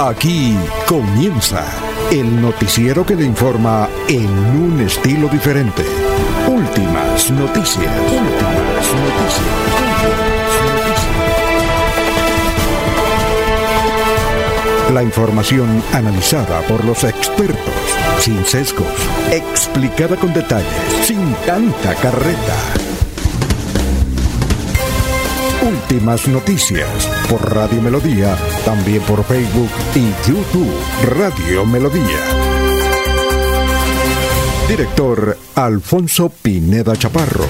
Aquí comienza el noticiero que le informa en un estilo diferente. Últimas noticias. La información analizada por los expertos, sin sesgos, explicada con detalles, sin tanta carreta. Últimas noticias por Radio Melodía, también por Facebook y YouTube Radio Melodía. Director Alfonso Pineda Chaparro.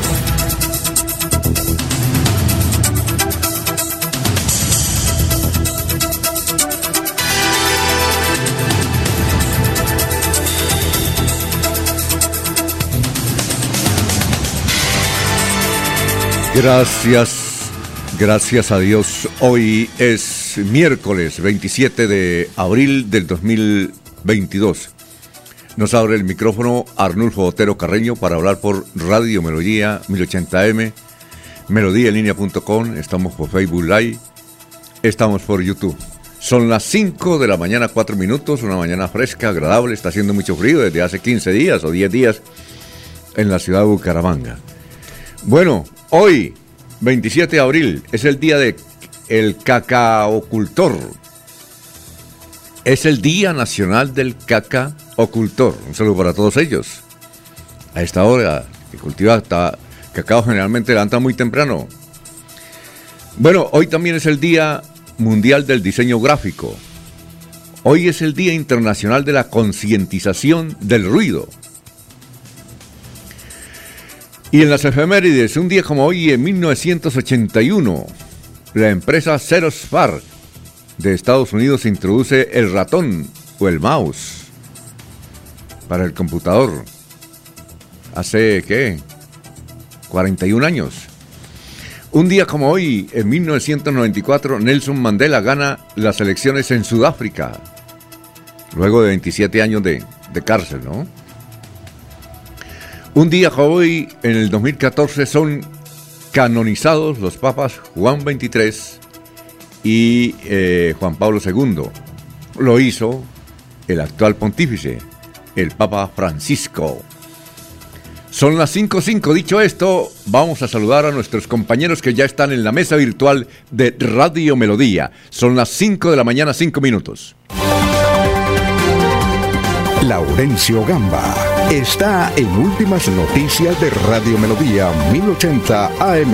Gracias a Dios. Hoy es miércoles 27 de abril del 2022. Nos abre el micrófono Arnulfo Otero Carreño para hablar por Radio Melodía 1080M, melodíaenlínea.com. Estamos por Facebook Live, estamos por YouTube. Son las 5 de la mañana, 4 minutos, una mañana fresca, agradable. Está haciendo mucho frío desde hace 15 días o 10 días en la ciudad de Bucaramanga. Bueno, hoy 27 de abril es el día del cacaocultor. Es el Día Nacional del Cacaocultor. Un saludo para todos ellos. A esta hora que cultiva cacao generalmente levanta muy temprano. Bueno, hoy también es el Día Mundial del Diseño Gráfico. Hoy es el Día Internacional de la Concientización del Ruido. Y en las efemérides, un día como hoy, en 1981, la empresa Xerox PARC de Estados Unidos introduce el ratón o el mouse para el computador. Hace, ¿qué? 41 años. Un día como hoy, en 1994, Nelson Mandela gana las elecciones en Sudáfrica, luego de 27 años de cárcel, ¿no? Un día como hoy, en el 2014, son canonizados los papas Juan XXIII y Juan Pablo II. Lo hizo el actual pontífice, el Papa Francisco. Son las 5:05. Dicho esto, vamos a saludar a nuestros compañeros que ya están en la mesa virtual de Radio Melodía. Son las 5 de la mañana, 5 minutos. Laurencio Gamba está en Últimas Noticias de Radio Melodía 1080 AM.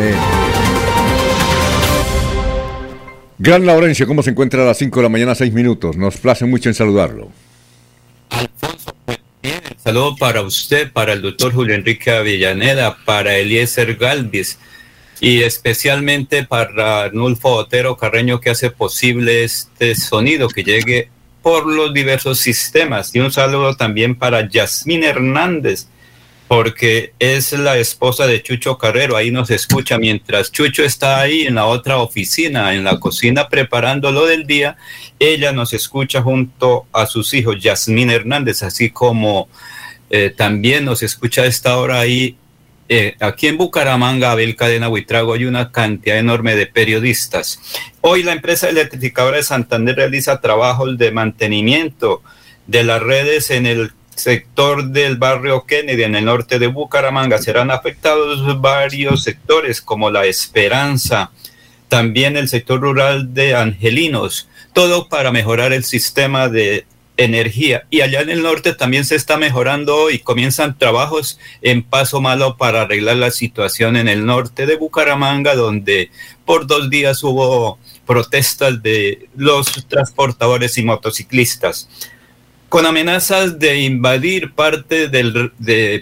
Gran Laurencio, ¿cómo se encuentra a las 5 de la mañana, 6 minutos? Nos place mucho en saludarlo. Alfonso, pues bien, el saludo para usted, para el doctor Julio Enrique Avellaneda, para Eliezer Galvis y especialmente para Arnulfo Otero Carreño, que hace posible este sonido que llegue por los diversos sistemas. Y un saludo también para Yasmín Hernández, porque es la esposa de Chucho Carrero. Ahí nos escucha mientras Chucho está ahí en la otra oficina, en la cocina, preparando lo del día. Ella nos escucha junto a sus hijos, Yasmín Hernández, así como también nos escucha a esta hora ahí. Aquí en Bucaramanga, Abel Cadena Buitrago, hay una cantidad enorme de periodistas. Hoy la empresa electrificadora de Santander realiza trabajos de mantenimiento de las redes en el sector del barrio Kennedy, en el norte de Bucaramanga. Serán afectados varios sectores como La Esperanza, también el sector rural de Angelinos, todo para mejorar el sistema de energía. Y allá en el norte también se está mejorando y comienzan trabajos en Paso Malo para arreglar la situación en el norte de Bucaramanga, donde por 2 días hubo protestas de los transportadores y motociclistas con amenazas de invadir parte de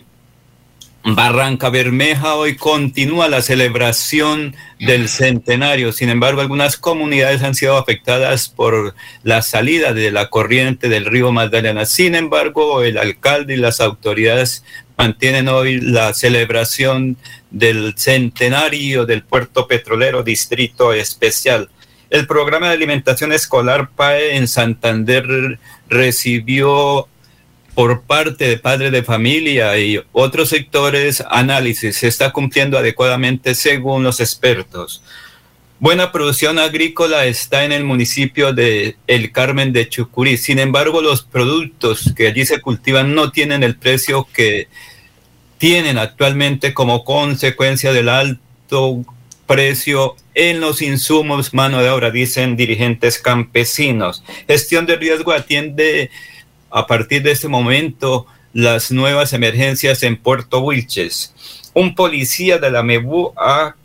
Barranca Bermeja. Hoy continúa la celebración del centenario. Sin embargo, algunas comunidades han sido afectadas por la salida de la corriente del río Magdalena. Sin embargo, el alcalde y las autoridades mantienen hoy la celebración del centenario del puerto petrolero Distrito Especial. El programa de alimentación escolar PAE en Santander recibió por parte de padres de familia y otros sectores análisis. Se está cumpliendo adecuadamente según los expertos. buena producción agrícola está en el municipio de El Carmen de Chucurí. Sin embargo, los productos que allí se cultivan no tienen el precio que tienen actualmente como consecuencia del alto precio en los insumos, mano de obra, dicen dirigentes campesinos. Gestión de riesgo atiende a partir de este momento las nuevas emergencias en Puerto Wilches. Un policía de la MEBU ha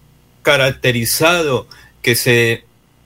caracterizado que se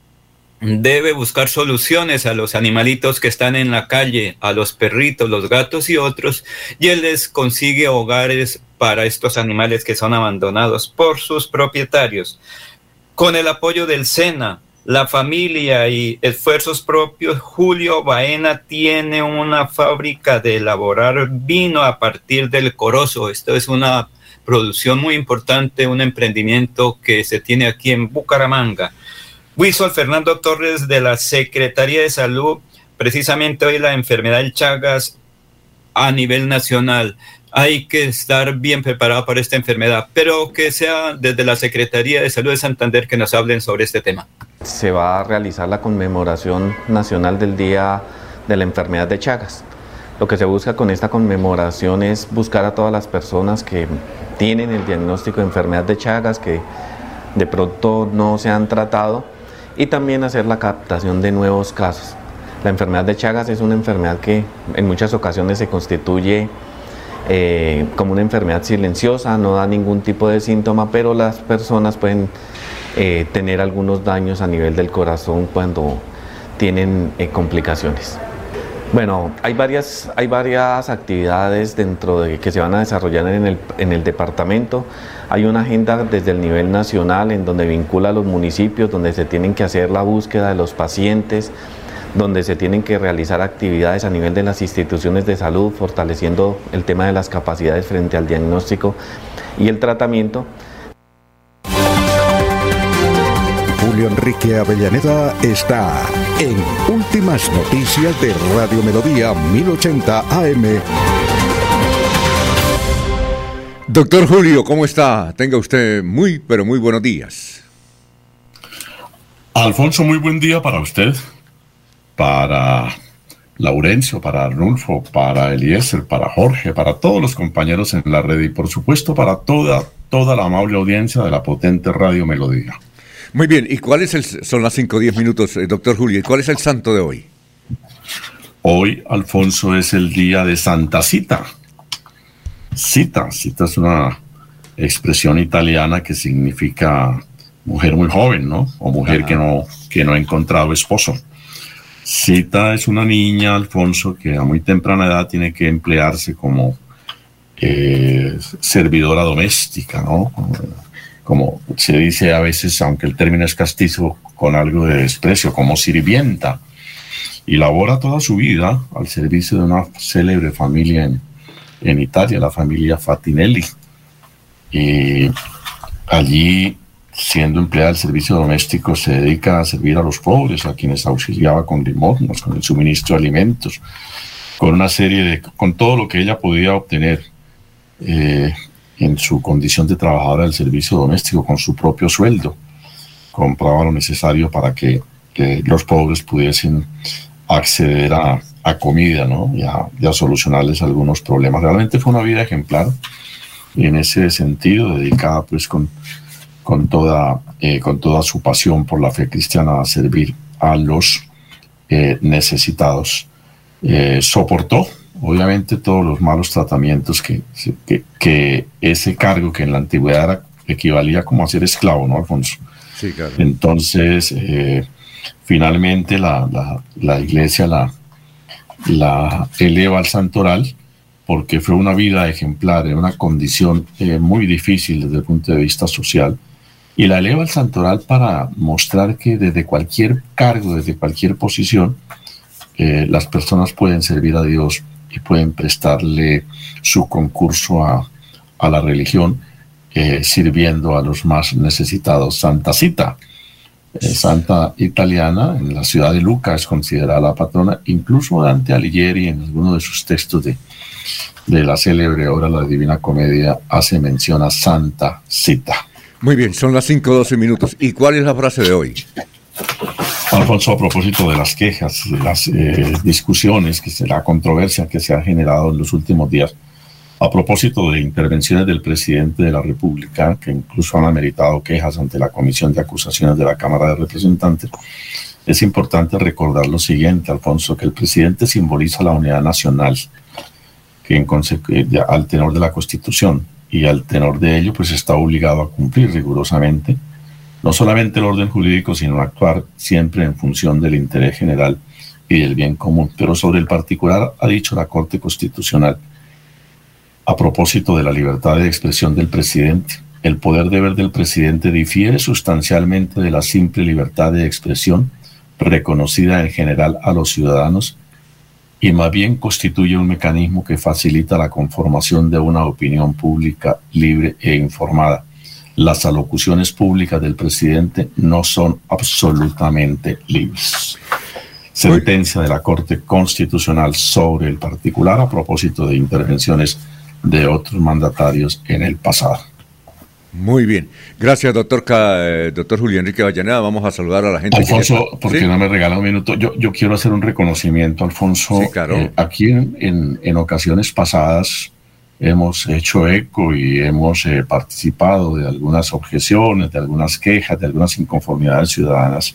debe buscar soluciones a los animalitos que están en la calle, a los perritos, los gatos y otros, y él les consigue hogares para estos animales que son abandonados por sus propietarios. Con el apoyo del SENA, la familia y esfuerzos propios, Julio Baena tiene una fábrica de elaborar vino a partir del corozo. Esto es una producción muy importante, un emprendimiento que se tiene aquí en Bucaramanga. Wilson Fernando Torres de la Secretaría de Salud, precisamente hoy la enfermedad del Chagas a nivel nacional. Hay que estar bien preparado para esta enfermedad, pero que sea desde la Secretaría de Salud de Santander que nos hablen sobre este tema. Se va a realizar la conmemoración nacional del Día de la Enfermedad de Chagas. Lo que se busca con esta conmemoración es buscar a todas las personas que tienen el diagnóstico de enfermedad de Chagas, que de pronto no se han tratado, y también hacer la captación de nuevos casos. La enfermedad de Chagas es una enfermedad que en muchas ocasiones se constituye como una enfermedad silenciosa, no da ningún tipo de síntoma, pero las personas pueden tener algunos daños a nivel del corazón cuando tienen complicaciones. Bueno, hay varias actividades dentro de que se van a desarrollar en el departamento. Hay una agenda desde el nivel nacional en donde vincula a los municipios, donde se tienen que hacer la búsqueda de los pacientes, donde se tienen que realizar actividades a nivel de las instituciones de salud, fortaleciendo el tema de las capacidades frente al diagnóstico y el tratamiento. Julio Enrique Avellaneda está en Últimas Noticias de Radio Melodía 1080 AM. Doctor Julio, ¿cómo está? Tenga usted muy, pero muy buenos días. Alfonso, muy buen día para usted, para Laurencio, para Arnulfo, para Eliezer, para Jorge, para todos los compañeros en la red y por supuesto para toda la amable audiencia de la potente Radio Melodía. Muy bien, ¿y son las 5:10 minutos, doctor Julio? ¿Y cuál es el santo de hoy? Hoy, Alfonso, es el día de Santa Cita. Cita es una expresión italiana que significa mujer muy joven, ¿no? O mujer que no ha encontrado esposo. Cita es una niña, Alfonso, que a muy temprana edad tiene que emplearse como servidora doméstica, ¿no? Como se dice a veces, aunque el término es castizo, con algo de desprecio, como sirvienta, y labora toda su vida al servicio de una célebre familia en Italia, la familia Fatinelli. Y allí, siendo empleada del servicio doméstico, se dedica a servir a los pobres, a quienes auxiliaba con limosnas, con el suministro de alimentos, con todo lo que ella podía obtener en su condición de trabajadora del servicio doméstico, con su propio sueldo. Compraba lo necesario para que los pobres pudiesen acceder a comida, ¿no? y a solucionarles algunos problemas. Realmente fue una vida ejemplar en ese sentido, dedicada pues con toda su pasión por la fe cristiana a servir a los necesitados. Soportó obviamente todos los malos tratamientos que ese cargo, que en la antigüedad equivalía como a ser esclavo, ¿no, Alfonso? Sí, claro. Entonces, finalmente la iglesia la eleva al santoral, porque fue una vida ejemplar, en una condición muy difícil desde el punto de vista social, y la eleva al santoral para mostrar que desde cualquier cargo, desde cualquier posición, las personas pueden servir a Dios y pueden prestarle su concurso a la religión, sirviendo a los más necesitados. Santa Cita, santa italiana, en la ciudad de Lucca es considerada la patrona. Incluso Dante Alighieri, en alguno de sus textos de la célebre obra La Divina Comedia, hace mención a Santa Cita. Muy bien, son las 5:12 minutos. ¿Y cuál es la frase de hoy? Alfonso, a propósito de las quejas, de las discusiones, la controversia que se ha generado en los últimos días, a propósito de intervenciones del presidente de la República, que incluso han ameritado quejas ante la Comisión de Acusaciones de la Cámara de Representantes, es importante recordar lo siguiente, Alfonso, que el presidente simboliza la unidad nacional, que al tenor de la Constitución y al tenor de ello, pues está obligado a cumplir rigurosamente no solamente el orden jurídico, sino actuar siempre en función del interés general y del bien común. Pero sobre el particular ha dicho la Corte Constitucional, a propósito de la libertad de expresión del presidente, el poder deber del presidente difiere sustancialmente de la simple libertad de expresión reconocida en general a los ciudadanos y más bien constituye un mecanismo que facilita la conformación de una opinión pública libre e informada. Las alocuciones públicas del presidente no son absolutamente libres. Sentencia de la Corte Constitucional sobre el particular a propósito de intervenciones de otros mandatarios en el pasado. Muy bien. Gracias, doctor Julio Enrique Avellaneda. Vamos a saludar a la gente. Alfonso, porque no me regala un minuto. Yo quiero hacer un reconocimiento, Alfonso. Sí, claro. Aquí en ocasiones pasadas hemos hecho eco y hemos participado de algunas objeciones, de algunas quejas, de algunas inconformidades ciudadanas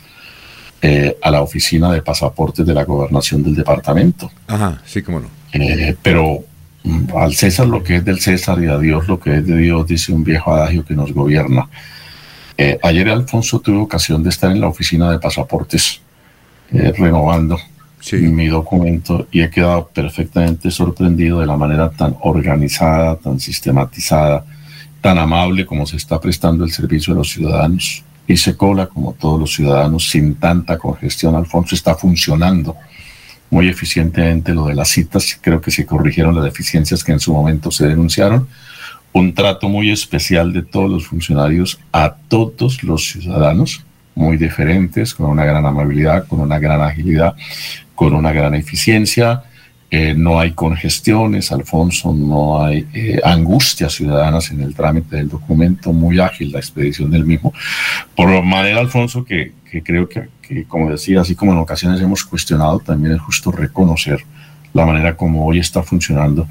a la oficina de pasaportes de la gobernación del departamento. Ajá, sí, cómo no. Pero al César lo que es del César y a Dios lo que es de Dios, dice un viejo adagio que nos gobierna. Ayer, Alfonso, tuve ocasión de estar en la oficina de pasaportes renovando mi documento y he quedado perfectamente sorprendido de la manera tan organizada, tan sistematizada, tan amable como se está prestando el servicio a los ciudadanos. Hice cola como todos los ciudadanos sin tanta congestión, Alfonso. Está funcionando muy eficientemente lo de las citas. Creo que se corrigieron las deficiencias que en su momento se denunciaron. Un trato muy especial de todos los funcionarios a todos los ciudadanos, muy diferentes, con una gran amabilidad, con una gran agilidad, con una gran eficiencia. No hay congestiones, Alfonso, no hay angustias ciudadanas en el trámite del documento, muy ágil la expedición del mismo. Por manera, Alfonso, que creo que, como decía, así como en ocasiones hemos cuestionado, también es justo reconocer la manera como hoy está funcionando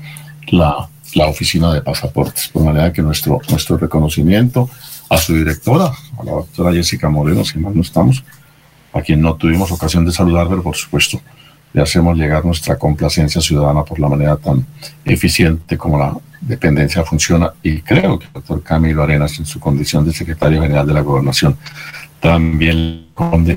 la oficina de pasaportes. Por manera que nuestro reconocimiento a su directora, a la doctora Jessica Moreno, si mal no estamos, a quien no tuvimos ocasión de saludar, pero por supuesto le hacemos llegar nuestra complacencia ciudadana por la manera tan eficiente como la dependencia funciona, y creo que el doctor Camilo Arenas, en su condición de secretario general de la Gobernación, también responde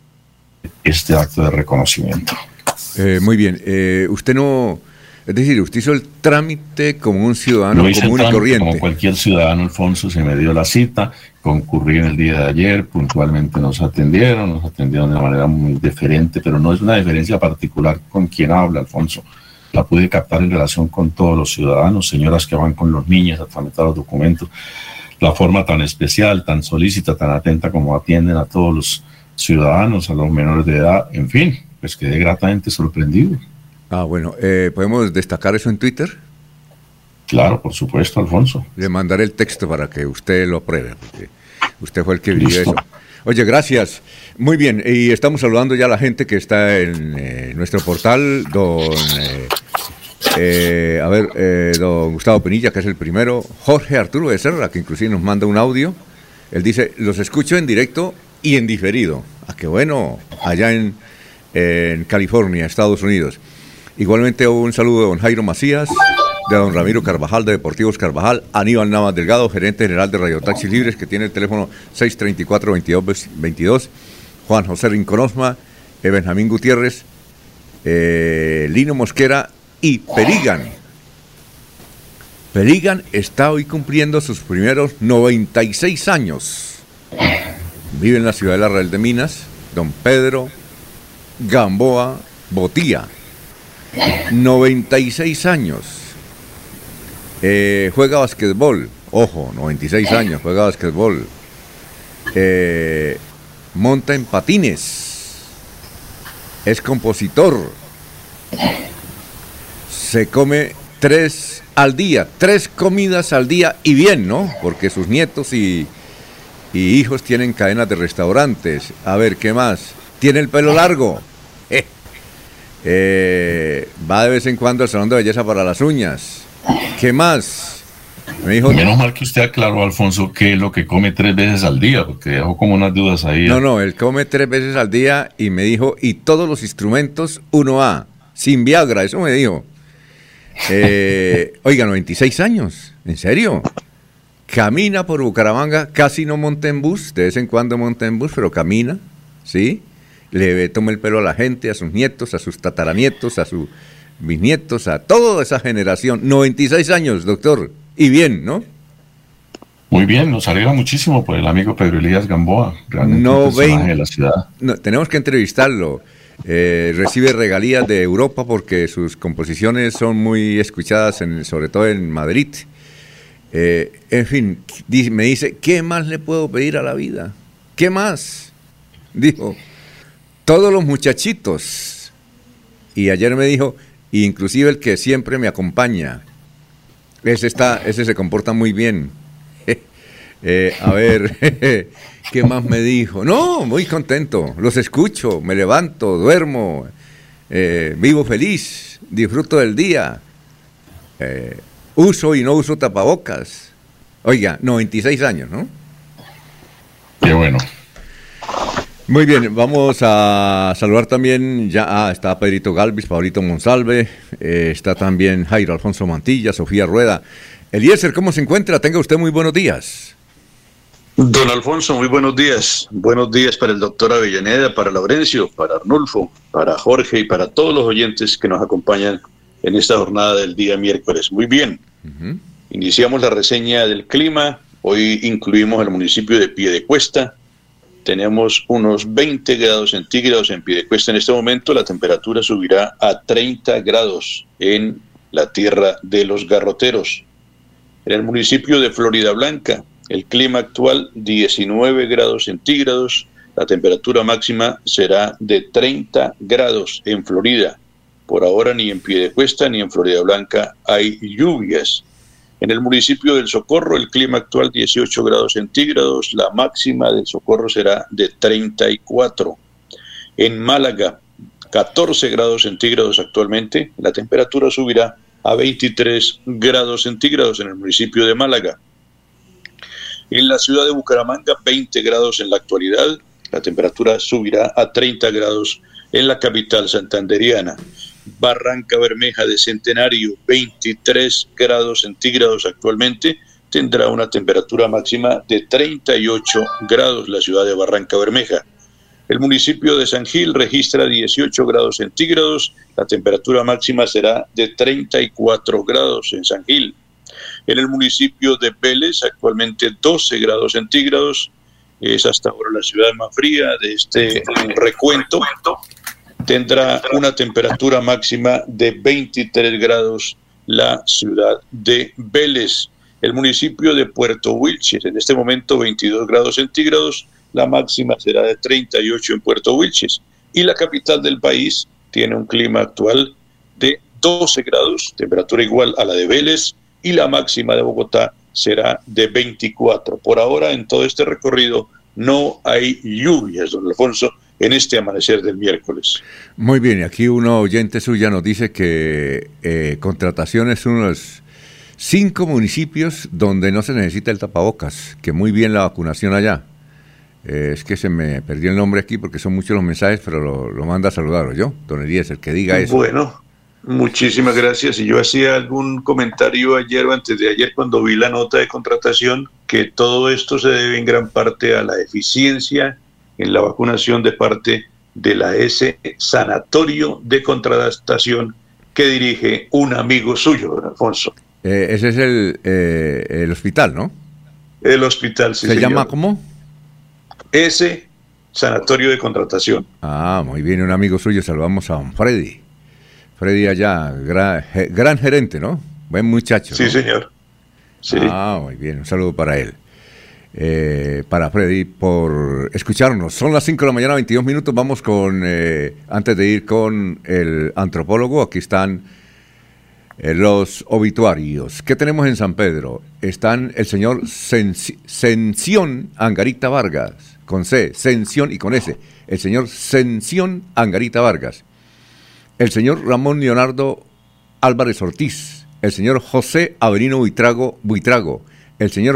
este acto de reconocimiento. Muy bien, usted no, es decir, usted hizo el trámite como un ciudadano común y corriente. Como cualquier ciudadano, Alfonso, se me dio la cita, concurrí en el día de ayer, puntualmente nos atendieron de una manera muy deferente, pero no es una deferencia particular con quien habla, Alfonso. La pude captar en relación con todos los ciudadanos, señoras que van con los niños a tramitar los documentos, la forma tan especial, tan solícita, tan atenta como atienden a todos los ciudadanos, a los menores de edad, en fin, pues quedé gratamente sorprendido. Bueno, ¿podemos destacar eso en Twitter? Claro, por supuesto, Alfonso. Le mandaré el texto para que usted lo apruebe, porque usted fue el que vivió eso. Oye, gracias. Muy bien, y estamos saludando ya a la gente que está en nuestro portal, don Gustavo Pinilla, que es el primero, Jorge Arturo Becerra, que inclusive nos manda un audio. Él dice, los escucho en directo y en diferido. Qué bueno, allá en California, Estados Unidos. Igualmente un saludo de don Jairo Macías, de don Ramiro Carvajal, de Deportivos Carvajal, Aníbal Navas Delgado, gerente general de Radio Taxis Libres, que tiene el teléfono 634-2222, Juan José Rinconosma, Benjamín Gutiérrez, Lino Mosquera y Perigan. Perigan está hoy cumpliendo sus primeros 96 años. Vive en la ciudad de La Real de Minas, don Pedro Gamboa Botía, 96 años. Juega basquetbol, ojo, 96 años, juega basquetbol. Monta en patines. Es compositor. Se come 3 al día, 3 comidas al día, y bien, ¿no? Porque sus nietos y y hijos tienen cadenas de restaurantes. A ver, ¿qué más? Tiene el pelo largo. Va de vez en cuando al salón de belleza para las uñas. ¿Qué más? Me dijo... Menos mal que usted aclaró, Alfonso, qué es lo que come 3 veces al día, porque dejó como unas dudas ahí. No, él come 3 veces al día y me dijo, y todos los instrumentos 1A, sin Viagra, eso me dijo. Oiga, 96 años, ¿en serio? Camina por Bucaramanga, casi no monta en bus, de vez en cuando monta en bus, pero camina, ¿sí? Le toma el pelo a la gente, a sus nietos, a sus tataranietos, a sus bisnietos, a toda esa generación. 96 años, doctor, y bien, ¿no? Muy bien, nos alegra muchísimo por el amigo Pedro Elías Gamboa, realmente un personaje de la ciudad. No, tenemos que entrevistarlo. Recibe regalías de Europa porque sus composiciones son muy escuchadas, sobre todo en Madrid. En fin, me dice, ¿qué más le puedo pedir a la vida? ¿Qué más? Dijo, todos los muchachitos. Y ayer me dijo, inclusive el que siempre me acompaña. Ese se comporta muy bien. A ver, ¿qué más me dijo? No, muy contento, los escucho, me levanto, duermo, vivo feliz, disfruto del día, uso y no uso tapabocas. Oiga, 96 años, ¿no? Qué bueno. Muy bien, vamos a saludar también, está Pedrito Galvis, Pablito Monsalve, está también Jairo Alfonso Mantilla, Sofía Rueda. Eliezer, ¿cómo se encuentra? Tenga usted muy buenos días. Don Alfonso, muy buenos días. Buenos días para el doctor Avellaneda, para Laurencio, para Arnulfo, para Jorge y para todos los oyentes que nos acompañan en esta jornada del día miércoles. Muy bien. Iniciamos la reseña del clima. Hoy incluimos el municipio de Piedecuesta. Tenemos unos 20 grados centígrados en Piedecuesta en este momento. La temperatura subirá a 30 grados en la tierra de los garroteros. En el municipio de Floridablanca, el clima actual 19 grados centígrados, la temperatura máxima será de 30 grados en Florida. Por ahora ni en Piedecuesta ni en Floridablanca hay lluvias. En el municipio del Socorro, el clima actual 18 grados centígrados, la máxima del Socorro será de 34. En Málaga, 14 grados centígrados actualmente, la temperatura subirá a 23 grados centígrados en el municipio de Málaga. En la ciudad de Bucaramanga, 20 grados en la actualidad, la temperatura subirá a 30 grados en la capital santanderiana. Barranca Bermeja de Centenario, 23 grados centígrados actualmente, tendrá una temperatura máxima de 38 grados la ciudad de Barranca Bermeja. El municipio de San Gil registra 18 grados centígrados, la temperatura máxima será de 34 grados en San Gil. En el municipio de Vélez, actualmente 12 grados centígrados, es hasta ahora la ciudad más fría de este recuento, tendrá una temperatura máxima de 23 grados la ciudad de Vélez. El municipio de Puerto Wilches, en este momento 22 grados centígrados, la máxima será de 38 en Puerto Wilches. Y la capital del país tiene un clima actual de 12 grados, temperatura igual a la de Vélez, y la máxima de Bogotá será de 24. Por ahora, en todo este recorrido, no hay lluvias, don Alfonso, en este amanecer del miércoles. Muy bien, aquí una oyente suya nos dice que Contratación es uno de los 5 municipios donde no se necesita el tapabocas, que muy bien la vacunación allá. Es que se me perdió el nombre aquí porque son muchos los mensajes, pero lo manda a saludar, yo, don Eliezer, que diga eso. Bueno, muchísimas gracias. Y yo hacía algún comentario ayer o antes de ayer cuando vi la nota de Contratación, que todo esto se debe en gran parte a la eficiencia en la vacunación de parte de la S Sanatorio de Contratación que dirige un amigo suyo, don Alfonso. Ese es el hospital, ¿no? El hospital, sí, ¿Se señor. llama cómo? S Sanatorio de Contratación. Ah, muy bien, un amigo suyo, saludamos a don Freddy. Freddy allá, gran gerente, ¿no? Buen muchacho, Sí, ¿no? señor. Sí. Ah, muy bien, un saludo para él. Para Freddy por escucharnos. Son las 5 de la mañana, 22 minutos. Vamos con, antes de ir con el antropólogo, aquí están Los obituarios. ¿Qué tenemos en San Pedro? Están el señor Sención Angarita Vargas, con C, Sención y con S. El señor Sención Angarita Vargas. El señor Ramón Leonardo Álvarez Ortiz. El señor José Avelino Buitrago. El señor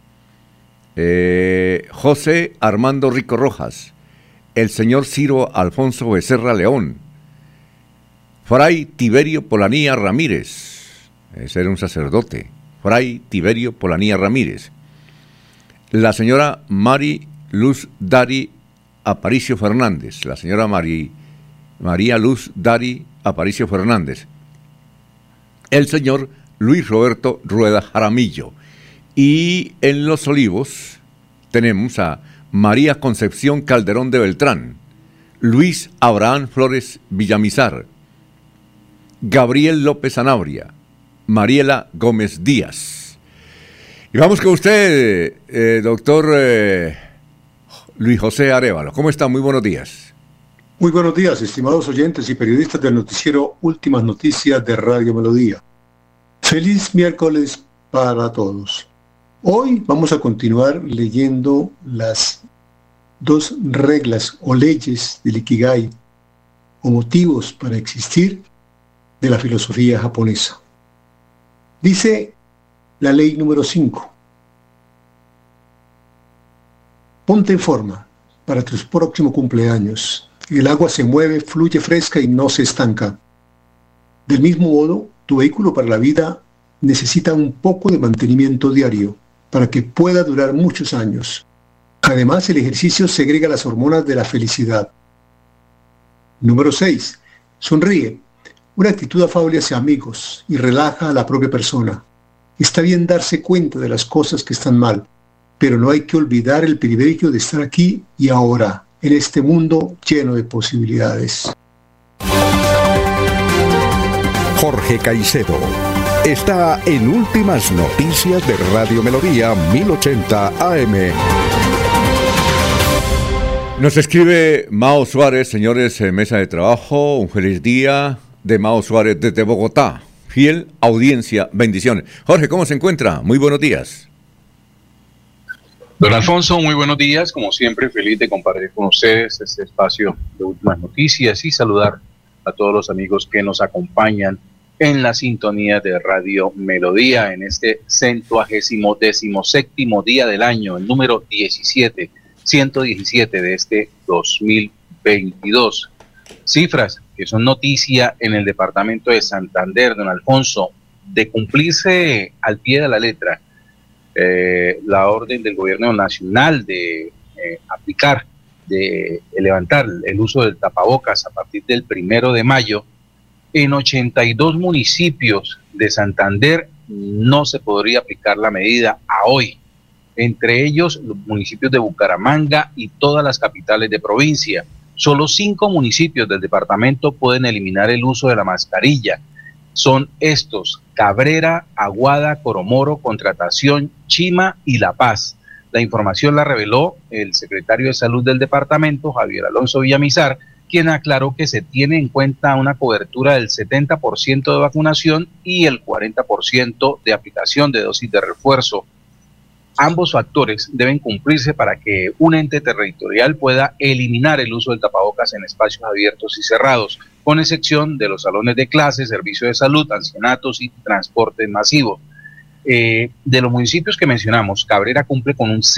José Armando Rico Rojas. El señor Ciro Alfonso Becerra León. Fray Tiberio Polanía Ramírez, ese era un sacerdote, Fray Tiberio Polanía Ramírez. La señora Mari Luz Dari Aparicio Fernández, la señora María Luz Dari Aparicio Fernández. El señor Luis Roberto Rueda Jaramillo. Y en Los Olivos tenemos a María Concepción Calderón de Beltrán, Luis Abraham Flores Villamizar, Gabriel López Sanabria, Mariela Gómez Díaz. Y vamos con usted, doctor Luis José Arévalo. ¿Cómo está? Muy buenos días. Muy buenos días, estimados oyentes y periodistas del noticiero Últimas Noticias de Radio Melodía. Feliz miércoles para todos. Hoy vamos a continuar leyendo las 2 reglas o leyes del Ikigai o motivos para existir de la filosofía japonesa. Dice la ley número 5. Ponte en forma para tu próximo cumpleaños. El agua se mueve, fluye fresca y no se estanca. Del mismo modo, tu vehículo para la vida necesita un poco de mantenimiento diario para que pueda durar muchos años. Además, el ejercicio segrega las hormonas de la felicidad. Número 6. Sonríe. Una actitud afable hacia amigos y relaja a la propia persona. Está bien darse cuenta de las cosas que están mal, pero no hay que olvidar el privilegio de estar aquí y ahora, en este mundo lleno de posibilidades. Jorge Caicedo está en Últimas Noticias de Radio Melodía 1080 AM. Nos escribe Mao Suárez, señores, mesa de trabajo, un feliz día de Mao Suárez desde Bogotá. Fiel audiencia, bendiciones. Jorge, ¿cómo se encuentra? Muy buenos días. Don Alfonso, muy buenos días. Como siempre, feliz de compartir con ustedes este espacio de Últimas Noticias y saludar a todos los amigos que nos acompañan en la sintonía de Radio Melodía en este 117º día del año, el número 117 de este 2022. Cifras que son noticia en el departamento de Santander, don Alfonso, de cumplirse al pie de la letra la orden del gobierno nacional de aplicar, de levantar el uso del tapabocas a partir del 1 de mayo, en 82 municipios de Santander no se podría aplicar la medida a hoy, entre ellos los municipios de Bucaramanga y todas las capitales de provincia. Solo 5 municipios del departamento pueden eliminar el uso de la mascarilla. Son estos: Cabrera, Aguada, Coromoro, Contratación, Chima y La Paz. La información la reveló el secretario de Salud del departamento, Javier Alonso Villamizar, quien aclaró que se tiene en cuenta una cobertura del 70% de vacunación y el 40% de aplicación de dosis de refuerzo. Ambos factores deben cumplirse para que un ente territorial pueda eliminar el uso del tapabocas en espacios abiertos y cerrados, con excepción de los salones de clases, servicios de salud, ancianatos y transporte masivo. De los municipios que mencionamos, Cabrera cumple con un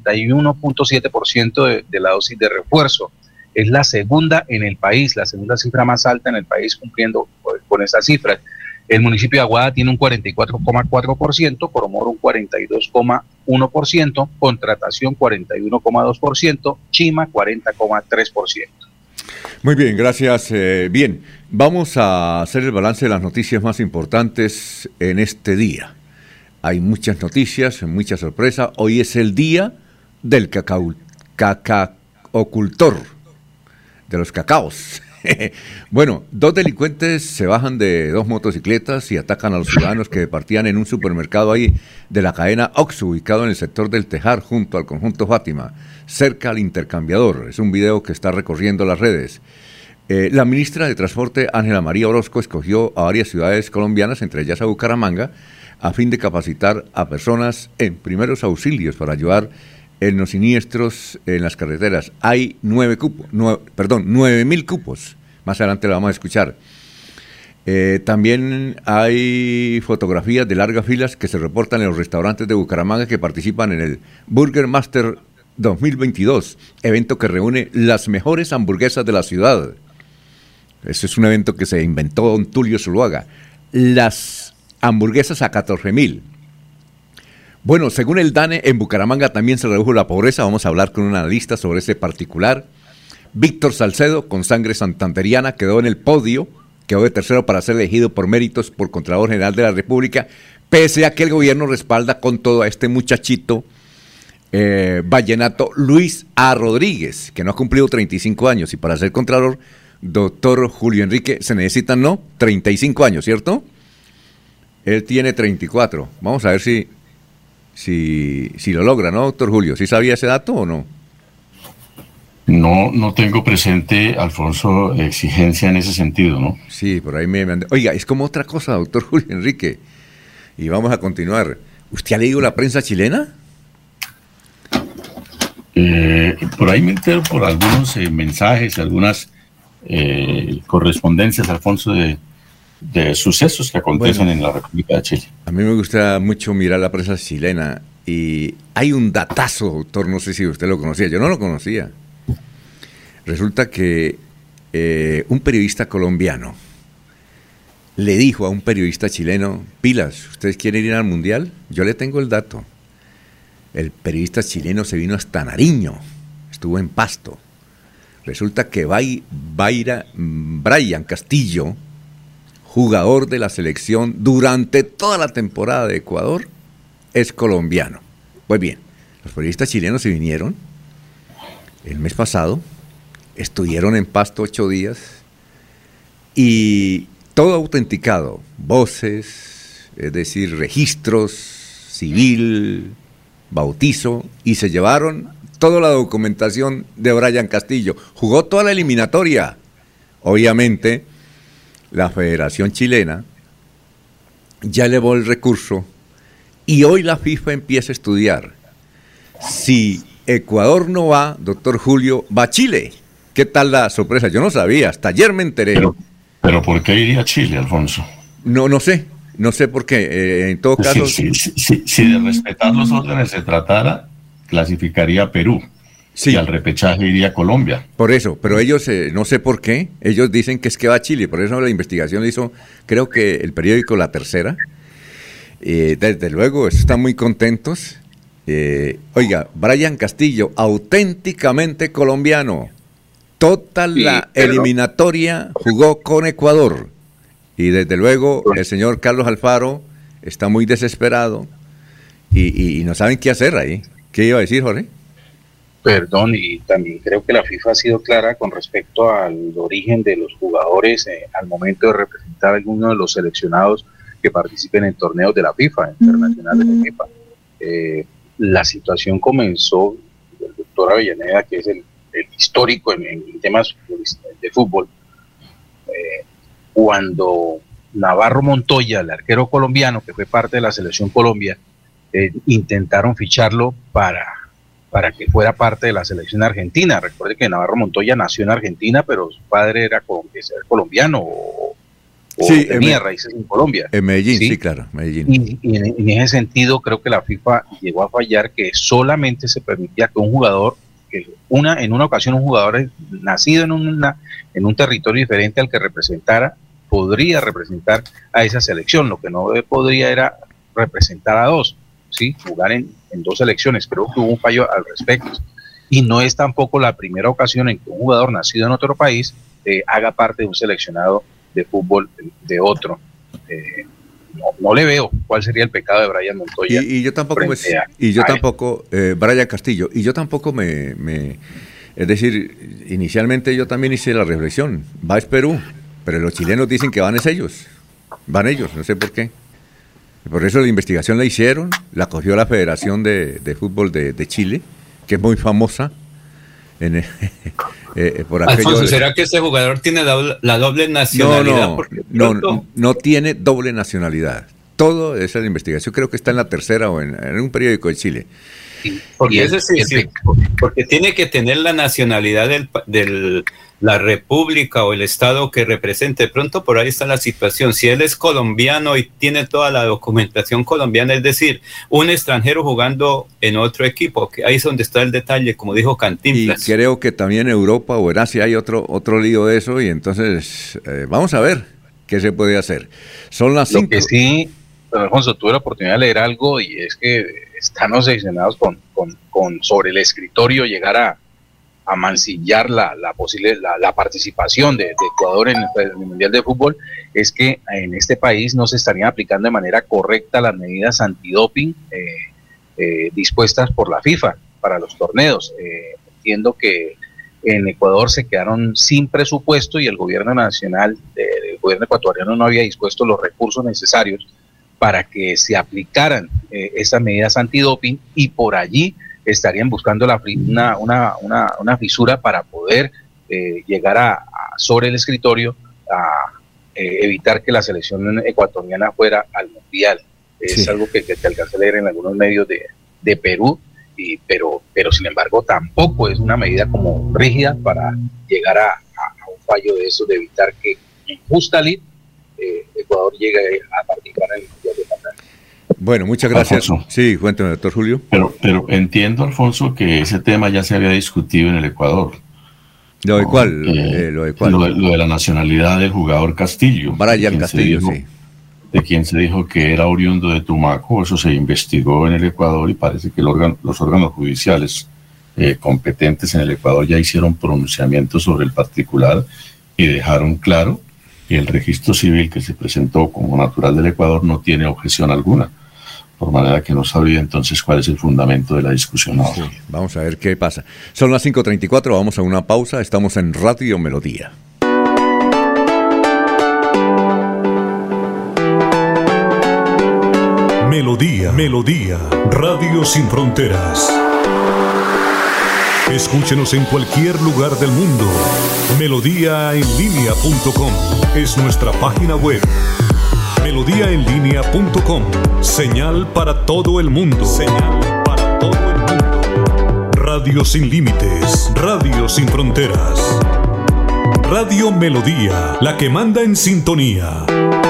61.7% de la dosis de refuerzo. Es la segunda en el país, la segunda cifra más alta en el país cumpliendo con esas cifras. El municipio de Aguada tiene un 44,4%, Coromoro un 42,1%, Contratación 41,2%, Chima 40,3%. Muy bien, gracias. Bien, vamos a hacer el balance de las noticias más importantes en este día. Hay muchas noticias, mucha sorpresa. Hoy es el día del cacaocultor, de los cacaos. Bueno, 2 delincuentes se bajan de 2 motocicletas y atacan a los ciudadanos que partían en un supermercado ahí de la cadena Oxxo, ubicado en el sector del Tejar, junto al conjunto Fátima, cerca al intercambiador. Es un video que está recorriendo las redes. La ministra de Transporte, Ángela María Orozco, escogió a varias ciudades colombianas, entre ellas a Bucaramanga, a fin de capacitar a personas en primeros auxilios para ayudar en los siniestros en las carreteras. Hay 9.000 cupos. Más adelante lo vamos a escuchar. También hay fotografías de largas filas que se reportan en los restaurantes de Bucaramanga que participan en el Burger Master 2022, evento que reúne las mejores hamburguesas de la ciudad. Ese es un evento que se inventó don Tulio Zuluaga. Las hamburguesas a 14.000. Bueno, según el DANE, en Bucaramanga también se redujo la pobreza. Vamos a hablar con un analista sobre ese particular. Víctor Salcedo, con sangre santanderiana, quedó en el podio, quedó de tercero para ser elegido por méritos por Contralor General de la República, pese a que el gobierno respalda con todo a este muchachito vallenato Luis A. Rodríguez, que no ha cumplido 35 años, y para ser Contralor, doctor Julio Enrique, se necesitan, 35 años, ¿cierto? Él tiene 34. Vamos a ver si lo logra, ¿no, doctor Julio? ¿Sí sabía ese dato o no? No tengo presente, Alfonso, exigencia en ese sentido, ¿no? Sí, por ahí me han... Oiga, es como otra cosa, doctor Julio Enrique. Y vamos a continuar. ¿Usted ha leído la prensa chilena? Por ahí me entero por algunos mensajes, algunas correspondencias, Alfonso, de sucesos que acontecen en la República de Chile. A mí me gusta mucho mirar la prensa chilena y hay un datazo, doctor, no sé si usted lo conocía, yo no lo conocía. Resulta que un periodista colombiano le dijo a un periodista chileno: pilas, ¿ustedes quieren ir al Mundial? Yo le tengo el dato. El periodista chileno se vino hasta Nariño, estuvo en Pasto. Resulta que Brian Castillo, jugador de la selección durante toda la temporada de Ecuador, es colombiano. Pues bien, los periodistas chilenos se vinieron el mes pasado, estuvieron en Pasto 8 días y todo autenticado, voces, es decir, registros, civil, bautizo, y se llevaron toda la documentación de Brian Castillo. Jugó toda la eliminatoria. Obviamente, la Federación Chilena ya elevó el recurso y hoy la FIFA empieza a estudiar. Si Ecuador no va, doctor Julio, va Chile. ¿Qué tal la sorpresa? Yo no sabía, hasta ayer me enteré. Pero ¿por qué iría a Chile, Alfonso? No sé por qué. En todo caso... Si de respetar los órdenes se tratara, clasificaría a Perú. Sí. Y al repechaje iría Colombia. Por eso, pero ellos, no sé por qué, ellos dicen que es que va a Chile. Por eso la investigación la hizo, creo que el periódico La Tercera. Desde luego, están muy contentos. Oiga, Brian Castillo, auténticamente colombiano. Toda la eliminatoria jugó con Ecuador. Y desde luego, el señor Carlos Alfaro está muy desesperado y no saben qué hacer ahí. ¿Qué iba a decir, Jorge? Perdón, y también creo que la FIFA ha sido clara con respecto al origen de los jugadores al momento de representar a alguno de los seleccionados que participen en torneos de la FIFA, internacionales de FIFA. La situación comenzó, el doctor Avellaneda, que es el histórico en temas de fútbol, cuando Navarro Montoya, el arquero colombiano, que fue parte de la selección Colombia, intentaron ficharlo para que fuera parte de la selección argentina. Recuerde que Navarro Montoya nació en Argentina, pero su padre era colombiano o sí, tenía raíces en Colombia. En Medellín, sí, claro, Medellín. Y en ese sentido creo que la FIFA llegó a fallar, que solamente se permitía que un jugador, en una ocasión un jugador nacido en un territorio diferente al que representara, podría representar a esa selección. Lo que no podría era representar a dos, ¿sí? Jugar en 2 selecciones. Creo que hubo un fallo al respecto. Y no es tampoco la primera ocasión en que un jugador nacido en otro país haga parte de un seleccionado de fútbol de otro. No le veo cuál sería el pecado de Brian Montoya. Y yo tampoco, Brian Castillo, y yo tampoco es decir, inicialmente yo también hice la reflexión, va es Perú, pero los chilenos dicen que van ellos, no sé por qué. Por eso la investigación la hicieron, la cogió la Federación de Fútbol de Chile, que es muy famosa por aquello. Alfonso, ¿será que ese jugador tiene la doble nacionalidad? No tiene doble nacionalidad. Todo esa es la investigación, creo que está en La Tercera o en un periódico de Chile. Porque, porque tiene que tener la nacionalidad de la república o el estado que represente. De pronto por ahí está la situación. Si él es colombiano y tiene toda la documentación colombiana, es decir, un extranjero jugando en otro equipo, que ahí es donde está el detalle, como dijo Cantinflas. Y creo que también en Europa o en Asia hay otro lío de eso, y entonces vamos a ver qué se puede hacer. Son las 5. Lo que sí, Alfonso, tuve la oportunidad de leer algo, y es que están obsesionados con sobre el escritorio llegar a mancillar la participación de Ecuador en el Mundial de Fútbol. Es que en este país no se estarían aplicando de manera correcta las medidas antidoping dispuestas por la FIFA para los torneos. Entiendo que en Ecuador se quedaron sin presupuesto y el gobierno nacional, el gobierno ecuatoriano no había dispuesto los recursos necesarios para que se aplicaran estas medidas antidoping, y por allí estarían buscando una fisura para poder llegar sobre el escritorio a evitar que la selección ecuatoriana fuera al Mundial. Es algo que te alcancé a leer en algunos medios de Perú, pero sin embargo tampoco es una medida como rígida para llegar a un fallo de eso, de evitar que en justa lid Ecuador llegue a participar en el Mundial de Qatar. Bueno, muchas gracias. Alfonso. Sí, cuéntame, doctor Julio. Pero entiendo, Alfonso, que ese tema ya se había discutido en el Ecuador. ¿Lo de cuál? Lo de la nacionalidad del jugador Castillo. Brian Castillo, sí. De quien se dijo que era oriundo de Tumaco. Eso se investigó en el Ecuador, y parece que los órganos judiciales competentes en el Ecuador ya hicieron pronunciamientos sobre el particular y dejaron claro que el registro civil que se presentó como natural del Ecuador no tiene objeción alguna. Por manera que no sabría entonces cuál es el fundamento de la discusión ahora. Sí, vamos a ver qué pasa. Son las 5:34, vamos a una pausa. Estamos en Radio Melodía. Melodía, Radio Sin Fronteras. Escúchenos en cualquier lugar del mundo. Melodíaenlínea.com es nuestra página web. Melodíaenlínea.com. Señal para todo el mundo. Radio sin límites. Radio sin fronteras. Radio Melodía, la que manda en sintonía.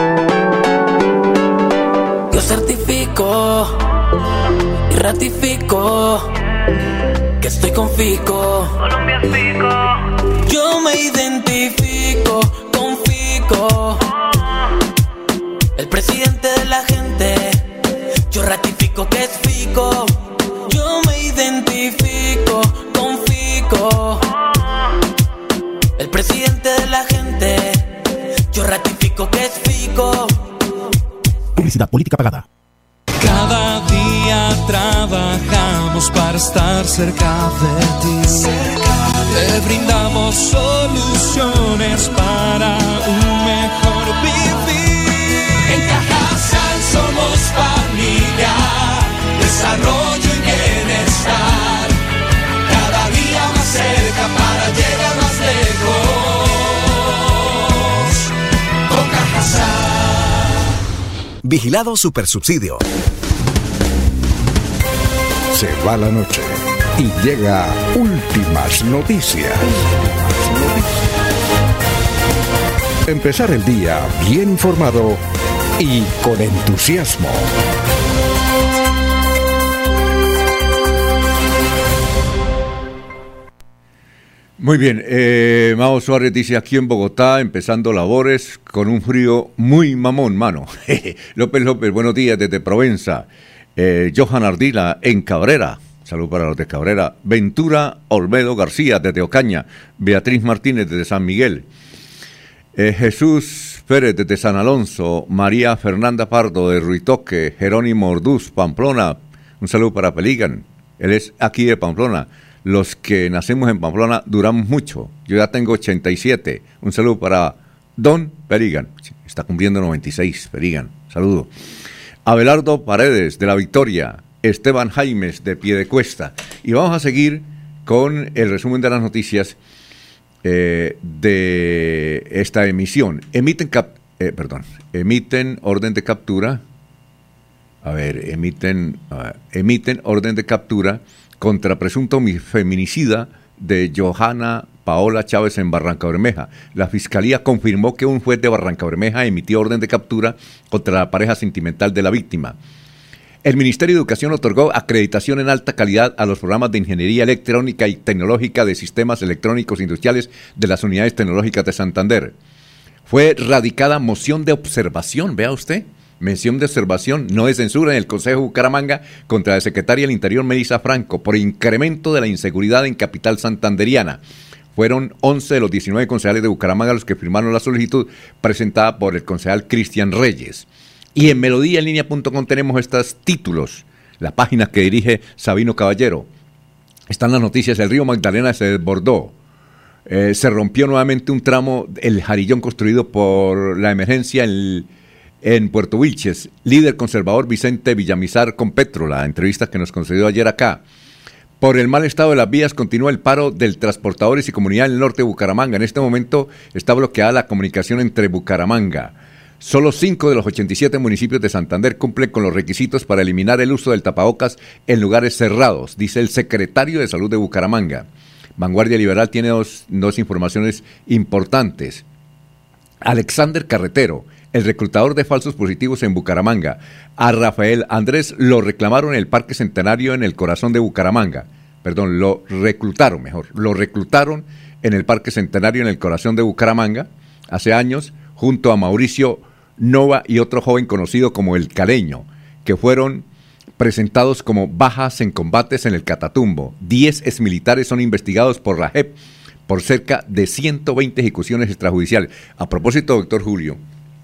Yo certifico y ratifico que estoy con Fico. Colombia Fico. Yo me identifico con Fico. El presidente de la gente, yo ratifico que es Fico. Yo me identifico con Fico. El presidente de la gente, yo ratifico que es Fico. Publicidad política pagada. Cada día trabajamos para estar cerca de ti. Te brindamos soluciones para un mejor vivir. En Cajasal somos familia, desarrollo y bienestar. Cada día más cerca para llegar más lejos. Con Cajasal. Vigilado Supersubsidio. Se va la noche y llega Últimas Noticias. Empezar el día bien informado y con entusiasmo. Muy bien, Mao Suárez dice: aquí en Bogotá, empezando labores con un frío muy mamón, mano. López, buenos días desde Provenza. Johan Ardila en Cabrera, salud para los de Cabrera. Ventura Olmedo García desde Ocaña. Beatriz Martínez desde San Miguel. Jesús Pérez desde San Alonso. María Fernanda Pardo de Ruitoque. Jerónimo Orduz, Pamplona. Un saludo para Peligan, él es aquí de Pamplona. Los que nacemos en Pamplona duramos mucho. Yo ya tengo 87. Un saludo para Don Peligan. Está cumpliendo 96, Peligan. Saludo. Abelardo Paredes de La Victoria. Esteban Jaimes de Piedecuesta. Y vamos a seguir con el resumen de las noticias de esta emisión. Emiten orden de captura. Emiten orden de captura contra presunto feminicida de Johanna Paola Chávez en Barranca Bermeja. La Fiscalía confirmó que un juez de Barranca Bermeja emitió orden de captura contra la pareja sentimental de la víctima. El Ministerio de Educación otorgó acreditación en alta calidad a los programas de Ingeniería Electrónica y Tecnológica de Sistemas Electrónicos Industriales de las Unidades Tecnológicas de Santander. Fue radicada moción de observación, vea usted, mención de observación, no de censura en el Consejo de Bucaramanga contra la secretaria del Interior, Melissa Franco, por incremento de la inseguridad en capital santanderiana. Fueron 11 de los 19 concejales de Bucaramanga los que firmaron la solicitud presentada por el concejal Cristian Reyes. Y en melodíaenlínea.com tenemos estos títulos, la página que dirige Sabino Caballero. Están las noticias: el río Magdalena se desbordó. Se rompió nuevamente un tramo, el Jarillón construido por la emergencia en Puerto Wilches. Líder conservador Vicente Villamizar con Petro, la entrevista que nos concedió ayer acá. Por el mal estado de las vías continúa el paro del transportadores y comunidad en el norte de Bucaramanga. En este momento está bloqueada la comunicación entre Bucaramanga. Solo 5 de los 87 municipios de Santander cumplen con los requisitos para eliminar el uso del tapabocas en lugares cerrados, dice el secretario de Salud de Bucaramanga. Vanguardia Liberal tiene dos informaciones importantes. Alexander Carretero, el reclutador de falsos positivos en Bucaramanga. A Rafael Andrés lo reclamaron en el Parque Centenario en el corazón de Bucaramanga. Lo reclutaron en el Parque Centenario en el corazón de Bucaramanga hace años, junto a Mauricio Nova y otro joven conocido como El Caleño, que fueron presentados como bajas en combates en el Catatumbo. 10 exmilitares son investigados por la JEP por cerca de 120 ejecuciones extrajudiciales. A propósito, doctor Julio,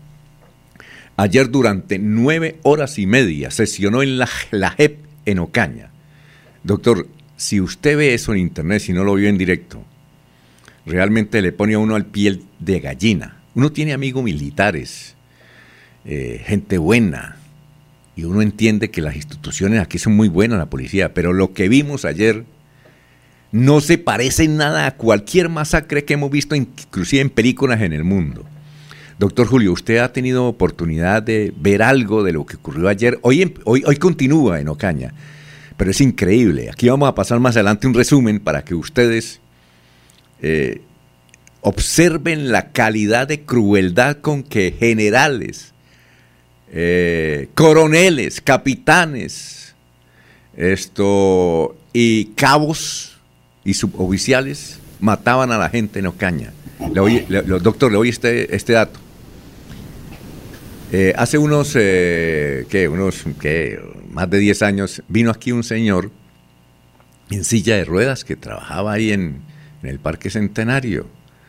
ayer durante 9 horas y media sesionó en la JEP en Ocaña. Doctor, si usted ve eso en internet, si no lo vio en directo, realmente le pone a uno al piel de gallina. Uno tiene amigos militares, gente buena, y uno entiende que las instituciones aquí son muy buenas, la policía, pero lo que vimos ayer no se parece en nada a cualquier masacre que hemos visto, inclusive en películas en el mundo. Doctor Julio, ¿usted ha tenido oportunidad de ver algo de lo que ocurrió ayer? Hoy continúa en Ocaña, pero es increíble. Aquí vamos a pasar más adelante un resumen para que ustedes observen la calidad de crueldad con que generales, coroneles, capitanes, y cabos y suboficiales mataban a la gente en Ocaña. Doctor, le oí este dato. Hace unos más de 10 años vino aquí un señor en silla de ruedas que trabajaba ahí en el Parque Centenario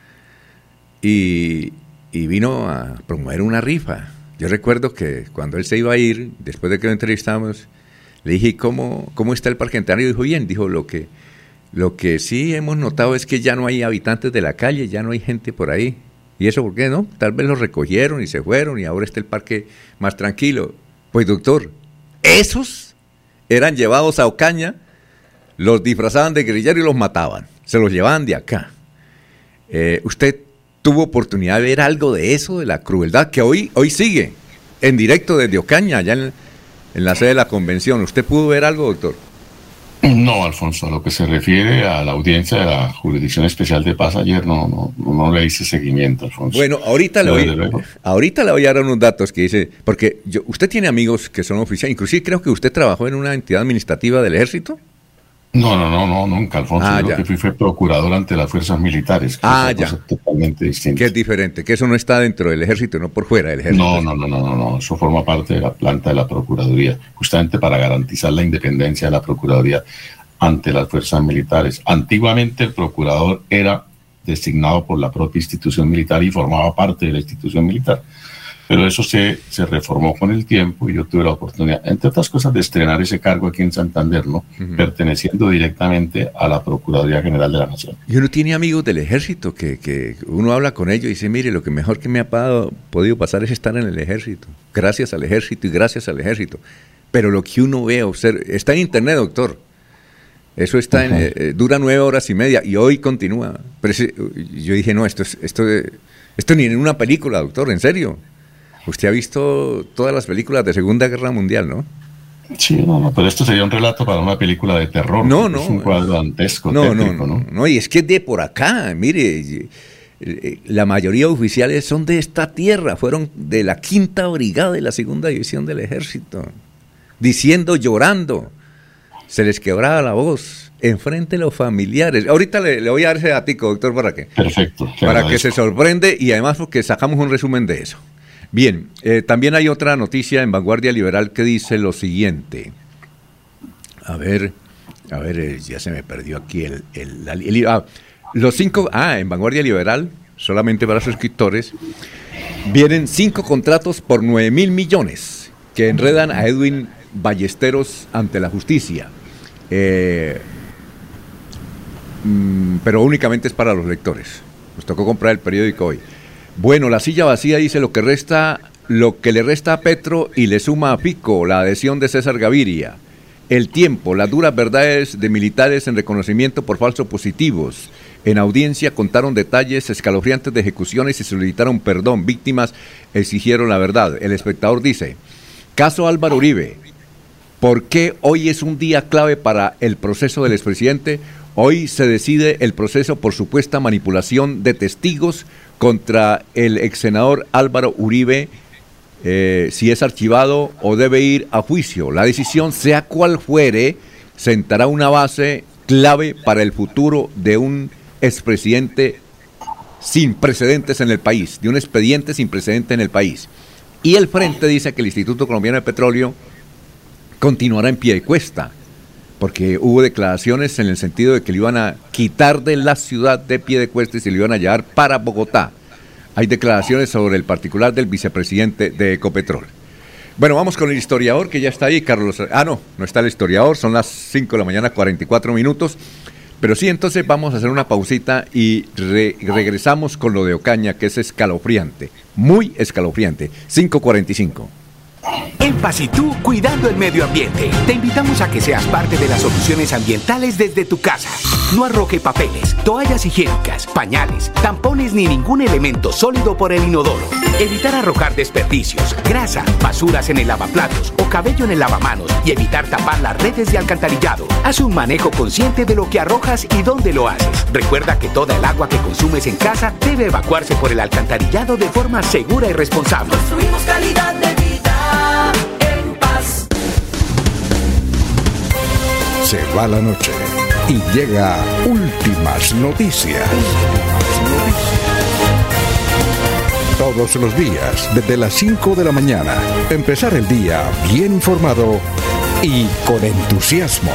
y vino a promover una rifa. Yo recuerdo que cuando él se iba a ir, después de que lo entrevistamos, le dije, ¿cómo está el Parque Centenario? Dijo, bien. Dijo, lo que sí hemos notado es que ya no hay habitantes de la calle, ya no hay gente por ahí. ¿Y eso por qué no? Tal vez los recogieron y se fueron y ahora está el parque más tranquilo. Pues doctor, esos eran llevados a Ocaña, los disfrazaban de guerrilleros y los mataban. Se los llevaban de acá. ¿Usted tuvo oportunidad de ver algo de eso, de la crueldad que hoy sigue en directo desde Ocaña, allá en la sede de la convención? ¿Usted pudo ver algo, doctor? No, Alfonso, a lo que se refiere a la audiencia de la Jurisdicción Especial de Paz ayer no le hice seguimiento, Alfonso. Bueno, ahorita le voy a dar unos datos que dice, porque usted tiene amigos que son oficiales, inclusive creo que usted trabajó en una entidad administrativa del Ejército. No, nunca, Alfonso. Yo lo que fui procurador ante las fuerzas militares. Que es totalmente distinto. Que es diferente, que eso no está dentro del Ejército, no por fuera del Ejército. No, eso forma parte de la planta de la Procuraduría, justamente para garantizar la independencia de la Procuraduría ante las fuerzas militares. Antiguamente el procurador era designado por la propia institución militar y formaba parte de la institución militar. Pero eso se reformó con el tiempo y yo tuve la oportunidad, entre otras cosas, de estrenar ese cargo aquí en Santander, ¿no? Uh-huh. Perteneciendo directamente a la Procuraduría General de la Nación. Y uno tiene amigos del Ejército que uno habla con ellos y dice, mire, lo que mejor que me ha podido pasar es estar en el Ejército. Gracias al Ejército y gracias al Ejército. Pero lo que uno ve, observa, está en internet, doctor. Eso está dura 9 horas y media y hoy continúa. Pero yo dije, no, esto ni en una película, doctor, en serio. Usted ha visto todas las películas de Segunda Guerra Mundial, ¿no? Sí, no, pero esto sería un relato para una película de terror. No. Es un cuadro dantesco, tétrico, ¿no? Y es que de por acá, mire, la mayoría de oficiales son de esta tierra, fueron de la 5ª Brigada de la 2ª División del Ejército, diciendo, llorando, se les quebraba la voz, enfrente de los familiares. Ahorita le voy a dar ese datico, doctor, ¿para qué? Perfecto. Para que se sorprende y además porque sacamos un resumen de eso. Bien, también hay otra noticia en Vanguardia Liberal que dice lo siguiente. A ver, ya se me perdió aquí en Vanguardia Liberal, solamente para suscriptores, vienen 5 contratos por 9.000 millones que enredan a Edwin Ballesteros ante la justicia. Pero únicamente es para los lectores. Nos tocó comprar el periódico hoy. Bueno, la silla vacía dice lo que le resta a Petro y le suma a Fico, la adhesión de César Gaviria. El Tiempo, las duras verdades de militares en reconocimiento por falsos positivos. En audiencia contaron detalles escalofriantes de ejecuciones y solicitaron perdón. Víctimas exigieron la verdad. El Espectador dice, caso Álvaro Uribe, ¿por qué hoy es un día clave para el proceso del expresidente? Hoy se decide el proceso por supuesta manipulación de testigos contra el ex senador Álvaro Uribe, si es archivado o debe ir a juicio. La decisión, sea cual fuere, sentará una base clave para el futuro de un expresidente sin precedentes en el país, de un expediente sin precedente en el país. Y el Frente dice que el Instituto Colombiano de Petróleo continuará en pie de cuesta, porque hubo declaraciones en el sentido de que le iban a quitar de la ciudad de Piedecuesta y se lo iban a llevar para Bogotá. Hay declaraciones sobre el particular del vicepresidente de Ecopetrol. Bueno, vamos con el historiador que ya está ahí, Carlos. No está el historiador, son las 5 de la mañana, 44 minutos. Pero sí, entonces vamos a hacer una pausita y regresamos con lo de Ocaña, que es escalofriante, muy escalofriante. 5:45. En Pacitú, cuidando el medio ambiente, te invitamos a que seas parte de las soluciones ambientales desde tu casa. No arroje papeles, toallas higiénicas, pañales, tampones ni ningún elemento sólido por el inodoro. Evitar arrojar desperdicios, grasa, basuras en el lavaplatos o cabello en el lavamanos y evitar tapar las redes de alcantarillado. Haz un manejo consciente de lo que arrojas y dónde lo haces. Recuerda que toda el agua que consumes en casa debe evacuarse por el alcantarillado de forma segura y responsable. Construimos calidad de vida en paz. Se va la noche y llega Últimas Noticias. Todos los días, desde las 5 de la mañana, empezar el día bien informado y con entusiasmo.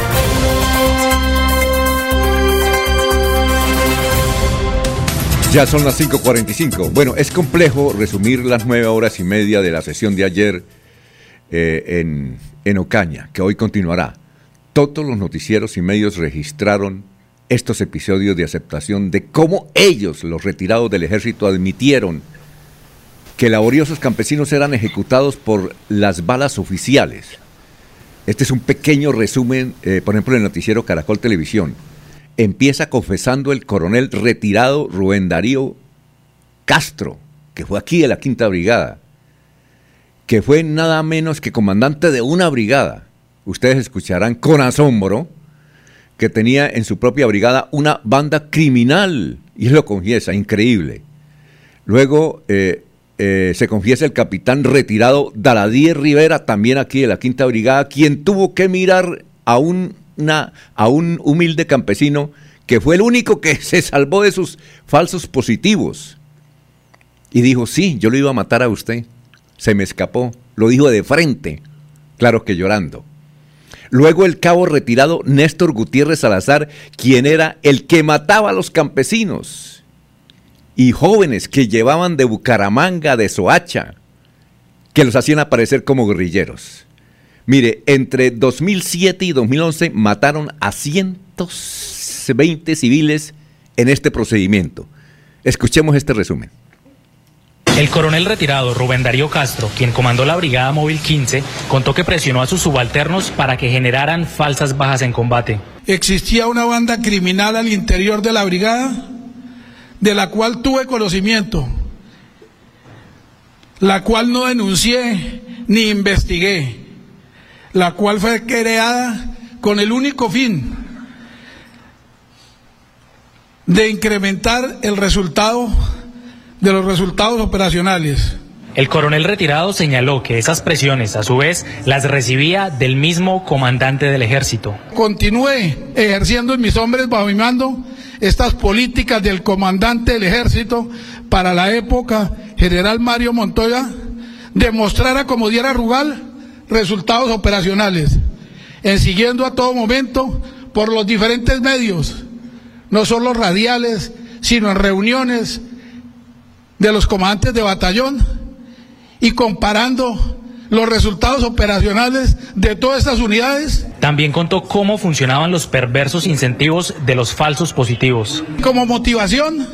Ya son las 5:45. Bueno, es complejo resumir las 9 horas y media de la sesión de ayer en Ocaña, que hoy continuará. Todos los noticieros y medios registraron estos episodios de aceptación de cómo ellos, los retirados del ejército, admitieron que laboriosos campesinos eran ejecutados por las balas oficiales. Este es un pequeño resumen, por ejemplo, en el noticiero Caracol Televisión. Empieza confesando el coronel retirado Rubén Darío Castro, que fue aquí de la 5ª Brigada, que fue nada menos que comandante de una brigada. Ustedes escucharán con asombro que tenía en su propia brigada una banda criminal, y él lo confiesa, increíble. Luego se confiesa el capitán retirado Daladier Rivera, también aquí de la 5ª Brigada, quien tuvo que mirar a un humilde campesino que fue el único que se salvó de sus falsos positivos. Y dijo, sí, yo lo iba a matar a usted, se me escapó, lo dijo de frente, claro que llorando. Luego el cabo retirado Néstor Gutiérrez Salazar, quien era el que mataba a los campesinos y jóvenes que llevaban de Bucaramanga, de Soacha, que los hacían aparecer como guerrilleros. Mire, entre 2007 y 2011 mataron a 120 civiles en este procedimiento. Escuchemos este resumen. El coronel retirado Rubén Darío Castro, quien comandó la Brigada Móvil 15, contó que presionó a sus subalternos para que generaran falsas bajas en combate. existía una banda criminal al interior de la brigada, de la cual tuve conocimiento, la cual no denuncié ni investigué, la cual fue creada con el único fin de incrementar el resultado de los resultados operacionales. El coronel retirado señaló que esas presiones, a su vez, las recibía del mismo comandante del ejército. Continué ejerciendo en mis hombres bajo mi mando estas políticas del comandante del ejército para la época, general Mario Montoya, demostrara como diera Rugal resultados operacionales, en siguiendo a todo momento por los diferentes medios, no solo radiales, sino en reuniones de los comandantes de batallón y comparando los resultados operacionales de todas estas unidades. También contó cómo funcionaban los perversos incentivos de los falsos positivos. Como motivación,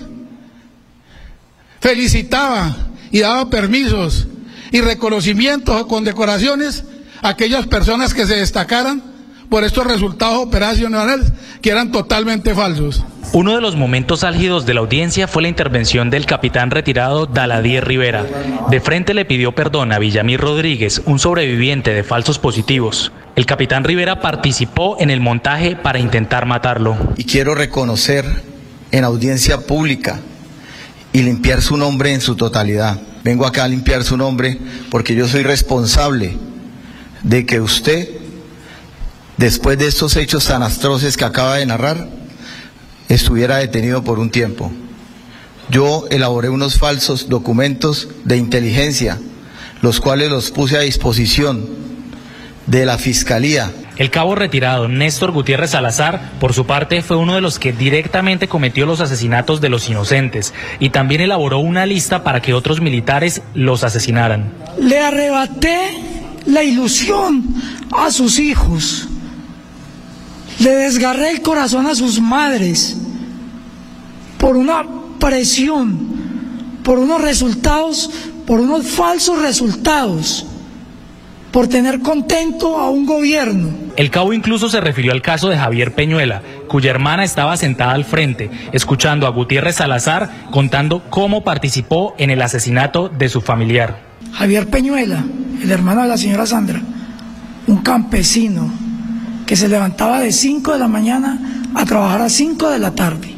felicitaba y daba permisos y reconocimientos o condecoraciones a aquellas personas que se destacaran por estos resultados operacionales que eran totalmente falsos. Uno de los momentos álgidos de la audiencia fue la intervención del capitán retirado Daladier Rivera. De frente le pidió perdón a Villamil Rodríguez, un sobreviviente de falsos positivos. El capitán Rivera participó en el montaje para intentar matarlo. Y quiero reconocer en audiencia pública y limpiar su nombre en su totalidad. Vengo acá a limpiar su nombre porque yo soy responsable de que usted, después de estos hechos tan atroces que acaba de narrar, estuviera detenido por un tiempo. Yo elaboré unos falsos documentos de inteligencia, los cuales los puse a disposición de la Fiscalía. El cabo retirado Néstor Gutiérrez Salazar, por su parte, fue uno de los que directamente cometió los asesinatos de los inocentes y también elaboró una lista para que otros militares los asesinaran. Le arrebaté la ilusión a sus hijos. Le desgarré el corazón a sus madres por una presión, por unos resultados, por unos falsos resultados, por tener contento a un gobierno. El cabo incluso se refirió al caso de Javier Peñuela, cuya hermana estaba sentada al frente, escuchando a Gutiérrez Salazar contando cómo participó en el asesinato de su familiar. Javier Peñuela, el hermano de la señora Sandra, un campesino que se levantaba de 5 de la mañana a trabajar a 5 de la tarde.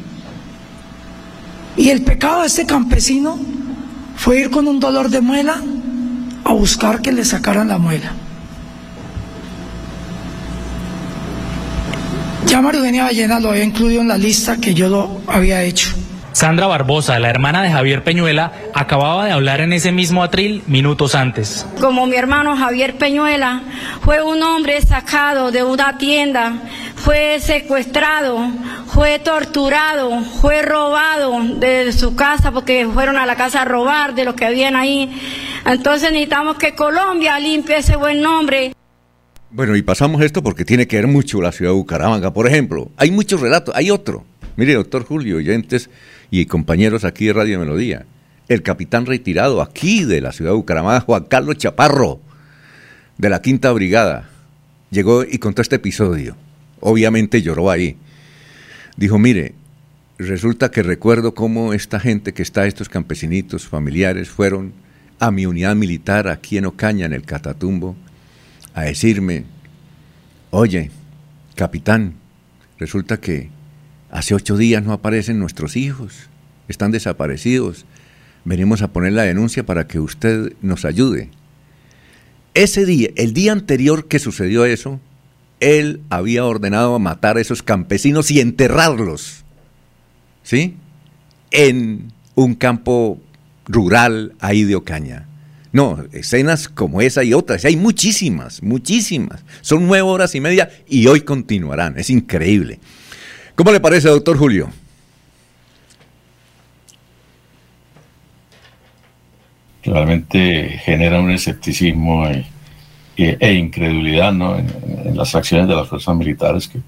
Y el pecado de este campesino fue ir con un dolor de muela a buscar que le sacaran la muela. Ya María Eugenia Ballena lo había incluido en la lista que yo lo había hecho. Sandra Barbosa, la hermana de Javier Peñuela, acababa de hablar en ese mismo atril minutos antes. Como mi hermano Javier Peñuela fue un hombre sacado de una tienda, fue secuestrado, fue torturado, fue robado de su casa porque fueron a la casa a robar de lo que habían ahí. Entonces necesitamos que Colombia limpie ese buen nombre. Bueno, y pasamos esto porque tiene que ver mucho la ciudad de Bucaramanga. Por ejemplo, hay muchos relatos, hay otro. Mire, doctor Julio, oyentes y compañeros aquí de Radio Melodía, el capitán retirado aquí de la ciudad de Bucaramanga, Juan Carlos Chaparro, de la 5ª Brigada, llegó y contó este episodio. Obviamente lloró ahí. Dijo, mire, resulta que recuerdo cómo esta gente que está, estos campesinitos familiares, fueron a mi unidad militar aquí en Ocaña, en el Catatumbo, a decirme, oye, capitán, resulta que hace 8 días no aparecen nuestros hijos, están desaparecidos. Venimos a poner la denuncia para que usted nos ayude. Ese día, el día anterior que sucedió eso, él había ordenado matar a esos campesinos y enterrarlos, ¿sí? En un campo rural ahí de Ocaña. No, escenas como esa y otras, hay muchísimas, muchísimas. Son 9 horas y media y hoy continuarán, es increíble. ¿Cómo le parece, doctor Julio? Realmente genera un escepticismo e incredulidad, ¿no? en las acciones de las fuerzas militares que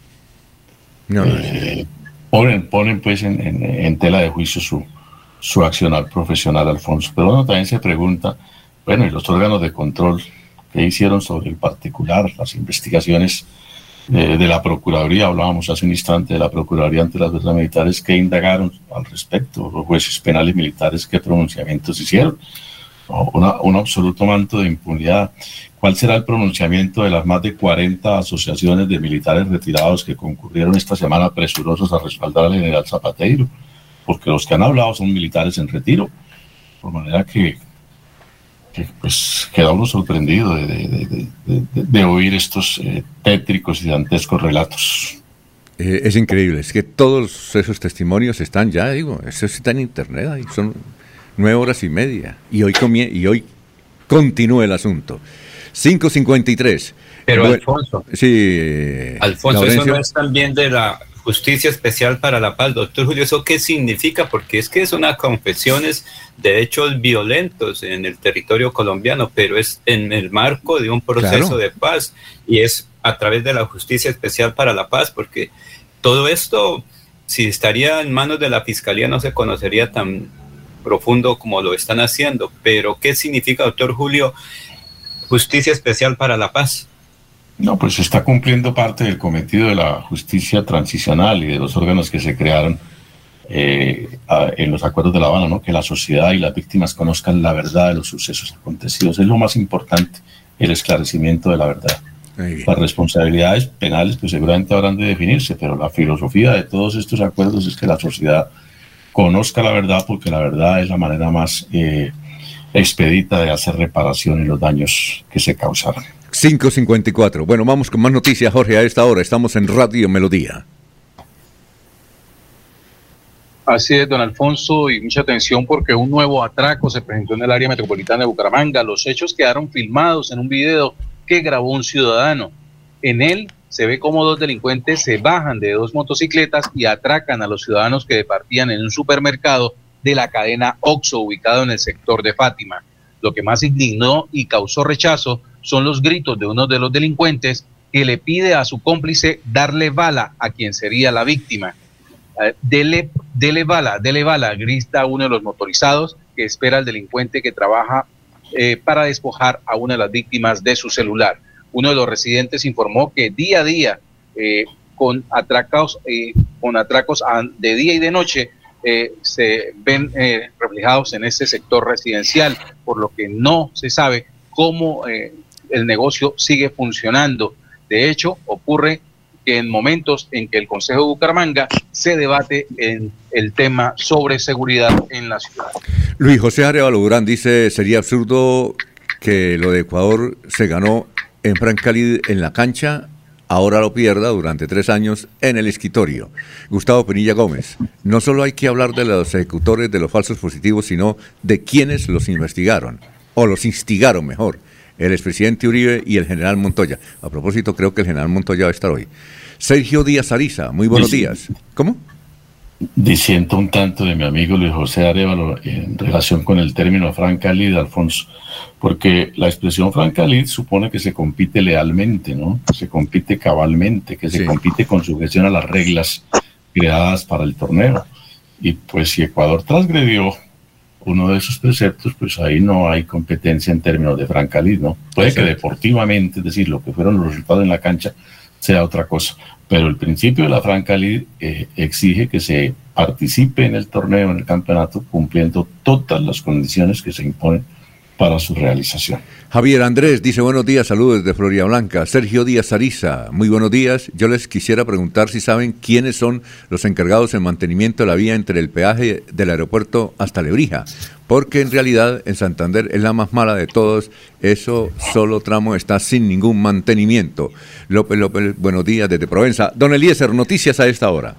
ponen pues en tela de juicio su accionar profesional, Alfonso. Pero uno también se pregunta, bueno, y los órganos de control que hicieron sobre el particular, las investigaciones de la Procuraduría, hablábamos hace un instante de la Procuraduría ante las fuerzas militares, que indagaron al respecto, los jueces penales militares, qué pronunciamientos hicieron. Un absoluto manto de impunidad. ¿Cuál será el pronunciamiento de las más de 40 asociaciones de militares retirados que concurrieron esta semana presurosos a respaldar al general Zapateiro? Porque los que han hablado son militares en retiro, por manera que pues queda uno sorprendido de oír estos tétricos y dantescos relatos. Es increíble, es que todos esos testimonios están ya, eso está en internet, ahí son 9 horas y media, y hoy continúa el asunto. 5:53. Pero bueno, Alfonso, Laurencio, eso no es también de la Justicia Especial para la Paz, doctor Julio. ¿Eso qué significa? Porque es que son confesiones de hechos violentos en el territorio colombiano, pero es en el marco de un proceso de paz, y es a través de la Justicia Especial para la Paz, porque todo esto, si estaría en manos de la Fiscalía, no se conocería tan profundo como lo están haciendo. Pero ¿qué significa, doctor Julio, Justicia Especial para la Paz? No, pues está cumpliendo parte del cometido de la justicia transicional y de los órganos que se crearon en los acuerdos de La Habana, ¿no? Que la sociedad y las víctimas conozcan la verdad de los sucesos acontecidos. Es lo más importante, el esclarecimiento de la verdad. Las responsabilidades penales pues seguramente habrán de definirse, pero la filosofía de todos estos acuerdos es que la sociedad conozca la verdad, porque la verdad es la manera más expedita de hacer reparación en los daños que se causaron. 5:54. Bueno, vamos con más noticias, Jorge, a esta hora. Estamos en Radio Melodía. Así es, don Alfonso, y mucha atención porque un nuevo atraco se presentó en el área metropolitana de Bucaramanga. Los hechos quedaron filmados en un video que grabó un ciudadano. En él se ve cómo 2 delincuentes se bajan de 2 motocicletas y atracan a los ciudadanos que departían en un supermercado de la cadena Oxxo, ubicado en el sector de Fátima. Lo que más indignó y causó rechazo son los gritos de uno de los delincuentes que le pide a su cómplice darle bala a quien sería la víctima. Dele bala, grita uno de los motorizados que espera al delincuente que trabaja para despojar a una de las víctimas de su celular. Uno de los residentes informó que día a día, con atracos de día y de noche, se ven reflejados en este sector residencial, por lo que no se sabe cómo el negocio sigue funcionando. De hecho, ocurre que en momentos en que el Consejo de Bucaramanga se debate en el tema sobre seguridad en la ciudad. Luis José Arevalo Durán dice: sería absurdo que lo de Ecuador se ganó en Francalid en la cancha, ahora lo pierda durante 3 años en el escritorio. Gustavo Pinilla Gómez: no solo hay que hablar de los ejecutores de los falsos positivos, sino de quienes los investigaron, o los instigaron mejor, el expresidente Uribe y el general Montoya. A propósito, creo que el general Montoya va a estar hoy. Sergio Díaz Ariza, muy buenos días. ¿Cómo? Disiento un tanto de mi amigo Luis José Arevalo en relación con el término Francalid, Alfonso, porque la expresión Francalid supone que se compite lealmente, ¿no? Se compite cabalmente, que se compite con sujeción a las reglas creadas para el torneo. Y pues si Ecuador transgredió uno de esos preceptos, pues ahí no hay competencia en términos de Francalid, ¿no? Puede que deportivamente, es decir, lo que fueron los resultados en la cancha, sea otra cosa, pero el principio de la Francalid exige que se participe en el torneo, en el campeonato, cumpliendo todas las condiciones que se imponen para su realización. Javier Andrés dice: buenos días, saludos desde Florida Blanca. Sergio Díaz Ariza, muy buenos días. Yo les quisiera preguntar si saben quiénes son los encargados en mantenimiento de la vía entre el peaje del aeropuerto hasta Lebrija, porque en realidad en Santander es la más mala de todos. Eso solo tramo está sin ningún mantenimiento. López, buenos días desde Provenza. Don Eliezer, noticias a esta hora.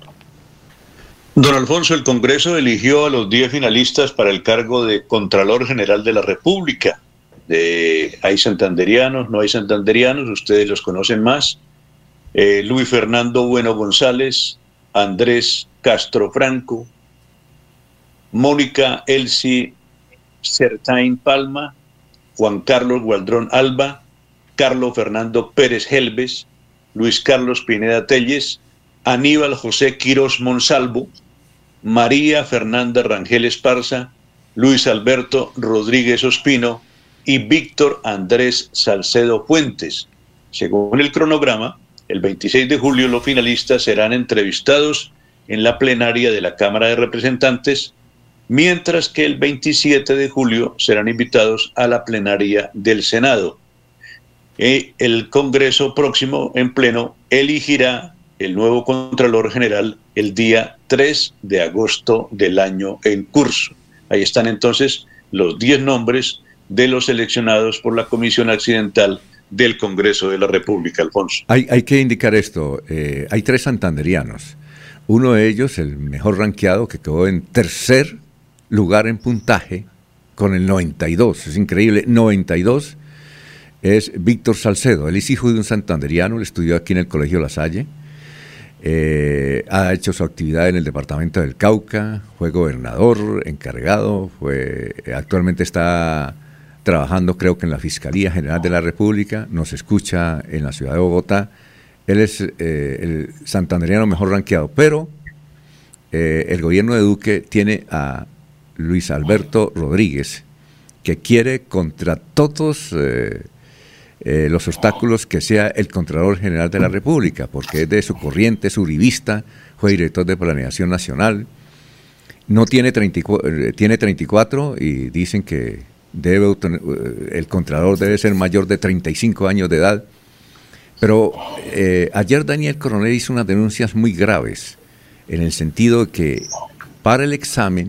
Don Alfonso, el Congreso eligió a los 10 finalistas para el cargo de Contralor General de la República. Hay santanderianos, no hay santanderianos, ustedes los conocen más. Luis Fernando Bueno González, Andrés Castro Franco, Mónica Elsie Certain Palma, Juan Carlos Gualdrón Alba, Carlos Fernando Pérez Helves, Luis Carlos Pineda Telles, Aníbal José Quirós Monsalvo, María Fernanda Rangel Esparza, Luis Alberto Rodríguez Ospino y Víctor Andrés Salcedo Fuentes. Según el cronograma, El 26 de julio los finalistas serán entrevistados en la plenaria de la Cámara de Representantes, mientras que el 27 de julio serán invitados a la plenaria del Senado. El Congreso próximo en pleno elegirá el nuevo Contralor General el día 3 de agosto del año en curso. Ahí están entonces los 10 nombres de los seleccionados por la Comisión Accidental del Congreso de la República, Alfonso. Hay que indicar esto, hay 3 santanderianos. Uno de ellos, el mejor rankeado, que quedó en tercer lugar en puntaje con el 92, es increíble, 92, es Víctor Salcedo. Él es hijo de un santanderiano, él estudió aquí en el Colegio La Salle, ha hecho su actividad en el departamento del Cauca, fue gobernador, encargado, actualmente está trabajando creo que en la Fiscalía General de la República, nos escucha en la ciudad de Bogotá. Él es el santanderiano mejor rankeado, pero el gobierno de Duque tiene a Luis Alberto Rodríguez, que quiere contra todos los obstáculos que sea el Contralor General de la República, porque es de su corriente, es uribista, fue director de Planeación Nacional, no tiene 34 y dicen que el Contralor debe ser mayor de 35 años de edad. Pero ayer Daniel Coronel hizo unas denuncias muy graves, en el sentido de que para el examen,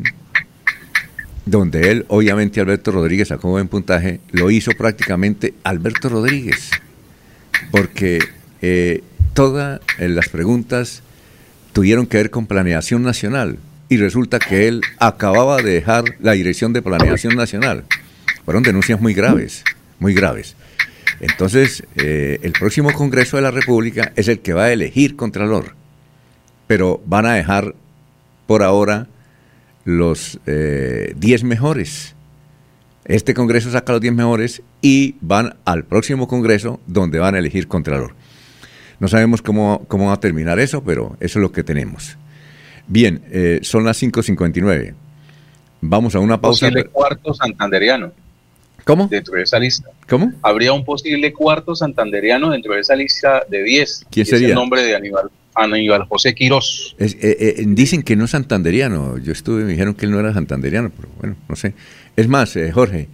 donde él, obviamente Alberto Rodríguez sacó buen puntaje, lo hizo prácticamente Alberto Rodríguez, porque todas las preguntas tuvieron que ver con Planeación Nacional, y resulta que él acababa de dejar la Dirección de Planeación Nacional. Fueron denuncias muy graves, muy graves. Entonces, el próximo Congreso de la República es el que va a elegir Contralor, pero van a dejar por ahora los 10 mejores. Este Congreso saca los 10 mejores y van al próximo Congreso donde van a elegir Contralor. No sabemos cómo va a terminar eso, pero eso es lo que tenemos. Bien, son las 5:59. Vamos a una pausa. Posible cuarto santanderiano. ¿Cómo? Dentro de esa lista. ¿Cómo? Habría un posible cuarto santanderiano dentro de esa lista de 10. ¿Quién sería? Es el nombre de Aníbal José Quirós. Dicen que no es santanderiano. Yo me dijeron que él no era santanderiano, pero bueno, no sé. Es más, Jorge,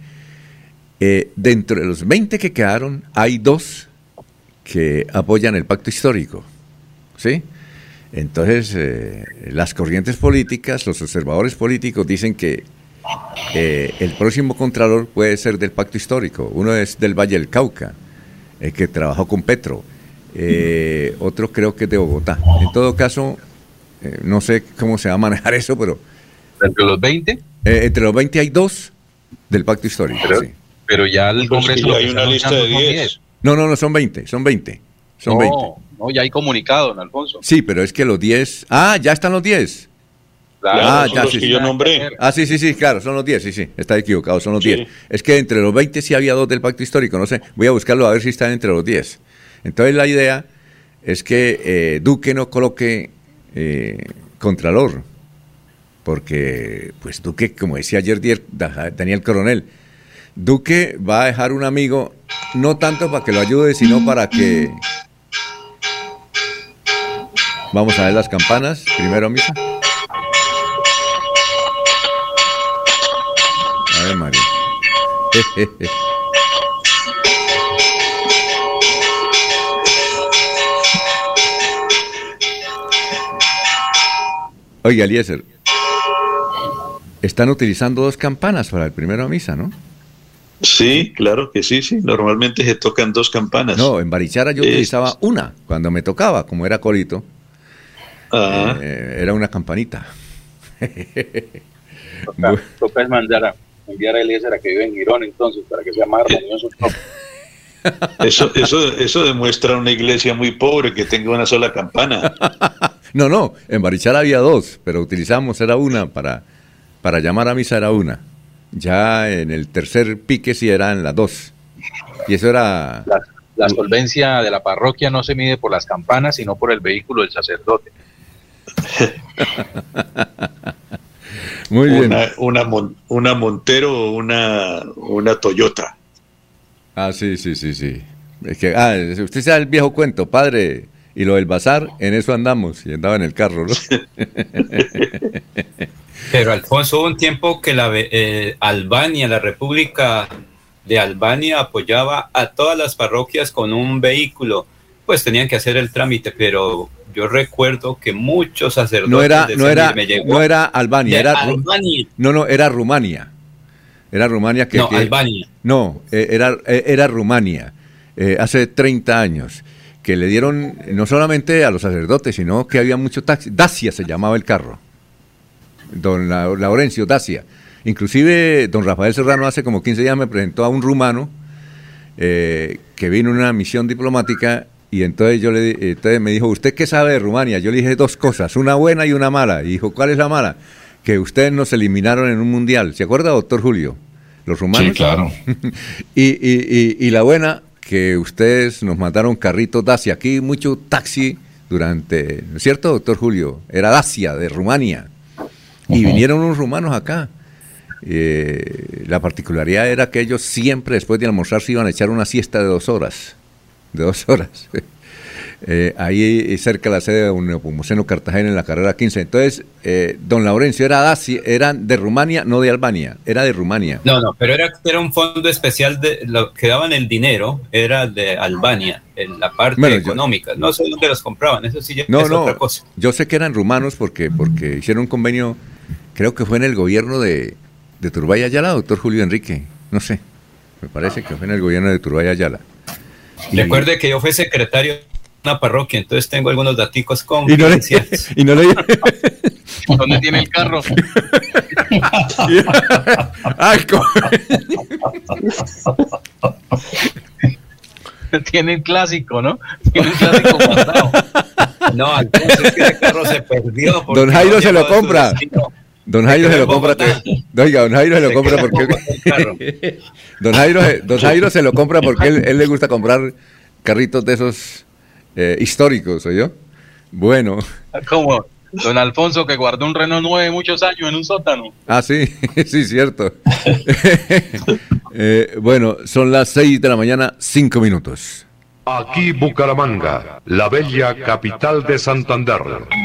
dentro de los 20 que quedaron, hay 2 que apoyan el pacto histórico, ¿sí? Entonces, las corrientes políticas, los observadores políticos dicen que el próximo Contralor puede ser del pacto histórico. Uno es del Valle del Cauca, que trabajó con Petro. Otro creo que es de Bogotá. En todo caso, no sé cómo se va a manejar eso, pero... ¿Entre los 20? Entre los 20 hay 2 del pacto histórico. Pero ya el Congreso... Ya hay una lista de 10. No, son 20. Son 20. No, ya hay comunicado, don Alfonso. Sí, pero es que los 10... Ah, ya están los 10. Claro, son los que yo nombré. Sí, claro, son los 10, sí, está equivocado, son los 10. Sí. Es que entre los 20 sí había 2 del pacto histórico, no sé, voy a buscarlo a ver si están entre los 10. Entonces la idea es que Duque no coloque Contralor, porque pues Duque, como decía ayer Daniel Coronel, Duque va a dejar un amigo, no tanto para que lo ayude, sino para que... Vamos a ver las campanas, primero, misa. A ver, María. Oiga, Eliezer, están utilizando 2 campanas para el primero a misa, ¿no? Sí, claro que sí. Normalmente se tocan 2 campanas. No, en Barichara yo utilizaba una, cuando me tocaba, como era colito. Era una campanita. Toca enviar a Eliezer a que vive en Girón, entonces, para que sea más armonioso. Eso demuestra una iglesia muy pobre que tenga una sola campana. No, en Barichara había 2, pero utilizamos, era una para llamar a misa, era una. Ya en el tercer pique sí eran las 2. Y eso era... La solvencia de la parroquia no se mide por las campanas, sino por el vehículo del sacerdote. Muy bien. Una Montero o una Toyota. Sí. Es que, usted sabe el viejo cuento, padre, Y lo del bazar, en eso andamos, y andaba en el carro, ¿no? Pero Alfonso, hubo un tiempo que Albania, la República de Albania, apoyaba a todas las parroquias con un vehículo, pues tenían que hacer el trámite, pero yo recuerdo que muchos sacerdotes no era Albania, era Albania. Era Rumania. Era Rumania Albania. No, era Rumania. Hace 30 años que le dieron no solamente a los sacerdotes, sino que había mucho taxi. Dacia se llamaba el carro. Don Laurencio, Dacia. Inclusive don Rafael Serrano hace como 15 días me presentó a un rumano que vino en una misión diplomática y entonces entonces me dijo, ¿usted qué sabe de Rumania? Yo le dije 2 cosas, una buena y una mala. Y dijo, ¿cuál es la mala? Que ustedes nos eliminaron en un mundial. ¿Se acuerda, doctor Julio? Los rumanos. Sí, claro. y la buena, que ustedes nos mandaron carritos Dacia. Aquí mucho taxi durante, ¿no es cierto, doctor Julio? Era Dacia, de Rumania. Y vinieron unos rumanos acá. La particularidad era que ellos siempre, después de almorzar, se iban a echar una siesta de 2 horas. Ahí cerca de la sede de un Nepomuceno Cartagena en la carrera 15. Entonces, don Laurencio era de Rumania, no de Albania, era de Rumania. No, pero era un fondo especial de lo que daban el dinero, era de Albania, en la parte económica. No sé dónde los compraban, eso sí es otra cosa. Yo sé que eran rumanos porque hicieron un convenio, creo que fue en el gobierno de Turbay Ayala, doctor Julio Enrique, no sé, me parece que fue en el gobierno de Turbay Ayala. Recuerde que yo fui secretario de una parroquia, entonces tengo algunos daticos confidenciales. Y no le ¿Dónde tiene el carro? Tiene el clásico, ¿no? Tiene el clásico guardado. No, entonces el carro se perdió. Don Jairo se lo compra. Don Jairo se lo compra. Oiga, don Jairo se lo compra porque Don Jairo se lo compra porque él le gusta comprar carritos de esos históricos, ¿oyó? Bueno. ¿Cómo? Don Alfonso, que guardó un Renault 9 muchos años en un sótano. Ah, sí, sí, cierto. Bueno, son las 6 de la mañana, 5 minutos. Aquí Bucaramanga, la bella capital de Santander.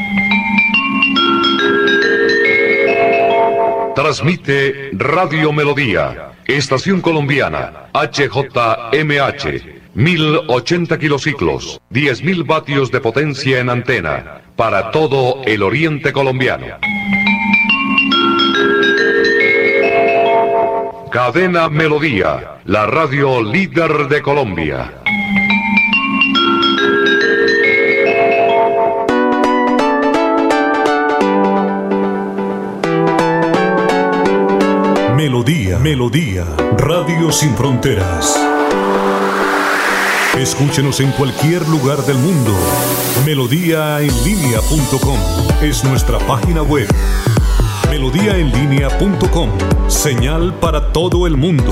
Transmite Radio Melodía, Estación Colombiana, HJMH, 1080 kilociclos, 10.000 vatios de potencia en antena, para todo el oriente colombiano. Cadena Melodía, la radio líder de Colombia. Melodía, Radio Sin Fronteras. Escúchenos en cualquier lugar del mundo. Melodíaenlínea.com es nuestra página web. Melodíaenlínea.com, señal para todo el mundo.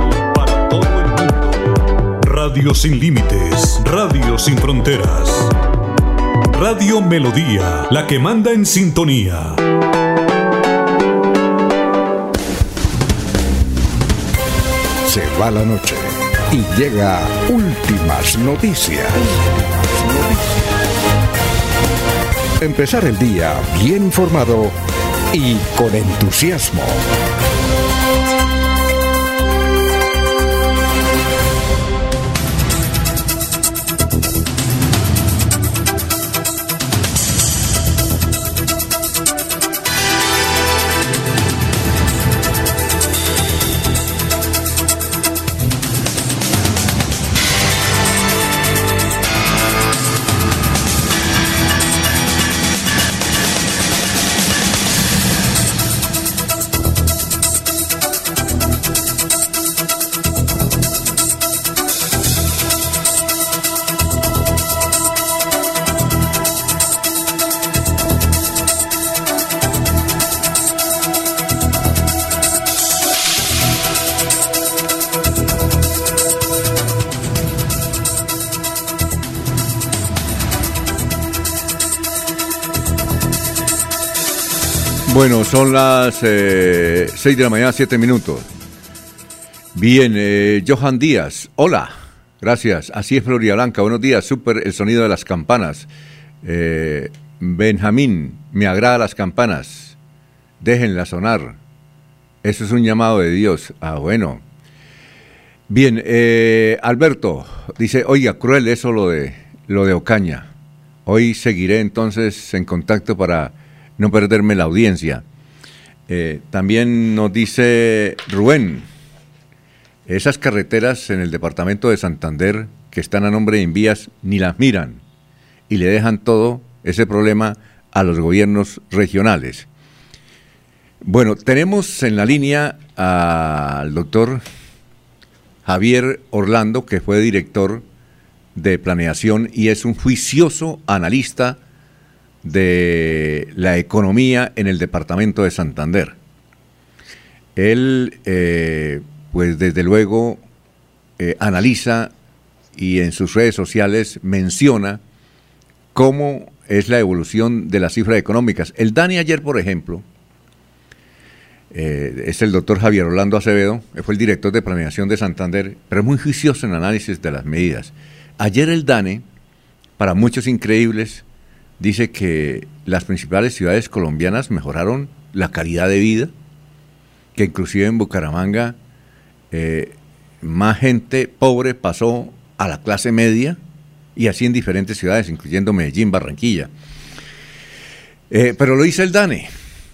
Radio sin límites, Radio sin fronteras. Radio Melodía, la que manda en sintonía. Se va la noche y llega Últimas Noticias. Empezar el día bien informado y con entusiasmo. Bueno, son las 6 de la mañana, 7 minutos. Bien, Johan Díaz, hola. Gracias. Así es, Floria Blanca. Buenos días. Súper el sonido de las campanas. Benjamín, me agrada las campanas. Déjenlas sonar. Eso es un llamado de Dios. Ah, bueno. Bien, Alberto dice, oiga, cruel eso lo de Ocaña. Hoy seguiré entonces en contacto para no perderme la audiencia. También nos dice Rubén, esas carreteras en el departamento de Santander que están a nombre de Invías ni las miran y le dejan todo ese problema a los gobiernos regionales. Bueno, tenemos en la línea al doctor Javier Orlando, que fue director de planeación y es un juicioso analista de la economía en el departamento de Santander. Él, pues desde luego, analiza y en sus redes sociales menciona cómo es la evolución de las cifras económicas. El DANE ayer, por ejemplo, es el doctor Javier Orlando Acevedo, fue el director de planeación de Santander, pero es muy juicioso en análisis de las medidas. Ayer el DANE, para muchos increíbles, dice que las principales ciudades colombianas mejoraron la calidad de vida, que inclusive en Bucaramanga más gente pobre pasó a la clase media, y así en diferentes ciudades, incluyendo Medellín, Barranquilla. Pero lo dice el DANE.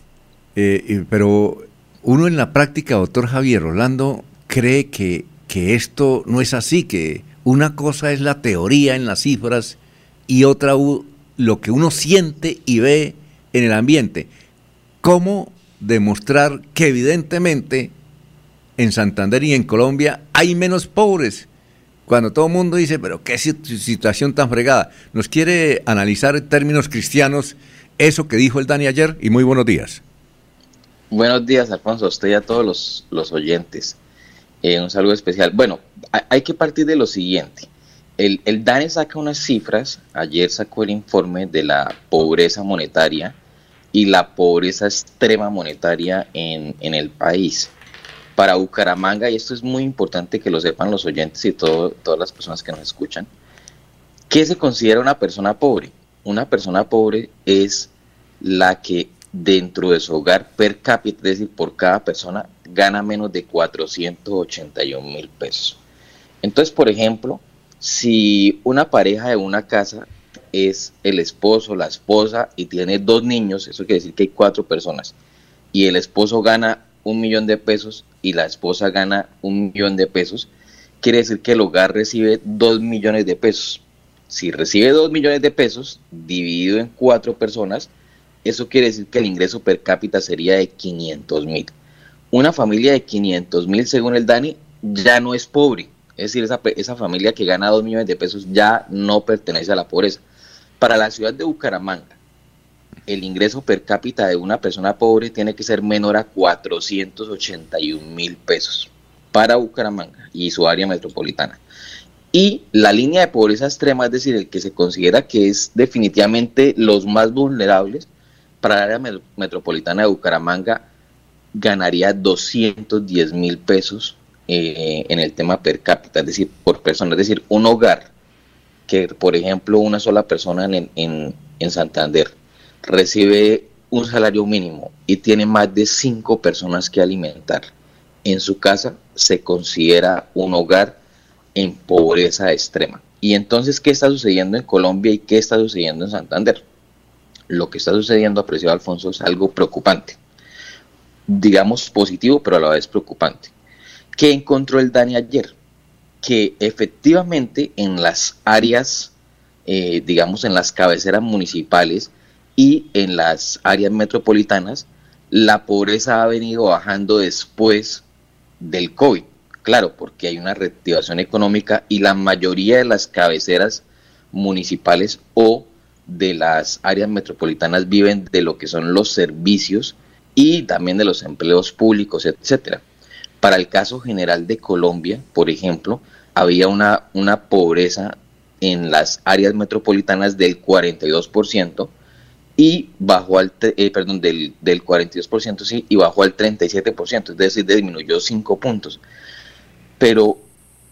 Pero uno en la práctica, doctor Javier Orlando, cree que esto no es así, que una cosa es la teoría en las cifras y otra lo que uno siente y ve en el ambiente. ¿Cómo demostrar que evidentemente en Santander y en Colombia hay menos pobres? Cuando todo el mundo dice, pero qué situación tan fregada. Nos quiere analizar en términos cristianos eso que dijo el DANE ayer, y muy buenos días. Buenos días, Alfonso, a usted y a todos los oyentes. Un saludo especial. Bueno, hay que partir de lo siguiente. El DANE saca unas cifras, ayer sacó el informe de la pobreza monetaria y la pobreza extrema monetaria en el país. Para Bucaramanga, y esto es muy importante que lo sepan los oyentes y todas las personas que nos escuchan, ¿qué se considera una persona pobre? Una persona pobre es la que dentro de su hogar per cápita, es decir, por cada persona, gana menos de 481,000 pesos. Entonces, por ejemplo, si una pareja de una casa es el esposo, la esposa y tiene 2 niños, eso quiere decir que hay 4 personas, y el esposo gana 1,000,000 de pesos y la esposa gana 1,000,000 de pesos, quiere decir que el hogar recibe 2,000,000 de pesos. Si recibe 2,000,000 de pesos dividido en 4 personas, eso quiere decir que el ingreso per cápita sería de 500,000. Una familia de 500,000, según el DANE, ya no es pobre. Es decir, esa familia que gana 2,000,000 de pesos ya no pertenece a la pobreza. Para la ciudad de Bucaramanga, el ingreso per cápita de una persona pobre tiene que ser menor a 481,000 pesos para Bucaramanga y su área metropolitana. Y la línea de pobreza extrema, es decir, el que se considera que es definitivamente los más vulnerables, para el área metropolitana de Bucaramanga ganaría 210,000 pesos en el tema per cápita, es decir, por persona. Es decir, un hogar que, por ejemplo, una sola persona en Santander recibe un salario mínimo y tiene más de 5 personas que alimentar en su casa, se considera un hogar en pobreza extrema. Y entonces, ¿qué está sucediendo en Colombia y qué está sucediendo en Santander? Lo que está sucediendo, apreciado Alfonso, es algo preocupante. Digamos positivo, pero a la vez preocupante. ¿Qué encontró el DANE ayer? Que efectivamente en las áreas, digamos en las cabeceras municipales y en las áreas metropolitanas, la pobreza ha venido bajando después del COVID. Claro, porque hay una reactivación económica y la mayoría de las cabeceras municipales o de las áreas metropolitanas viven de lo que son los servicios y también de los empleos públicos, etcétera. Para el caso general de Colombia, por ejemplo, había una pobreza en las áreas metropolitanas del 42% y bajó al del 42%, sí, y bajó al 37%, es decir, disminuyó 5 puntos. Pero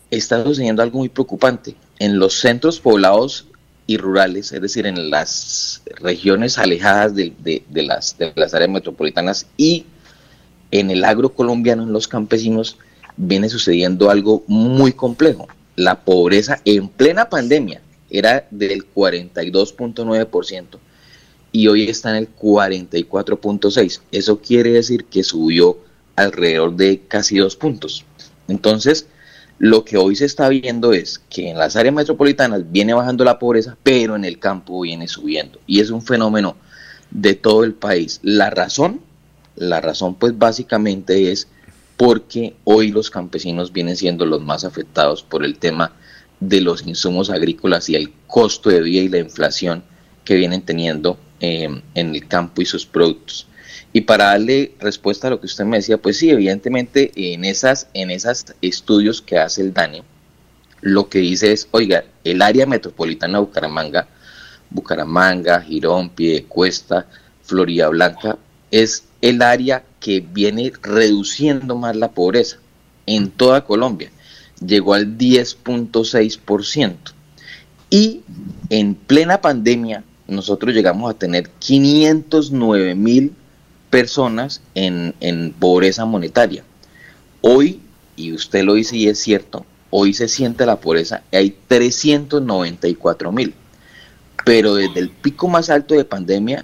está sucediendo algo muy preocupante. En los centros poblados y rurales, es decir, en las regiones alejadas de las áreas metropolitanas y en el agro colombiano, en los campesinos, viene sucediendo algo muy complejo. La pobreza en plena pandemia era del 42.9% y hoy está en el 44.6%. Eso quiere decir que subió alrededor de casi 2 puntos. Entonces, lo que hoy se está viendo es que en las áreas metropolitanas viene bajando la pobreza, pero en el campo viene subiendo. Y es un fenómeno de todo el país. La razón pues básicamente es porque hoy los campesinos vienen siendo los más afectados por el tema de los insumos agrícolas y el costo de vida y la inflación que vienen teniendo en el campo y sus productos. Y para darle respuesta a lo que usted me decía, pues sí, evidentemente en esas estudios que hace el DANE, lo que dice es, oiga, el área metropolitana de Bucaramanga, Girón, Piedecuesta, Florida Blanca, es el área que viene reduciendo más la pobreza en toda Colombia. Llegó al 10.6%. Y en plena pandemia, nosotros llegamos a tener 509.000 personas en pobreza monetaria. Hoy, y usted lo dice y es cierto, hoy se siente la pobreza y hay 394.000. Pero desde el pico más alto de pandemia,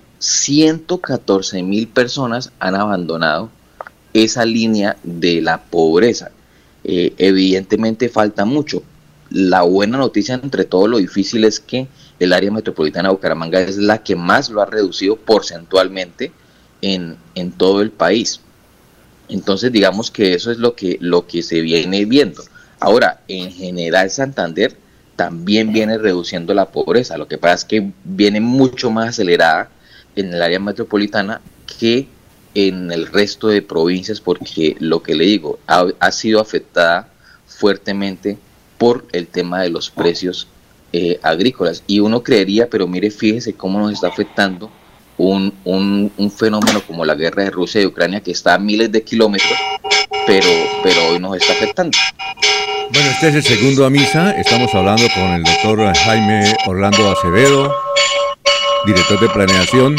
114.000 personas han abandonado esa línea de la pobreza. Evidentemente falta mucho. La buena noticia entre todo lo difícil es que el área metropolitana de Bucaramanga es la que más lo ha reducido porcentualmente en todo el país. Entonces digamos que eso es lo que se viene viendo. Ahora, en general Santander también viene reduciendo la pobreza. Lo que pasa es que viene mucho más acelerada en el área metropolitana que en el resto de provincias, porque lo que le digo, ha sido afectada fuertemente por el tema de los precios agrícolas. Y uno creería, pero mire, fíjese cómo nos está afectando un fenómeno como la guerra de Rusia y Ucrania, que está a miles de kilómetros, pero hoy nos está afectando. Bueno, este es el segundo a misa. Estamos hablando con el doctor Jaime Orlando Acevedo, director de planeación.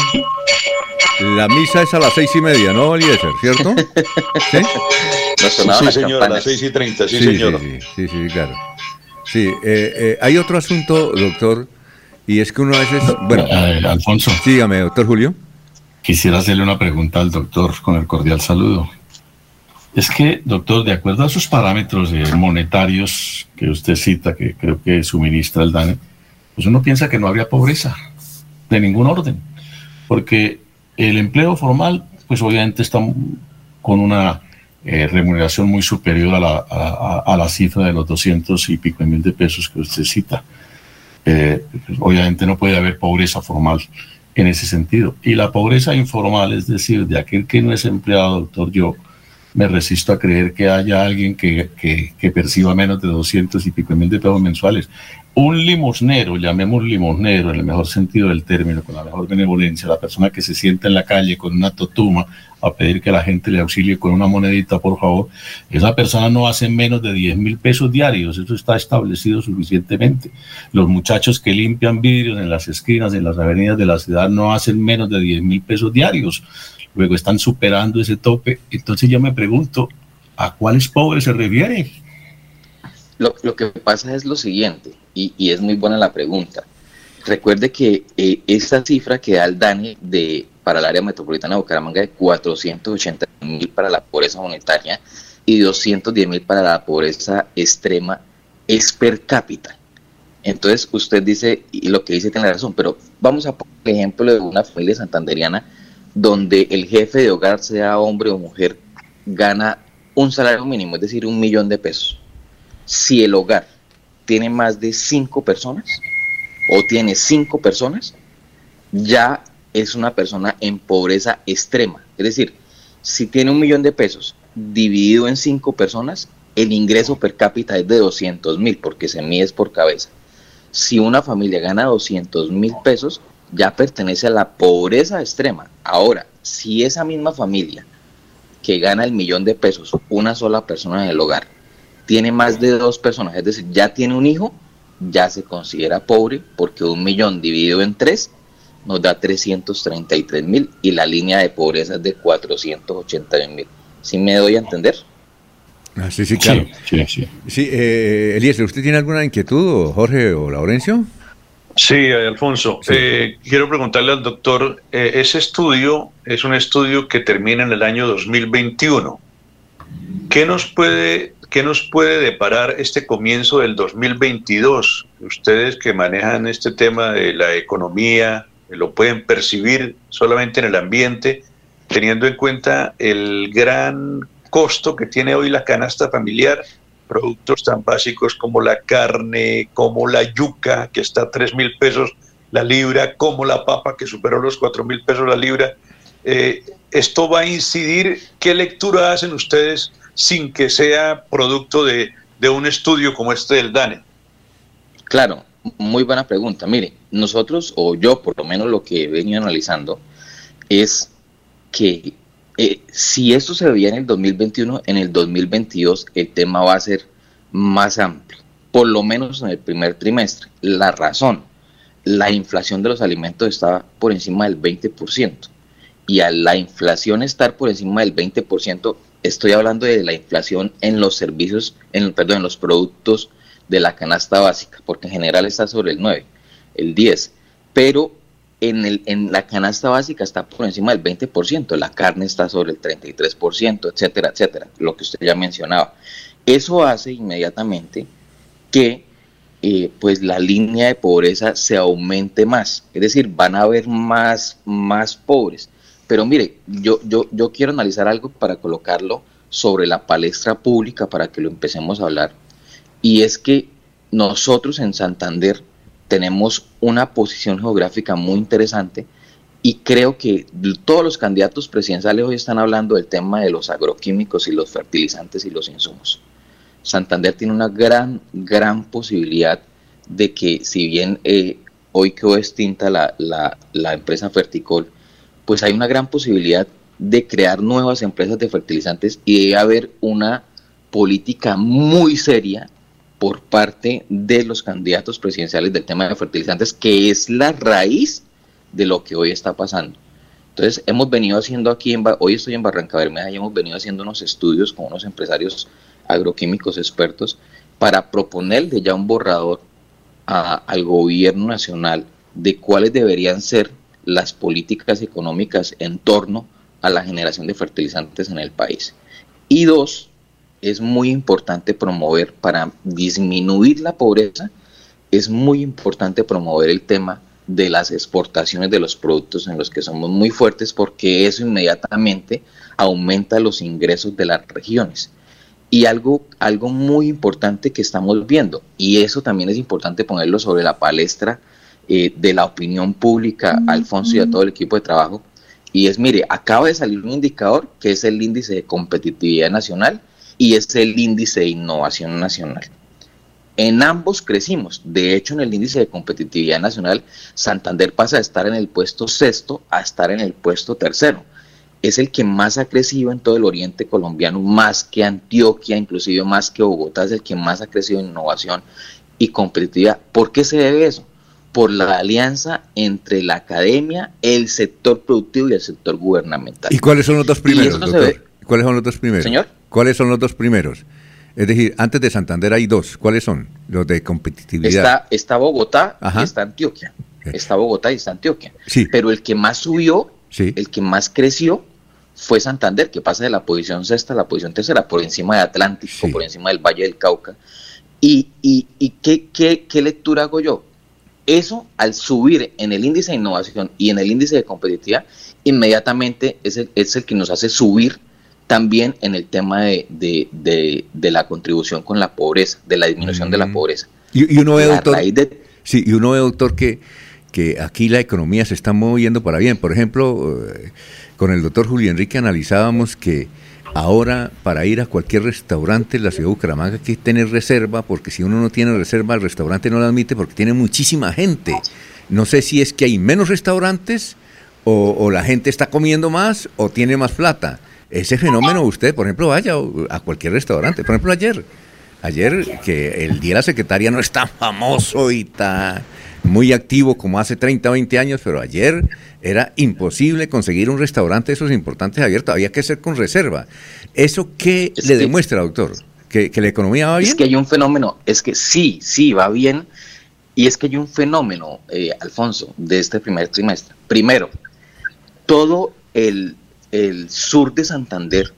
La misa es a las 6:30, ¿no, Eliezer? ¿Cierto? ¿Sí? Sí, señor, a las 6:30, sí, señor. Sí, claro. Sí, hay otro asunto, doctor, y es que uno a veces... Bueno, Alfonso. Dígame, doctor Julio. Quisiera hacerle una pregunta al doctor con el cordial saludo. Es que, doctor, de acuerdo a esos parámetros monetarios que usted cita, que creo que suministra el DANE, pues uno piensa que no habría pobreza de ningún orden, porque el empleo formal, pues obviamente está con una remuneración muy superior a la cifra de los 200 y pico mil de pesos que usted cita. Obviamente no puede haber pobreza formal en ese sentido. Y la pobreza informal, es decir, de aquel que no es empleado, doctor, yo me resisto a creer que haya alguien que perciba menos de 200 y pico mil de pesos mensuales. Un limosnero, llamemos limosnero en el mejor sentido del término, con la mejor benevolencia, la persona que se sienta en la calle con una totuma a pedir que la gente le auxilie con una monedita, por favor, esa persona no hace menos de 10.000 pesos diarios, eso está establecido suficientemente. Los muchachos que limpian vidrios en las esquinas, en las avenidas de la ciudad, no hacen menos de 10.000 pesos diarios, luego están superando ese tope. Entonces yo me pregunto, ¿a cuáles pobres se refiere? Lo que pasa es lo siguiente, y es muy buena la pregunta. Recuerde que esta cifra que da el DANE para el área metropolitana de Bucaramanga de 480.000 para la pobreza monetaria y 210.000 para la pobreza extrema es per cápita. Entonces usted dice, y lo que dice tiene razón, pero vamos a poner el ejemplo de una familia santanderiana donde el jefe de hogar, sea hombre o mujer, gana un salario mínimo, es decir, 1 millón de pesos. Si el hogar tiene más de 5 personas o tiene 5 personas, ya es una persona en pobreza extrema. Es decir, si tiene 1 millón de pesos dividido en 5 personas, el ingreso per cápita es de 200.000 porque se mide por cabeza. Si una familia gana 200.000 pesos, ya pertenece a la pobreza extrema. Ahora, si esa misma familia que gana 1 millón de pesos, una sola persona en el hogar, tiene más de 2 personas, es decir, ya tiene un hijo, ya se considera pobre, porque 1 millón dividido en 3 nos da 333.000 y la línea de pobreza es de 481.000. ¿Sí me doy a entender? Sí, claro. Sí, Eliezer, ¿usted tiene alguna inquietud, o Jorge o Laurencio? Sí, Alfonso. Quiero preguntarle al doctor, ese estudio es un estudio que termina en el año 2021. ¿Qué nos puede deparar este comienzo del 2022? Ustedes que manejan este tema de la economía, lo pueden percibir solamente en el ambiente, teniendo en cuenta el gran costo que tiene hoy la canasta familiar, productos tan básicos como la carne, como la yuca, que está a 3.000 pesos la libra, como la papa, que superó los 4.000 pesos la libra. ¿Esto va a incidir? ¿Qué lectura hacen ustedes sin que sea producto de un estudio como este del DANE? Claro, muy buena pregunta. Mire, nosotros, o yo por lo menos lo que he venido analizando, es que si esto se veía en el 2021, en el 2022 el tema va a ser más amplio, por lo menos en el primer trimestre. La razón, la inflación de los alimentos está por encima del 20%, y a la inflación estar por encima del 20%, estoy hablando de la inflación en los servicios, en los productos de la canasta básica, porque en general está sobre el 9, el 10, pero en la canasta básica está por encima del 20%, la carne está sobre el 33%, etcétera, etcétera, lo que usted ya mencionaba. Eso hace inmediatamente que pues la línea de pobreza se aumente más, es decir, van a haber más pobres. Pero mire, yo quiero analizar algo para colocarlo sobre la palestra pública para que lo empecemos a hablar, y es que nosotros en Santander tenemos una posición geográfica muy interesante, y creo que todos los candidatos presidenciales hoy están hablando del tema de los agroquímicos y los fertilizantes y los insumos. Santander tiene una gran posibilidad de que, si bien hoy quedó extinta la empresa Ferticol, pues hay una gran posibilidad de crear nuevas empresas de fertilizantes, y debe haber una política muy seria por parte de los candidatos presidenciales del tema de fertilizantes, que es la raíz de lo que hoy está pasando. Entonces, hemos venido haciendo aquí, hoy estoy en Barrancabermeja, y hemos venido haciendo unos estudios con unos empresarios agroquímicos expertos para proponerle ya un borrador al gobierno nacional de cuáles deberían ser las políticas económicas en torno a la generación de fertilizantes en el país. Y 2, es muy importante promover, para disminuir la pobreza, es muy importante promover el tema de las exportaciones de los productos en los que somos muy fuertes, porque eso inmediatamente aumenta los ingresos de las regiones. Y algo muy importante que estamos viendo, y eso también es importante ponerlo sobre la palestra de la opinión pública, Alfonso, y a todo el equipo de trabajo, y es, mire, acaba de salir un indicador que es el índice de competitividad nacional y es el índice de innovación nacional. En ambos crecimos. De hecho, en el índice de competitividad nacional, Santander pasa de estar en el puesto 6º a estar en el puesto 3º. Es el que más ha crecido en todo el oriente colombiano, más que Antioquia, inclusive más que Bogotá, es el que más ha crecido en innovación y competitividad. ¿Por qué se debe eso? Por la alianza entre la academia, el sector productivo y el sector gubernamental. ¿Y cuáles son los dos primeros, doctor? ¿Cuáles son los dos primeros? Señor. ¿Cuáles son los dos primeros? Es decir, antes de Santander hay 2. ¿Cuáles son los de competitividad? Está Bogotá, y está Antioquia. Está Bogotá y está Antioquia. Sí. Pero el que más subió, el que más creció, fue Santander, que pasa de la posición 6ª a la posición 3ª, por encima de Atlántico, por encima del Valle del Cauca. ¿Y qué lectura hago yo? Eso, al subir en el índice de innovación y en el índice de competitividad, inmediatamente es el que nos hace subir también en el tema de la contribución con la pobreza, de la disminución de la pobreza. Y uno ve, doctor, que aquí la economía se está moviendo para bien. Por ejemplo, con el doctor Julio Enrique analizábamos que ahora, para ir a cualquier restaurante en la ciudad de Bucaramanga, hay que tener reserva, porque si uno no tiene reserva, el restaurante no lo admite porque tiene muchísima gente. No sé si es que hay menos restaurantes, o la gente está comiendo más, o tiene más plata. Ese fenómeno, usted, por ejemplo, vaya a cualquier restaurante. Por ejemplo, Ayer, que el Día de la Secretaria no es tan famoso y tan muy activo como hace 30 o 20 años, pero ayer era imposible conseguir un restaurante de esos importantes abiertos, había que ser con reserva. ¿Eso qué le demuestra, doctor? ¿Que la economía va bien? Es que hay un fenómeno, es que sí, va bien, y es que hay un fenómeno, Alfonso, de este primer trimestre. Primero, todo el sur de Santander,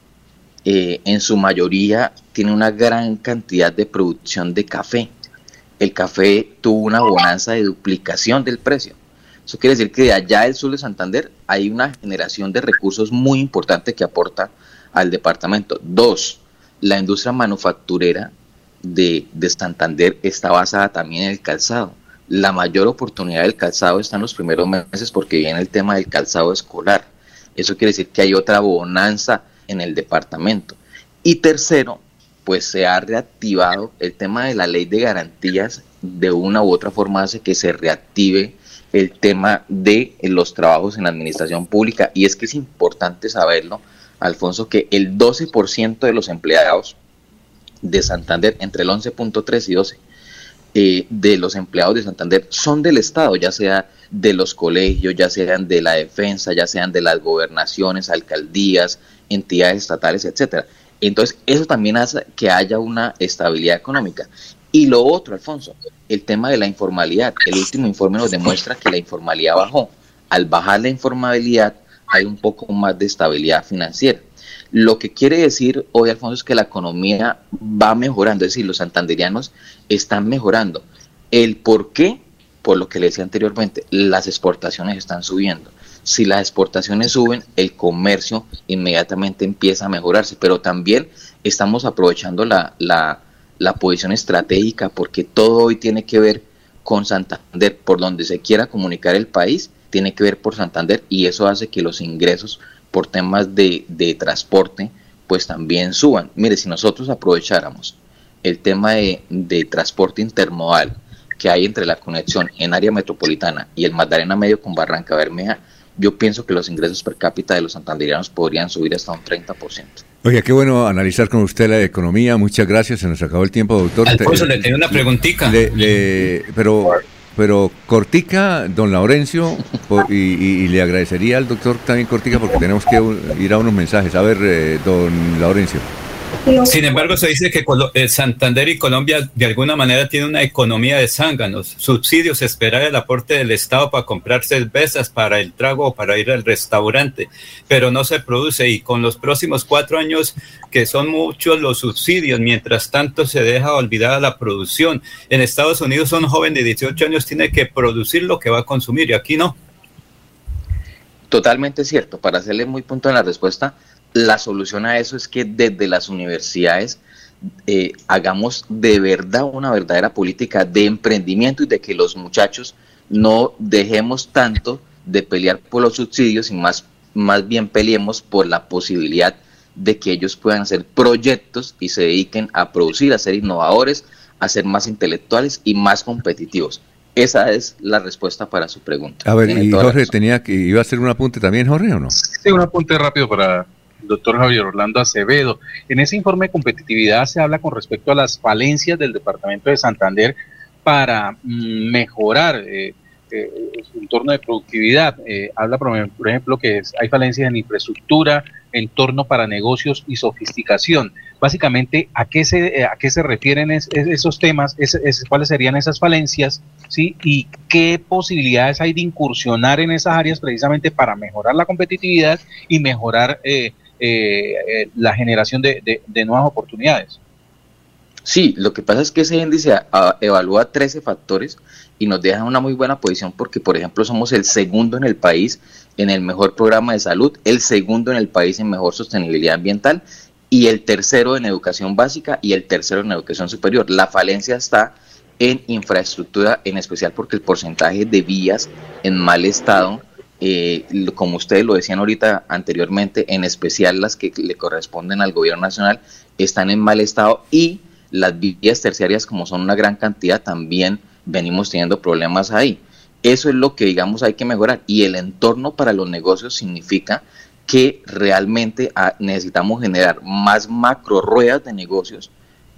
en su mayoría, tiene una gran cantidad de producción de café. El café tuvo una bonanza de duplicación del precio. Eso quiere decir que de allá del sur de Santander hay una generación de recursos muy importante que aporta al departamento. Dos, la industria manufacturera de Santander está basada también en el calzado. La mayor oportunidad del calzado está en los primeros meses porque viene el tema del calzado escolar. Eso quiere decir que hay otra bonanza en el departamento. Y tercero, pues se ha reactivado el tema de la ley de garantías, de una u otra forma hace que se reactive el tema de los trabajos en la administración pública. Y es que es importante saberlo, Alfonso, que el 12% de los empleados de Santander, entre el 11.3 y 12, de los empleados de Santander son del Estado, ya sea de los colegios, ya sean de la defensa, ya sean de las gobernaciones, alcaldías, entidades estatales, etcétera. Entonces, eso también hace que haya una estabilidad económica. Y lo otro, Alfonso, el tema de la informalidad. El último informe nos demuestra que la informalidad bajó. Al bajar la informalidad, hay un poco más de estabilidad financiera. Lo que quiere decir hoy, Alfonso, es que la economía va mejorando, es decir, los santanderianos están mejorando. ¿El por qué? Por lo que le decía anteriormente, las exportaciones están subiendo. Si las exportaciones suben, el comercio inmediatamente empieza a mejorarse, pero también estamos aprovechando la posición estratégica, porque todo hoy tiene que ver con Santander. Por donde se quiera comunicar el país, tiene que ver por Santander, y eso hace que los ingresos por temas de transporte pues también suban. Mire, si nosotros aprovecháramos el tema de transporte intermodal que hay entre la conexión en área metropolitana y el Magdalena Medio con Barranca Bermeja, yo pienso que los ingresos per cápita de los santanderianos podrían subir hasta un 30%. Oiga, qué bueno analizar con usted la economía. Muchas gracias, se nos acabó el tiempo, doctor. Alfonso, le tengo una preguntita. Pero cortica, don Laurencio, y le agradecería al doctor también cortica porque tenemos que ir a unos mensajes. A ver, don Laurencio. Sin embargo, se dice que Santander y Colombia de alguna manera tienen una economía de zánganos, subsidios, esperar el aporte del Estado para comprar cervezas, para el trago o para ir al restaurante, pero no se produce, y con los próximos 4 años, que son muchos los subsidios, mientras tanto se deja olvidada la producción. En Estados Unidos un joven de 18 años tiene que producir lo que va a consumir y aquí no. Totalmente cierto. Para hacerle muy puntual en la respuesta, la solución a eso es que desde las universidades hagamos de verdad una verdadera política de emprendimiento y de que los muchachos no dejemos tanto de pelear por los subsidios y más bien peleemos por la posibilidad de que ellos puedan hacer proyectos y se dediquen a producir, a ser innovadores, a ser más intelectuales y más competitivos. Esa es la respuesta para su pregunta. A ver, y Jorge iba a hacer un apunte también, Jorge, ¿o no? Sí, un apunte rápido para el doctor Javier Orlando Acevedo. En ese informe de competitividad se habla con respecto a las falencias del departamento de Santander para mejorar su entorno de productividad. Habla, por ejemplo, que hay falencias en infraestructura, entorno para negocios y sofisticación. Básicamente, ¿a qué se refieren esos temas? ¿Cuáles serían esas falencias? ¿Sí? ¿Y qué posibilidades hay de incursionar en esas áreas precisamente para mejorar la competitividad y mejorar la generación de nuevas oportunidades? Sí, lo que pasa es que ese índice evalúa 13 factores y nos deja una muy buena posición porque, por ejemplo, somos el segundo en el país en el mejor programa de salud, el segundo en el país en mejor sostenibilidad ambiental y el tercero en educación básica y el tercero en educación superior. La falencia está en infraestructura, en especial porque el porcentaje de vías en mal estado, como ustedes lo decían ahorita anteriormente, en especial las que le corresponden al gobierno nacional, están en mal estado, y las vías terciarias, como son una gran cantidad, también venimos teniendo problemas ahí. Eso es lo que, digamos, hay que mejorar. Y el entorno para los negocios significa que realmente necesitamos generar más macro ruedas de negocios,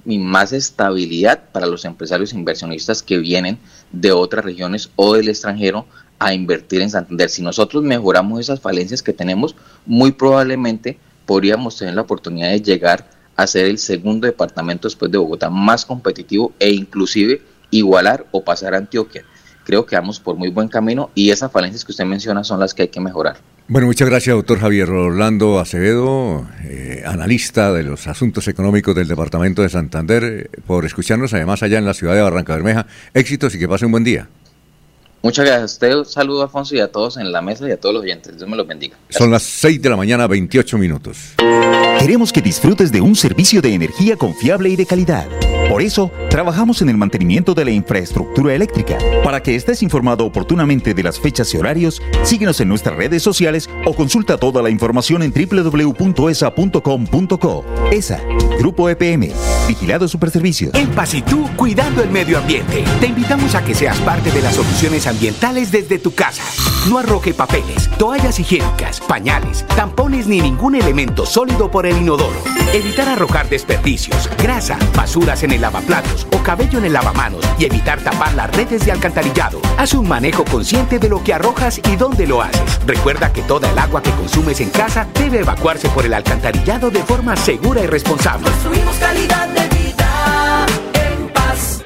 y más estabilidad para los empresarios inversionistas que vienen de otras regiones o del extranjero a invertir en Santander. Si nosotros mejoramos esas falencias que tenemos, muy probablemente podríamos tener la oportunidad de llegar a ser el segundo departamento después de Bogotá más competitivo e inclusive igualar o pasar a Antioquia. Creo que vamos por muy buen camino y esas falencias que usted menciona son las que hay que mejorar. Bueno, muchas gracias, doctor Javier Orlando Acevedo, analista de los asuntos económicos del departamento de Santander, por escucharnos además allá en la ciudad de Barrancabermeja. Éxitos y que pase un buen día. Muchas gracias a usted, un saludo, Alfonso, y a todos en la mesa y a todos los oyentes. Dios me los bendiga. Gracias. Son las 6 de la mañana, 28 minutos. Queremos que disfrutes de un servicio de energía confiable y de calidad. Por eso, trabajamos en el mantenimiento de la infraestructura eléctrica. Para que estés informado oportunamente de las fechas y horarios, síguenos en nuestras redes sociales o consulta toda la información en www.esa.com.co. ESA, Grupo EPM, Vigilado Superservicios. En Paz y tú, cuidando el medio ambiente. Te invitamos a que seas parte de las soluciones ambientales desde tu casa. No arroje papeles, toallas higiénicas, pañales, tampones ni ningún elemento sólido por el inodoro. Evitar arrojar desperdicios, grasa, basuras en el lavaplatos o cabello en el lavamanos y evitar tapar las redes de alcantarillado. Haz un manejo consciente de lo que arrojas y dónde lo haces. Recuerda que toda el agua que consumes en casa debe evacuarse por el alcantarillado de forma segura y responsable. Construimos calidad de vida en paz.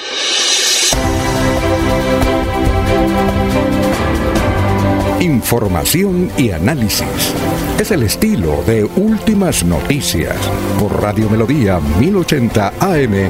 Información y análisis. Es el estilo de Últimas Noticias por Radio Melodía 1080 AM.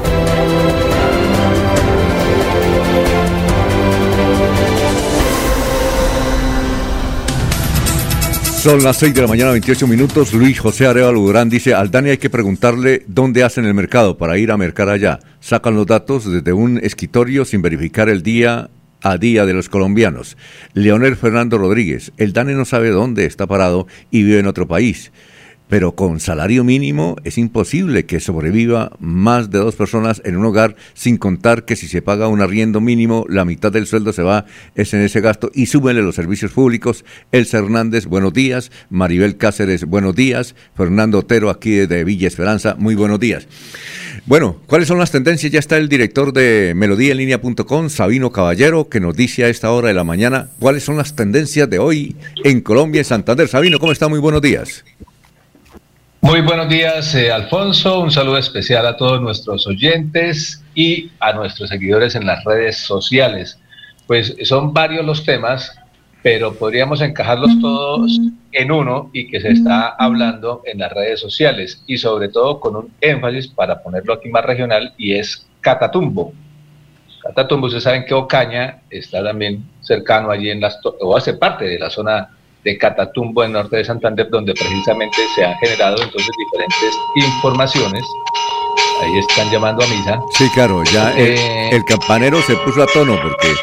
Son las 6 de la mañana, 28 minutos. Luis José Arevalo Durán dice, al Dani hay que preguntarle dónde hacen el mercado para ir a mercar allá. Sacan los datos desde un escritorio sin verificar el día a día de los colombianos. Leonel Fernando Rodríguez, el Dani no sabe dónde está parado y vive en otro país. Pero con salario mínimo es imposible que sobreviva más de 2 personas en un hogar, sin contar que si se paga un arriendo mínimo, la mitad del sueldo se va en ese gasto y súbenle los servicios públicos. Elsa Hernández, buenos días. Maribel Cáceres, buenos días. Fernando Otero, aquí de Villa Esperanza, muy buenos días. Bueno, ¿cuáles son las tendencias? Ya está el director de melodíaenlínea.com, Sabino Caballero, que nos dice a esta hora de la mañana cuáles son las tendencias de hoy en Colombia y Santander. Sabino, ¿cómo está? Muy buenos días. Muy buenos días, Alfonso. Un saludo especial a todos nuestros oyentes y a nuestros seguidores en las redes sociales. Pues son varios los temas, pero podríamos encajarlos todos en uno y que se está hablando en las redes sociales y sobre todo con un énfasis para ponerlo aquí más regional y es Catatumbo. Catatumbo, ustedes saben que Ocaña está también cercano allí o hace parte de la zona de Catatumbo, en norte de Santander, donde precisamente se han generado entonces diferentes informaciones. Ahí están llamando a misa. Sí, claro, ya el campanero se puso a tono porque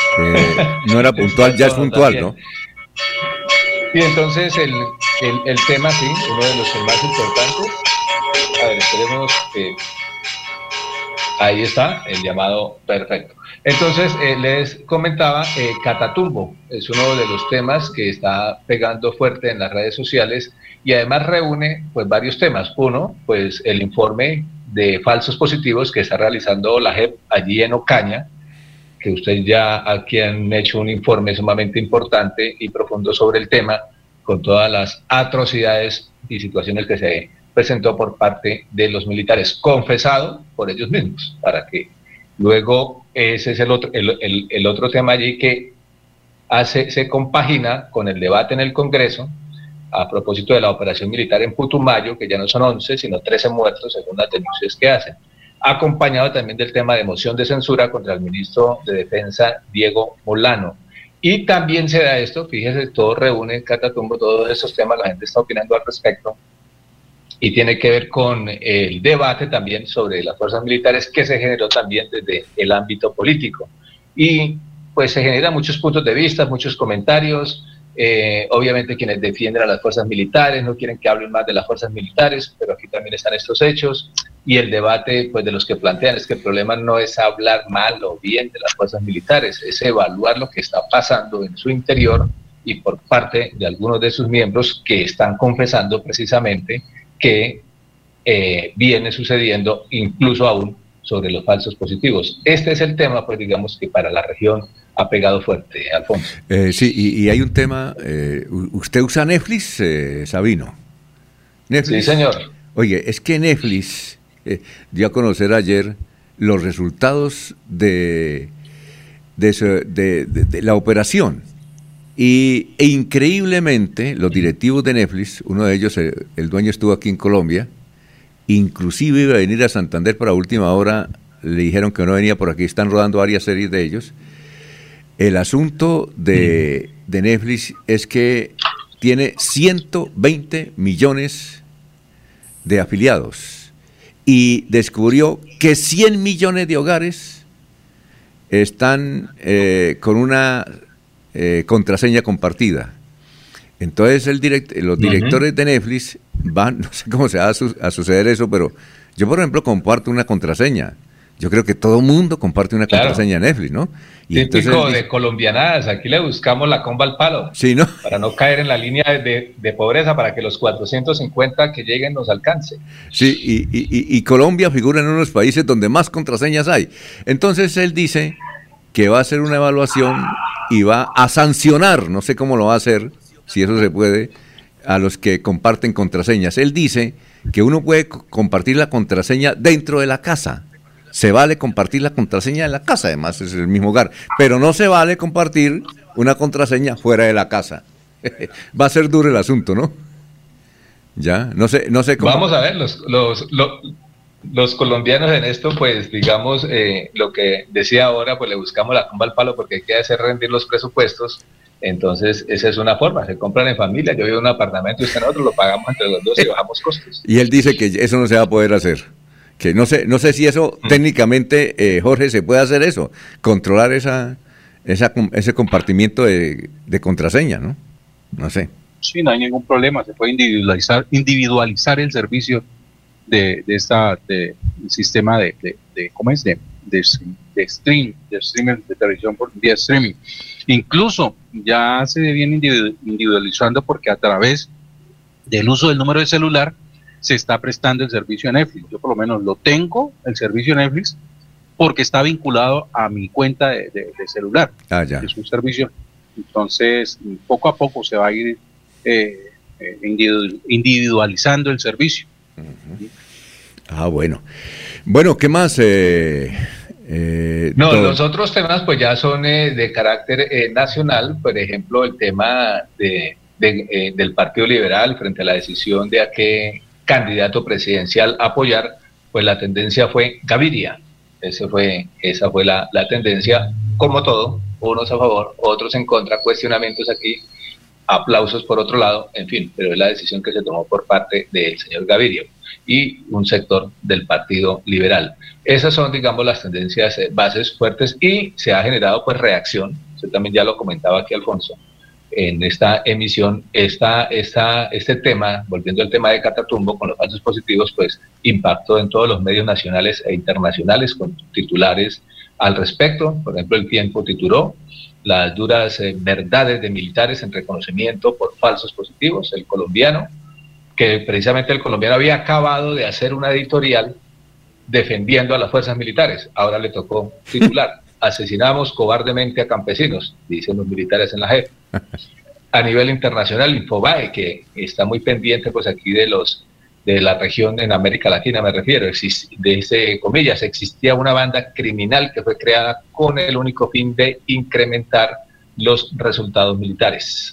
no era puntual, ya es puntual, también, ¿no? Y entonces el tema, sí, uno de los más importantes. A ver, esperemos que... Ahí está, el llamado perfecto. Entonces, les comentaba, Catatumbo es uno de los temas que está pegando fuerte en las redes sociales y además reúne pues varios temas. Uno, pues el informe de falsos positivos que está realizando la JEP allí en Ocaña, que ustedes ya aquí han hecho un informe sumamente importante y profundo sobre el tema, con todas las atrocidades y situaciones que se presentó por parte de los militares, confesado por ellos mismos, para que luego ese es el otro tema allí que se compagina con el debate en el Congreso a propósito de la operación militar en Putumayo, que ya no son 11, sino 13 muertos, según las denuncias que hacen, acompañado también del tema de moción de censura contra el ministro de Defensa, Diego Molano. Y también se da esto, fíjese, todo reúne Catatumbo, todos estos temas, la gente está opinando al respecto, y tiene que ver con el debate también sobre las fuerzas militares que se generó también desde el ámbito político. Y pues se generan muchos puntos de vista, muchos comentarios, obviamente quienes defienden a las fuerzas militares no quieren que hablen más de las fuerzas militares, pero aquí también están estos hechos, y el debate pues de los que plantean es que el problema no es hablar mal o bien de las fuerzas militares, es evaluar lo que está pasando en su interior y por parte de algunos de sus miembros que están confesando precisamente que viene sucediendo incluso aún sobre los falsos positivos. Este es el tema, pues digamos que para la región ha pegado fuerte, Alfonso. Sí, y hay un tema, ¿usted usa Netflix, Sabino? ¿Netflix? Sí, señor. Oye, es que Netflix dio a conocer ayer los resultados de la operación. E increíblemente, los directivos de Netflix, uno de ellos, el dueño estuvo aquí en Colombia, inclusive iba a venir a Santander, pero a última hora le dijeron que no venía por aquí, están rodando varias series de ellos. El asunto de Netflix es que tiene 120 millones de afiliados y descubrió que 100 millones de hogares están con una contraseña compartida. Entonces los directores de Netflix van, no sé cómo se va a suceder eso, pero yo, por ejemplo, comparto una contraseña. Yo creo que todo mundo comparte una contraseña en Netflix, ¿no? Y típico entonces, de colombianadas, aquí le buscamos la comba al palo. Sí, ¿no? Para no caer en la línea de pobreza, para que los 450 que lleguen nos alcance. Sí, y Colombia figura en uno de los países donde más contraseñas hay. Entonces él dice que va a hacer una evaluación y va a sancionar, no sé cómo lo va a hacer, si eso se puede, a los que comparten contraseñas. Él dice que uno puede compartir la contraseña dentro de la casa. Se vale compartir la contraseña en la casa, además es el mismo hogar, pero no se vale compartir una contraseña fuera de la casa. Va a ser duro el asunto, ¿no? Ya, no sé cómo. Vamos a ver, los colombianos en esto, pues digamos, lo que decía ahora, pues le buscamos la comba al palo porque hay que hacer rendir los presupuestos. Entonces, esa es una forma, se compran en familia, yo vivo en un apartamento y usted en otro, lo pagamos entre los dos y bajamos costos. Y él dice que eso no se va a poder hacer, que no sé si eso técnicamente, Jorge, se puede hacer eso, controlar ese compartimiento de contraseña, ¿no? No sé. Sí, no hay ningún problema, se puede individualizar el servicio de sistema de ¿cómo es? De streaming de televisión por vía streaming. Incluso ya se viene individualizando porque a través del uso del número de celular se está prestando el servicio de Netflix. Yo por lo menos lo tengo, el servicio de Netflix, porque está vinculado a mi cuenta de celular. Ah, ya. Es un servicio. Entonces, poco a poco se va a ir individualizando el servicio. Uh-huh. Ah, bueno. Bueno, ¿qué más? Los otros temas pues ya son de carácter nacional, por ejemplo, el tema del Partido Liberal frente a la decisión de a qué candidato presidencial apoyar, pues la tendencia fue Gaviria. Esa fue la tendencia, como todo, unos a favor, otros en contra, cuestionamientos aquí, aplausos por otro lado, en fin, pero es la decisión que se tomó por parte del señor Gaviria y un sector del Partido Liberal. Esas son, digamos, las tendencias bases fuertes y se ha generado pues reacción. Usted también ya lo comentaba aquí, Alfonso, en esta emisión, este tema, volviendo al tema de Catatumbo con los falsos positivos, pues impactó en todos los medios nacionales e internacionales con titulares al respecto. Por ejemplo, El Tiempo tituló las duras verdades de militares en reconocimiento por falsos positivos. El Colombiano, que precisamente el Colombiano había acabado de hacer una editorial defendiendo a las fuerzas militares. Ahora le tocó titular: asesinamos cobardemente a campesinos, dicen los militares en la JEP. A nivel internacional, Infobae, que está muy pendiente pues aquí de la región en América Latina, me refiero, dice, comillas, existía una banda criminal que fue creada con el único fin de incrementar los resultados militares.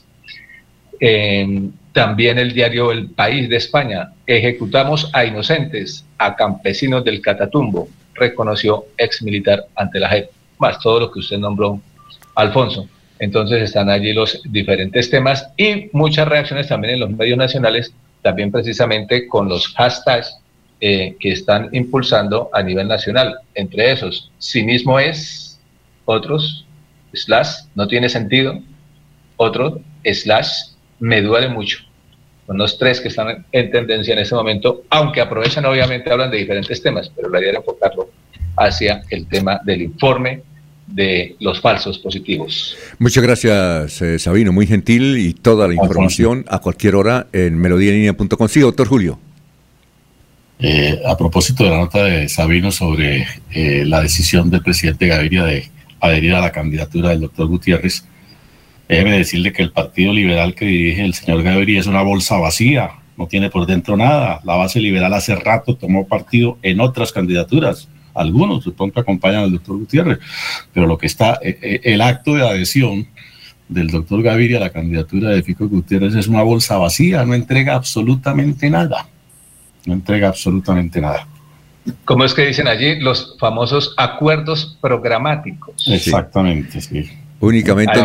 También el diario El País de España: ejecutamos a inocentes, a campesinos del Catatumbo, reconoció ex militar ante la JEP, más todo lo que usted nombró, Alfonso. Entonces están allí los diferentes temas y muchas reacciones también en los medios nacionales, también precisamente con los hashtags que están impulsando a nivel nacional. Entre esos, cinismo es, otros, / no tiene sentido, otro, / me duele mucho. Son los tres que están en tendencia en este momento, aunque aprovechan, obviamente, hablan de diferentes temas, pero la idea era enfocarlo hacia el tema del informe de los falsos positivos. Muchas gracias, Sabino, muy gentil, y toda la información a cualquier hora en melodiaenlinea.com. Sí, doctor Julio. A propósito de la nota de Sabino sobre la decisión del presidente Gaviria de adherir a la candidatura del doctor Gutiérrez, déjeme decirle que el Partido Liberal que dirige el señor Gaviria es una bolsa vacía, no tiene por dentro nada. La base liberal hace rato tomó partido en otras candidaturas, algunos de pronto acompañan al doctor Gutiérrez, pero lo que está, el acto de adhesión del doctor Gaviria a la candidatura de Fico Gutiérrez es una bolsa vacía, no entrega absolutamente nada. No entrega absolutamente nada. ¿Cómo es que dicen allí? Los famosos acuerdos programáticos. Exactamente, sí. Únicamente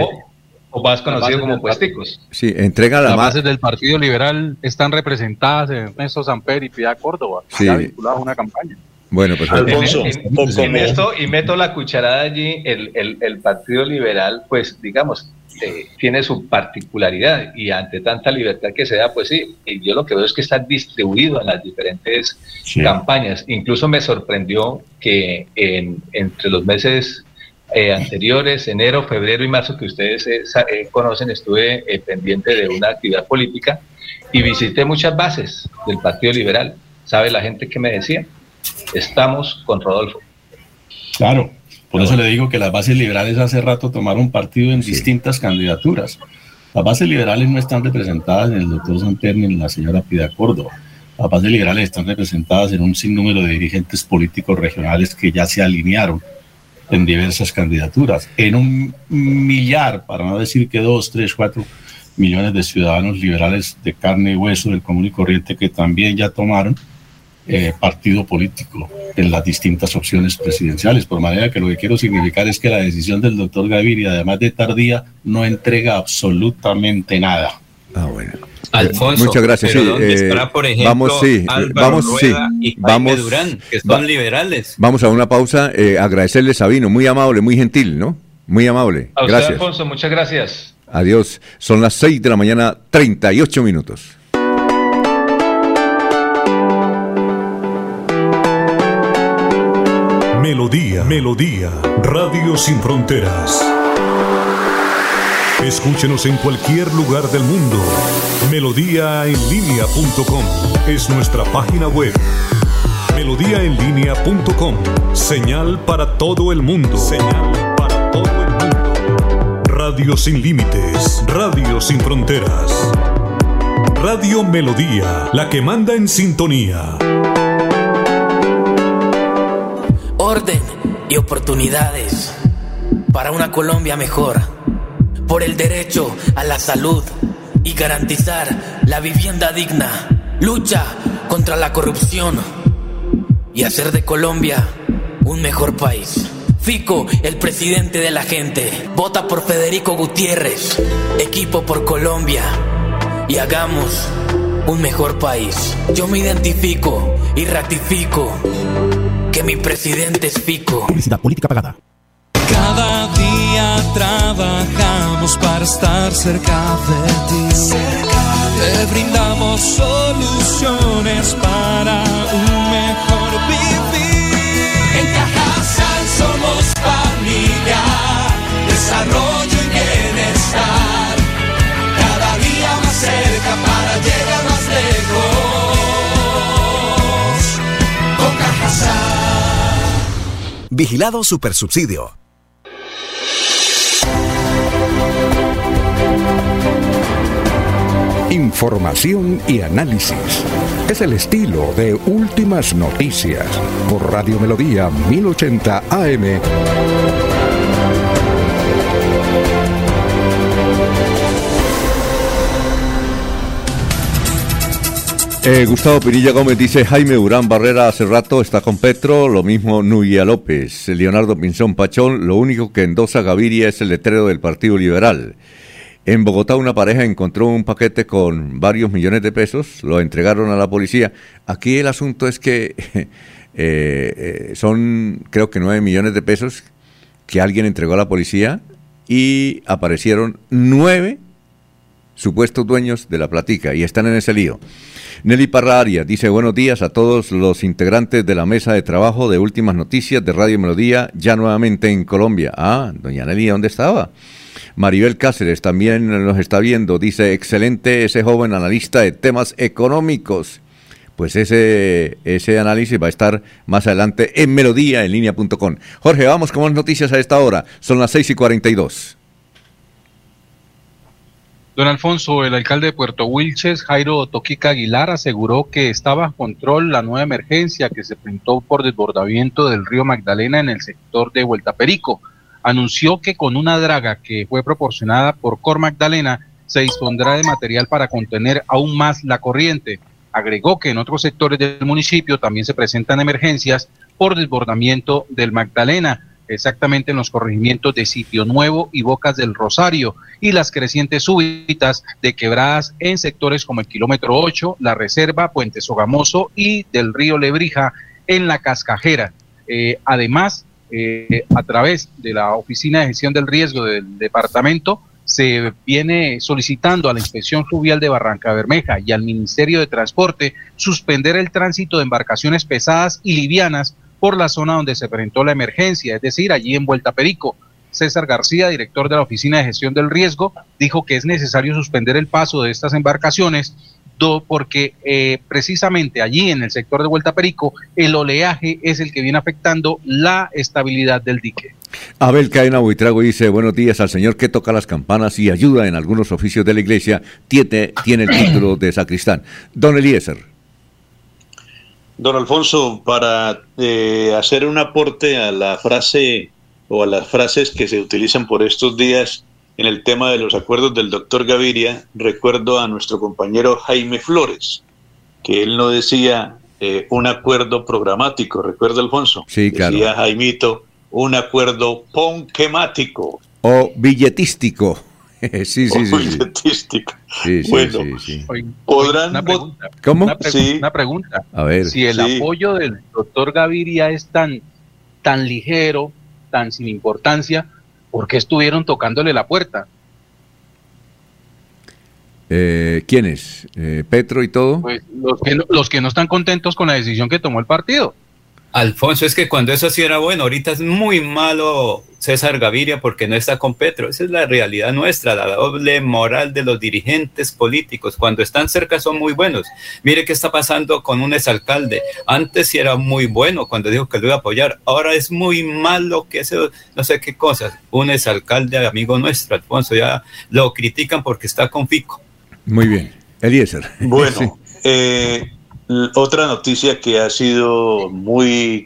o más conocido como puesticos. Sí, entrega las bases del Partido Liberal están representadas en Ernesto Samper y Piedad Córdoba, sí, ya vinculados a una campaña. Bueno, pues Alfonso, en esto, y meto la cucharada allí, el Partido Liberal, pues digamos, tiene su particularidad, y ante tanta libertad que se da, pues sí, y yo lo que veo es que está distribuido en las diferentes campañas. Incluso me sorprendió que entre los meses anteriores, enero, febrero y marzo, que ustedes conocen, estuve pendiente de una actividad política y visité muchas bases del Partido Liberal. ¿Sabe la gente que me decía? Estamos con Rodolfo. Claro, por eso le digo que las bases liberales hace rato tomaron partido en distintas candidaturas. Las bases liberales no están representadas en el doctor Samper ni en la señora Piedad Córdoba. Las bases liberales están representadas en un sinnúmero de dirigentes políticos regionales que ya se alinearon en diversas candidaturas, en 1 millar, para no decir que 2, 3, 4 millones de ciudadanos liberales de carne y hueso del común y corriente que también ya tomaron partido político en las distintas opciones presidenciales, por manera que lo que quiero significar es que la decisión del doctor Gaviria, además de tardía, no entrega absolutamente nada. Ah, bueno. Alfonso, muchas gracias. Pero ¿dónde estará, por ejemplo, Álvaro Rueda y Jaime Durán, que son liberales? Vamos a una pausa. Agradecerle, Sabino, muy amable, muy gentil, ¿no? Muy amable. A usted, gracias. Alfonso, muchas gracias. Adiós. Son las 6 de la mañana, 38 minutos. Melodía, Radio Sin Fronteras. Escúchenos en cualquier lugar del mundo. Melodíaenlínea.com es nuestra página web. Melodíaenlínea.com. Señal para todo el mundo. Radio sin límites. Radio sin fronteras. Radio Melodía, la que manda en sintonía. Orden y oportunidades para una Colombia mejor, por el derecho a la salud y garantizar la vivienda digna, lucha contra la corrupción y hacer de Colombia un mejor país. Fico, el presidente de la gente. Vota por Federico Gutiérrez. Equipo por Colombia y hagamos un mejor país. Yo me identifico y ratifico que mi presidente es Fico. Publicidad política pagada. Cada día trabajamos para estar cerca de ti. Te brindamos soluciones para un mejor vivir. En Cajasal somos familia, desarrollo y bienestar. Cada día más cerca para llegar más lejos. Con Cajasal. Vigilado Supersubsidio. Información y análisis. Es el estilo de Últimas Noticias por Radio Melodía 1080 AM. Gustavo Pinilla Gómez dice: Jaime Durán Barrera hace rato está con Petro, lo mismo Núñez López. Leonardo Pinzón Pachón, lo único que endosa Gaviria es el letrero del Partido Liberal. En Bogotá una pareja encontró un paquete con varios millones de pesos, lo entregaron a la policía. Aquí el asunto es que son creo que 9 millones de pesos que alguien entregó a la policía y aparecieron 9 supuestos dueños de la platica y están en ese lío. Nelly Parra Arias dice: buenos días a todos los integrantes de la mesa de trabajo de Últimas Noticias de Radio Melodía, ya nuevamente en Colombia. Ah, doña Nelly, ¿dónde estaba? Maribel Cáceres también nos está viendo, dice: excelente ese joven analista de temas económicos. pues ese análisis va a estar más adelante en melodíaenlínea.com. Jorge, vamos con más noticias a esta hora. Son las 6:42. Don Alfonso, el alcalde de Puerto Wilches, Jairo Toquica Aguilar, aseguró que está bajo control la nueva emergencia que se presentó por desbordamiento del río Magdalena en el sector de Vuelta Perico. Anunció que con una draga que fue proporcionada por Cor Magdalena se dispondrá de material para contener aún más la corriente. Agregó que en otros sectores del municipio también se presentan emergencias por desbordamiento del Magdalena, exactamente en los corregimientos de Sitio Nuevo y Bocas del Rosario, y las crecientes súbitas de quebradas en sectores como el kilómetro 8, La Reserva, Puente Sogamoso y del río Lebrija en la Cascajera. Además, a través de la Oficina de Gestión del Riesgo del departamento, se viene solicitando a la Inspección Fluvial de Barranca Bermeja y al Ministerio de Transporte suspender el tránsito de embarcaciones pesadas y livianas por la zona donde se presentó la emergencia, es decir, allí en Vuelta Perico. César García, director de la Oficina de Gestión del Riesgo, dijo que es necesario suspender el paso de estas embarcaciones porque precisamente allí en el sector de Vuelta Perico el oleaje es el que viene afectando la estabilidad del dique. Abel Cadena Buitrago dice: buenos días al señor que toca las campanas y ayuda en algunos oficios de la iglesia, tiene el título de sacristán. Don Eliezer. Don Alfonso, para hacer un aporte a la frase o a las frases que se utilizan por estos días en el tema de los acuerdos del doctor Gaviria, recuerdo a nuestro compañero Jaime Flores, que él no decía un acuerdo programático, ¿recuerda, Alfonso? Sí, claro. Decía Jaimito, un acuerdo ponquemático. O billetístico. Sí. Billetístico. Sí, bueno, sí. Podrán... Una pregunta. ¿Cómo? Una pregunta. A ver. Si el apoyo del doctor Gaviria es tan ligero, tan sin importancia, ¿por qué estuvieron tocándole la puerta? ¿Quiénes? ¿Petro y todo? Pues los que no están contentos con la decisión que tomó el partido. Alfonso, es que cuando eso sí era bueno, ahorita es muy malo César Gaviria porque no está con Petro. Esa es la realidad nuestra, la doble moral de los dirigentes políticos. Cuando están cerca son muy buenos. Mire qué está pasando con un exalcalde. Antes sí era muy bueno cuando dijo que lo iba a apoyar. Ahora es muy malo que ese, no sé qué cosas. Un exalcalde amigo nuestro, Alfonso, ya lo critican porque está con Fico. Muy bien. Eliezer. Bueno, otra noticia que ha sido muy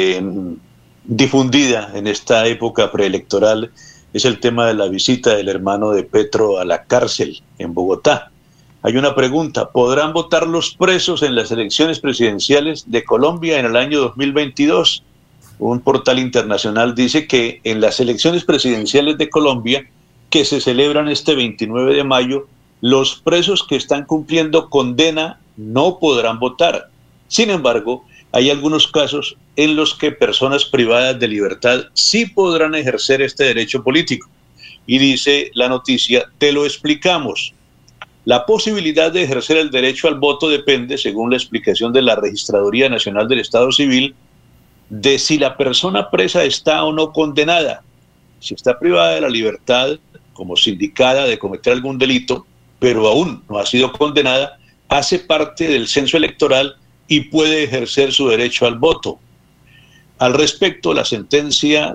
difundida en esta época preelectoral es el tema de la visita del hermano de Petro a la cárcel en Bogotá. Hay una pregunta: ¿podrán votar los presos en las elecciones presidenciales de Colombia en el año 2022? Un portal internacional dice que en las elecciones presidenciales de Colombia, que se celebran este 29 de mayo, los presos que están cumpliendo condena no podrán votar. Sin embargo, hay algunos casos en los que personas privadas de libertad sí podrán ejercer este derecho político. Y dice la noticia, te lo explicamos. La posibilidad de ejercer el derecho al voto depende, según la explicación de la Registraduría Nacional del Estado Civil, de si la persona presa está o no condenada. Si está privada de la libertad, como sindicada de cometer algún delito, pero aún no ha sido condenada, hace parte del censo electoral y puede ejercer su derecho al voto. Al respecto, la sentencia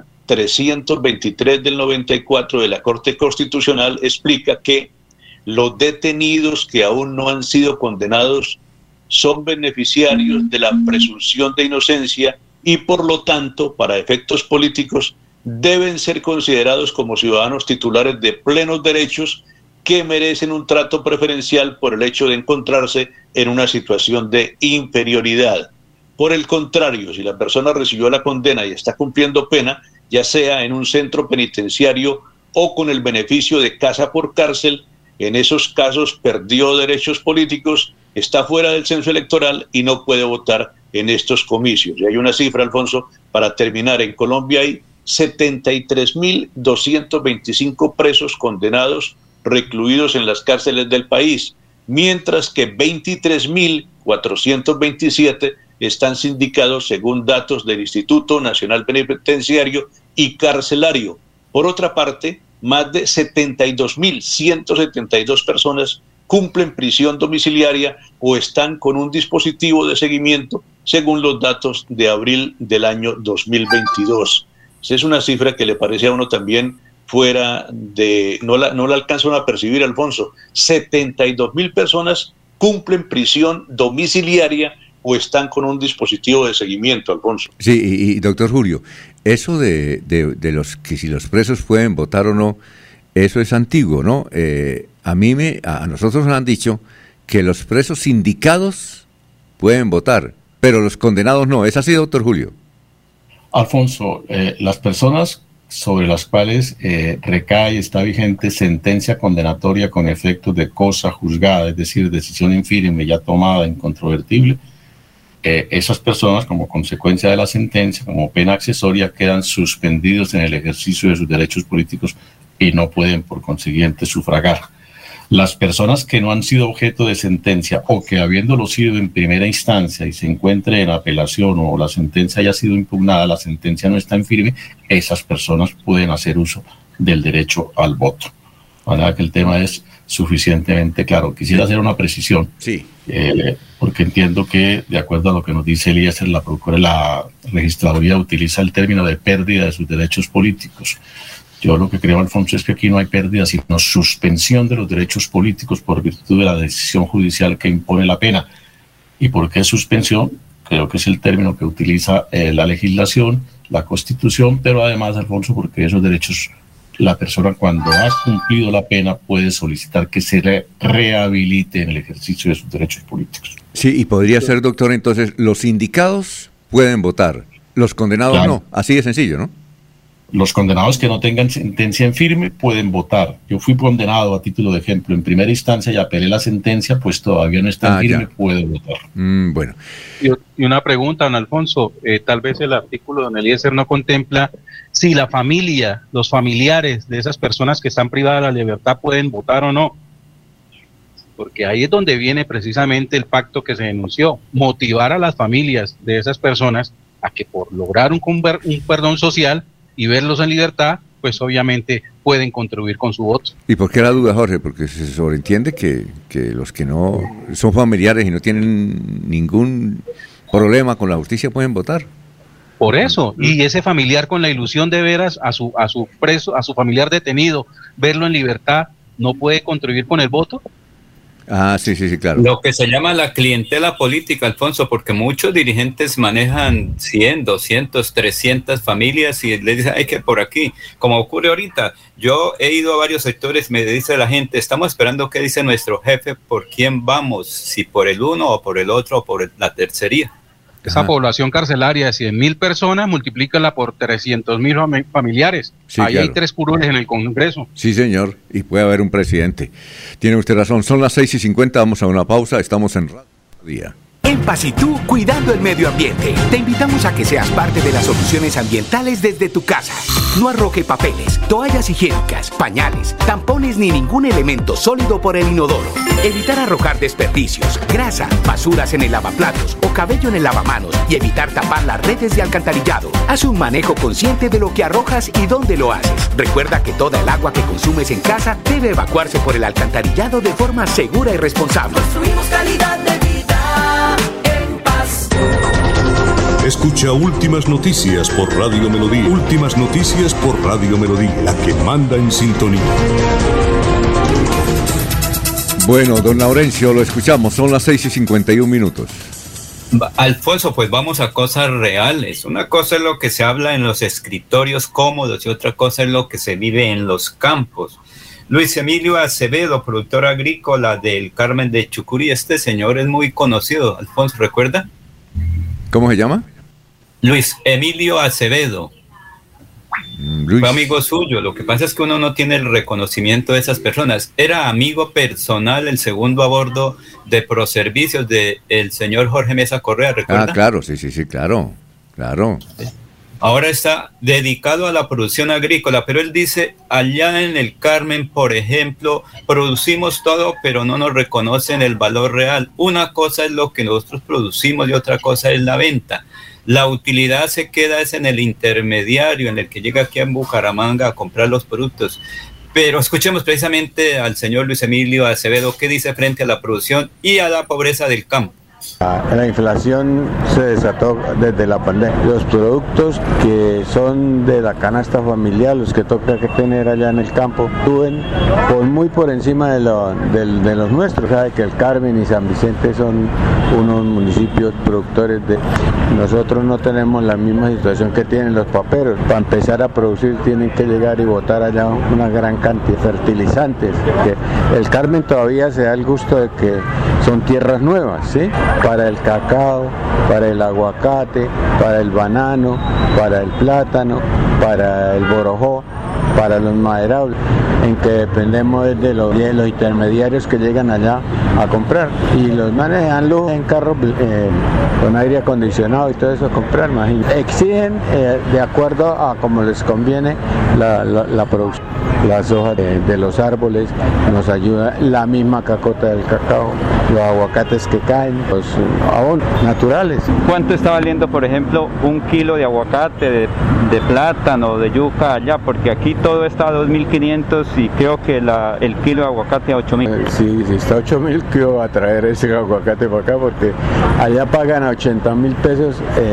323 del 94 de la Corte Constitucional explica que los detenidos que aún no han sido condenados son beneficiarios de la presunción de inocencia y, por lo tanto, para efectos políticos, deben ser considerados como ciudadanos titulares de plenos derechos que merecen un trato preferencial por el hecho de encontrarse en una situación de inferioridad. Por el contrario, si la persona recibió la condena y está cumpliendo pena, ya sea en un centro penitenciario o con el beneficio de casa por cárcel, en esos casos perdió derechos políticos, está fuera del censo electoral y no puede votar en estos comicios. Y hay una cifra, Alfonso, para terminar: en Colombia hay 73.225 presos condenados recluidos en las cárceles del país, mientras que 23.427 están sindicados según datos del Instituto Nacional Penitenciario y Carcelario. Por otra parte, más de 72.172 personas cumplen prisión domiciliaria o están con un dispositivo de seguimiento, según los datos de abril del año 2022. Esa es una cifra que le parece a uno también fuera de... No la alcanzan a percibir, Alfonso. 72.000 personas cumplen prisión domiciliaria o están con un dispositivo de seguimiento, Alfonso. Sí, y doctor Julio, eso de los que si los presos pueden votar o no, eso es antiguo, ¿no? A nosotros nos han dicho que los presos sindicados pueden votar, pero los condenados no. ¿Es así, doctor Julio? Alfonso, las personas sobre las cuales recae, está vigente sentencia condenatoria con efectos de cosa juzgada, es decir, decisión infirme ya tomada, incontrovertible, esas personas, como consecuencia de la sentencia, como pena accesoria, quedan suspendidos en el ejercicio de sus derechos políticos y no pueden, por consiguiente, sufragar. Las personas que no han sido objeto de sentencia o que habiéndolo sido en primera instancia y se encuentre en apelación o la sentencia haya sido impugnada, la sentencia no está en firme, esas personas pueden hacer uso del derecho al voto. De manera que el tema es suficientemente claro. Quisiera hacer una precisión, sí, porque entiendo que, de acuerdo a lo que nos dice Eliezer, la registraduría utiliza el término de pérdida de sus derechos políticos. Yo lo que creo, Alfonso, es que aquí no hay pérdida, sino suspensión de los derechos políticos por virtud de la decisión judicial que impone la pena. ¿Y por qué suspensión? Creo que es el término que utiliza la legislación, la Constitución, pero además, Alfonso, porque esos derechos, la persona cuando ha cumplido la pena puede solicitar que se rehabilite en el ejercicio de sus derechos políticos. Sí, y podría ser, doctor, entonces, los sindicados pueden votar, los condenados claro, no, así de sencillo, ¿no? Los condenados que no tengan sentencia en firme pueden votar. Yo fui condenado, a título de ejemplo, en primera instancia y apelé la sentencia, pues todavía no está en firme, puedo votar. Bueno. Y una pregunta, don Alfonso, tal vez el artículo de don Eliezer no contempla si la familia, los familiares de esas personas que están privadas de la libertad pueden votar o no. Porque ahí es donde viene precisamente el pacto que se denunció, motivar a las familias de esas personas a que por lograr un perdón social y verlos en libertad, pues obviamente pueden contribuir con su voto. ¿Y por qué la duda, Jorge? Porque se sobreentiende que los que no son familiares y no tienen ningún problema con la justicia pueden votar. Por eso, y ese familiar con la ilusión de ver a su preso, a su familiar detenido, verlo en libertad, ¿no puede contribuir con el voto? Ah, sí, claro. Lo que se llama la clientela política, Alfonso, porque muchos dirigentes manejan 100, 200, 300 familias y les dicen, hay que por aquí, como ocurre ahorita. Yo he ido a varios sectores, me dice la gente, estamos esperando qué dice nuestro jefe, por quién vamos, si por el uno o por el otro o por la tercería. Esa población carcelaria de 100.000 personas, multiplícala por 300.000 familiares. Sí, ahí claro. hay 3 curules en el Congreso. Sí, señor, y puede haber un presidente. Tiene usted razón, son las 6:50, vamos a una pausa, estamos en Radio Día. En Paz y tú, cuidando el medio ambiente. Te invitamos a que seas parte de las soluciones ambientales desde tu casa. No arroje papeles, toallas higiénicas, pañales, tampones ni ningún elemento sólido por el inodoro. Evitar arrojar desperdicios, grasa, basuras en el lavaplatos o cabello en el lavamanos y evitar tapar las redes de alcantarillado. Haz un manejo consciente de lo que arrojas y dónde lo haces. Recuerda que toda el agua que consumes en casa debe evacuarse por el alcantarillado de forma segura y responsable. Construimos calidad de vida en paz. Escucha Últimas Noticias por Radio Melodía. Últimas Noticias por Radio Melodía, la que manda en sintonía. Bueno, don Laurencio, lo escuchamos, son las 6:51. Alfonso, pues vamos a cosas reales. Una cosa es lo que se habla en los escritorios cómodos y otra cosa es lo que se vive en los campos. Luis Emilio Acevedo, productor agrícola del Carmen de Chucurí, este señor es muy conocido, Alfonso, ¿recuerda? ¿Cómo se llama? Luis Emilio Acevedo. Luis. Fue amigo suyo, lo que pasa es que uno no tiene el reconocimiento de esas personas. Era amigo personal, el segundo a bordo de Proservicios del señor Jorge Mesa Correa, ¿recuerda? Ah, claro, sí, claro. Ahora está dedicado a la producción agrícola, pero él dice, allá en el Carmen, por ejemplo, producimos todo, pero no nos reconocen el valor real. Una cosa es lo que nosotros producimos y otra cosa es la venta. La utilidad se queda es en el intermediario, en el que llega aquí en Bucaramanga a comprar los productos. Pero escuchemos precisamente al señor Luis Emilio Acevedo qué dice frente a la producción y a la pobreza del campo. La inflación se desató desde la pandemia. Los productos que son de la canasta familiar, los que toca que tener allá en el campo, suben muy por encima de los nuestros. Sabe que el Carmen y San Vicente son unos municipios productores nosotros no tenemos la misma situación que tienen los paperos. Para empezar a producir tienen que llegar y botar allá una gran cantidad de fertilizantes. El Carmen todavía se da el gusto de que son tierras nuevas, ¿sí? Para el cacao, para el aguacate, para el banano, para el plátano, para el borojó, para los maderables, en que dependemos de los intermediarios que llegan allá a comprar. Y los manes dan lujo en carros con aire acondicionado y todo eso a comprar, imagínate. Exigen de acuerdo a como les conviene la producción. Las hojas de los árboles nos ayuda, la misma cacota del cacao, los aguacates que caen, los abonos naturales. ¿Cuánto está valiendo, por ejemplo, un kilo de aguacate, de plátano, de yuca allá? Porque aquí todo está a 2.500 y creo que el kilo de aguacate a 8.000. Sí, si está a 8.000, ¿qué va a traer ese aguacate para acá? Porque allá pagan a 80.000 pesos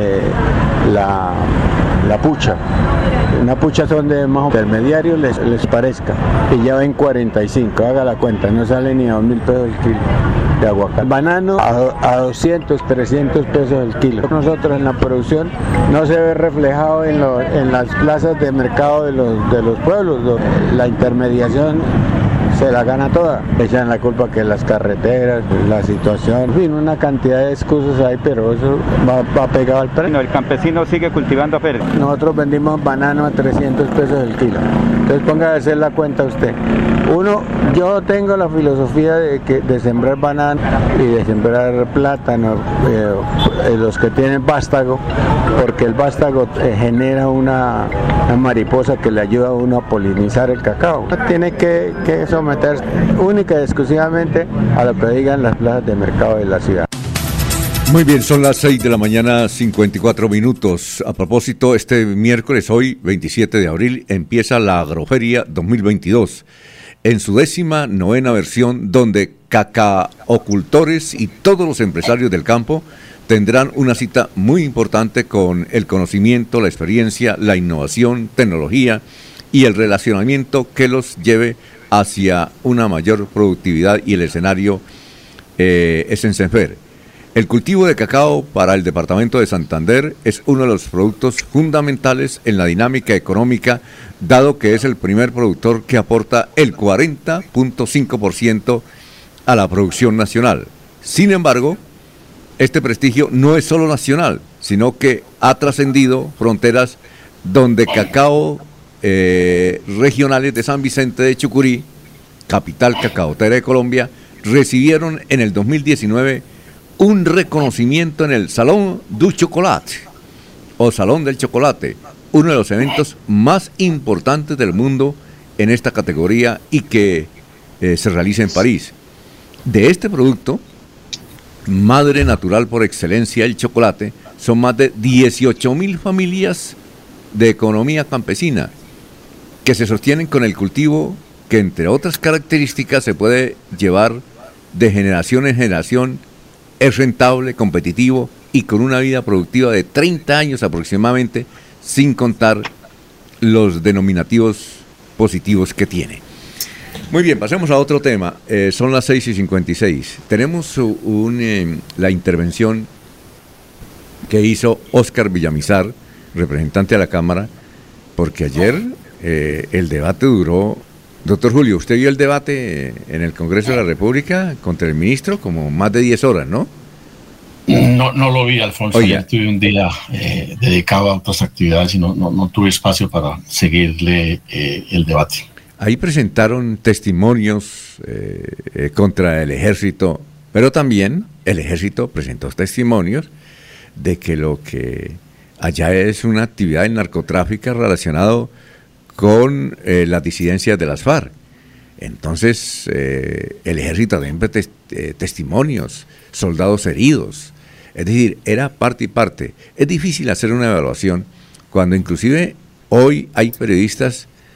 la pucha. Una pucha son de más intermediarios, les parezca, y ya ven 45, haga la cuenta, no sale ni a 2.000 pesos el kilo de aguacate. Banano a 200, 300 pesos el kilo. Nosotros en la producción no se ve reflejado en las plazas de mercado de los pueblos, la intermediación se la gana toda. Echan la culpa que las carreteras, la situación, en fin, una cantidad de excusas hay, pero eso va pegado al precio. El campesino sigue cultivando afuera. Nosotros vendimos banano a 300 pesos el kilo. Entonces ponga a hacer la cuenta usted. Yo tengo la filosofía de sembrar banano y de sembrar plátano, los que tienen vástago, porque el vástago genera una mariposa que le ayuda a uno a polinizar el cacao. Tiene que someterse única y exclusivamente a lo que digan las plazas de mercado de la ciudad. Muy bien, son las 6 de la mañana, 54 minutos. A propósito, este miércoles, hoy, 27 de abril, empieza la Agroferia 2022, en su 19ª versión, donde cacaocultores y todos los empresarios del campo tendrán una cita muy importante con el conocimiento, la experiencia, la innovación, tecnología y el relacionamiento que los lleve hacia una mayor productividad, y el escenario es en Senfer. El cultivo de cacao para el departamento de Santander es uno de los productos fundamentales en la dinámica económica, dado que es el primer productor que aporta el 40.5% a la producción nacional. Sin embargo, este prestigio no es solo nacional, sino que ha trascendido fronteras, donde cacao regionales de San Vicente de Chucurí, capital cacaotera de Colombia, recibieron en el 2019 un reconocimiento en el Salón du Chocolat, o Salón del Chocolate, uno de los eventos más importantes del mundo en esta categoría y que se realiza en París. De este producto, madre natural por excelencia, el chocolate, son más de 18.000 familias de economía campesina que se sostienen con el cultivo, que entre otras características se puede llevar de generación en generación, es rentable, competitivo y con una vida productiva de 30 años aproximadamente, sin contar los denominativos positivos que tiene. Muy bien, pasemos a otro tema. Son las 6:56. Tenemos la intervención que hizo Óscar Villamizar, representante de la Cámara, porque ayer el debate duró. Doctor Julio, usted vio el debate en el Congreso de la República contra el ministro, como más de 10 horas, ¿no? No lo vi, Alfonso. Ayer tuve un día dedicado a otras actividades y no tuve espacio para seguirle el debate. Ahí presentaron testimonios contra el ejército, pero también el ejército presentó testimonios de que lo que allá es una actividad de narcotráfico relacionado con las disidencias de las FARC. Entonces, el ejército también testimonios, soldados heridos. Es decir, era parte y parte. Es difícil hacer una evaluación cuando inclusive hoy hay periodistas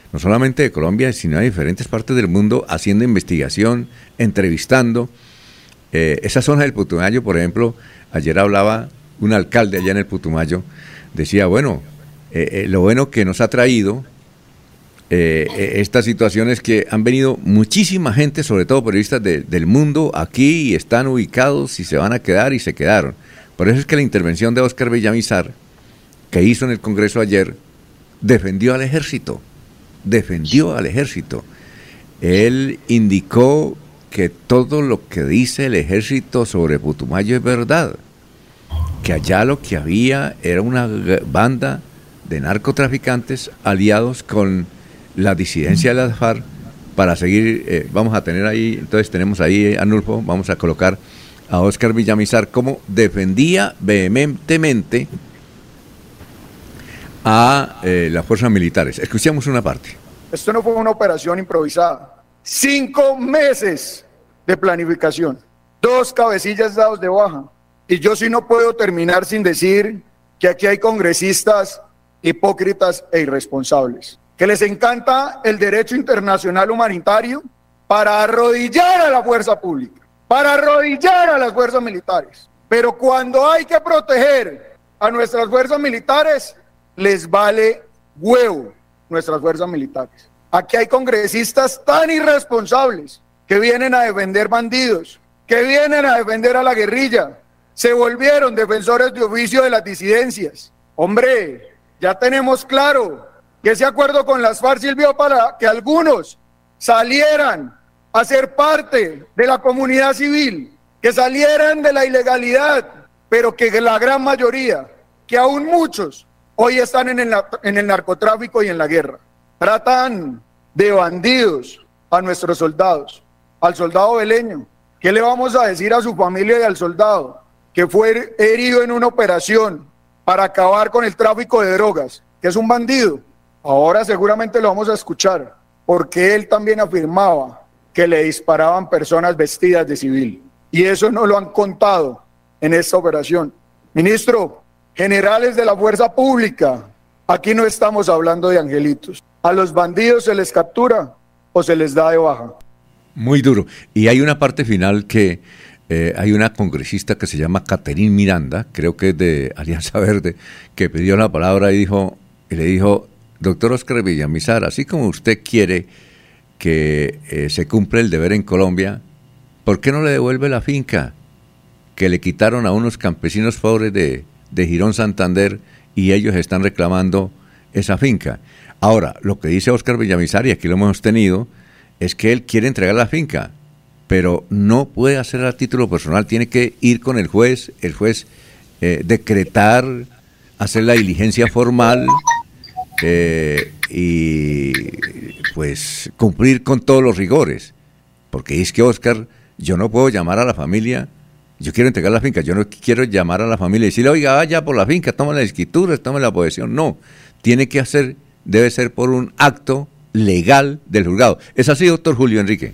no solamente de Colombia, sino de diferentes partes del mundo, haciendo investigación, entrevistando. Esa zona del Putumayo, por ejemplo, ayer hablaba un alcalde allá en el Putumayo, decía, bueno, lo bueno que nos ha traído estas situaciones que han venido muchísima gente, sobre todo periodistas del mundo, aquí y están ubicados y se van a quedar y se quedaron. Por eso es que la intervención de Óscar Villamizar, que hizo en el Congreso ayer, defendió al ejército. Él indicó que todo lo que dice el ejército sobre Putumayo es verdad, que allá lo que había era una banda de narcotraficantes aliados con la disidencia de las FARC para seguir, vamos a tener ahí, entonces tenemos ahí, Arnulfo, vamos a colocar a Óscar Villamizar cómo defendía vehementemente a las fuerzas militares. Escuchemos una parte. Esto no fue una operación improvisada. 5 meses de planificación, 2 cabecillas dados de baja. Y yo sí no puedo terminar sin decir que aquí hay congresistas hipócritas e irresponsables, que les encanta el derecho internacional humanitario para arrodillar a la fuerza pública, para arrodillar a las fuerzas militares. Pero cuando hay que proteger a nuestras fuerzas militares, les vale huevo nuestras fuerzas militares. Aquí hay congresistas tan irresponsables que vienen a defender bandidos, que vienen a defender a la guerrilla, se volvieron defensores de oficio de las disidencias. Hombre, ya tenemos claro que ese acuerdo con las FARC sirvió para que algunos salieran a ser parte de la comunidad civil, que salieran de la ilegalidad, pero que la gran mayoría, que aún muchos, hoy están en el narcotráfico y en la guerra. Tratan de bandidos a nuestros soldados, al soldado beleño. ¿Qué le vamos a decir a su familia y al soldado que fue herido en una operación para acabar con el tráfico de drogas, que es un bandido? Ahora seguramente lo vamos a escuchar, porque él también afirmaba que le disparaban personas vestidas de civil. Y eso no lo han contado en esta operación. Ministro, generales de la fuerza pública, aquí no estamos hablando de angelitos. A los bandidos se les captura o se les da de baja. Muy duro. Y hay una parte final que hay una congresista que se llama Caterín Miranda, creo que es de Alianza Verde, que pidió la palabra y le dijo, doctor Óscar Villamizar, así como usted quiere que se cumpla el deber en Colombia, ¿por qué no le devuelve la finca que le quitaron a unos campesinos pobres de Girón Santander y ellos están reclamando esa finca? Ahora, lo que dice Óscar Villamizar, y aquí lo hemos tenido, es que él quiere entregar la finca, pero no puede hacer a título personal, tiene que ir con el juez decretar, hacer la diligencia formal y pues cumplir con todos los rigores, porque es que Óscar, yo no puedo llamar a la familia, yo quiero entregar la finca, yo no quiero llamar a la familia y decirle, oiga, vaya por la finca, toma la escritura, toma la posesión, no, tiene que hacer, debe ser por un acto legal del juzgado. ¿Es así, doctor Julio Enrique?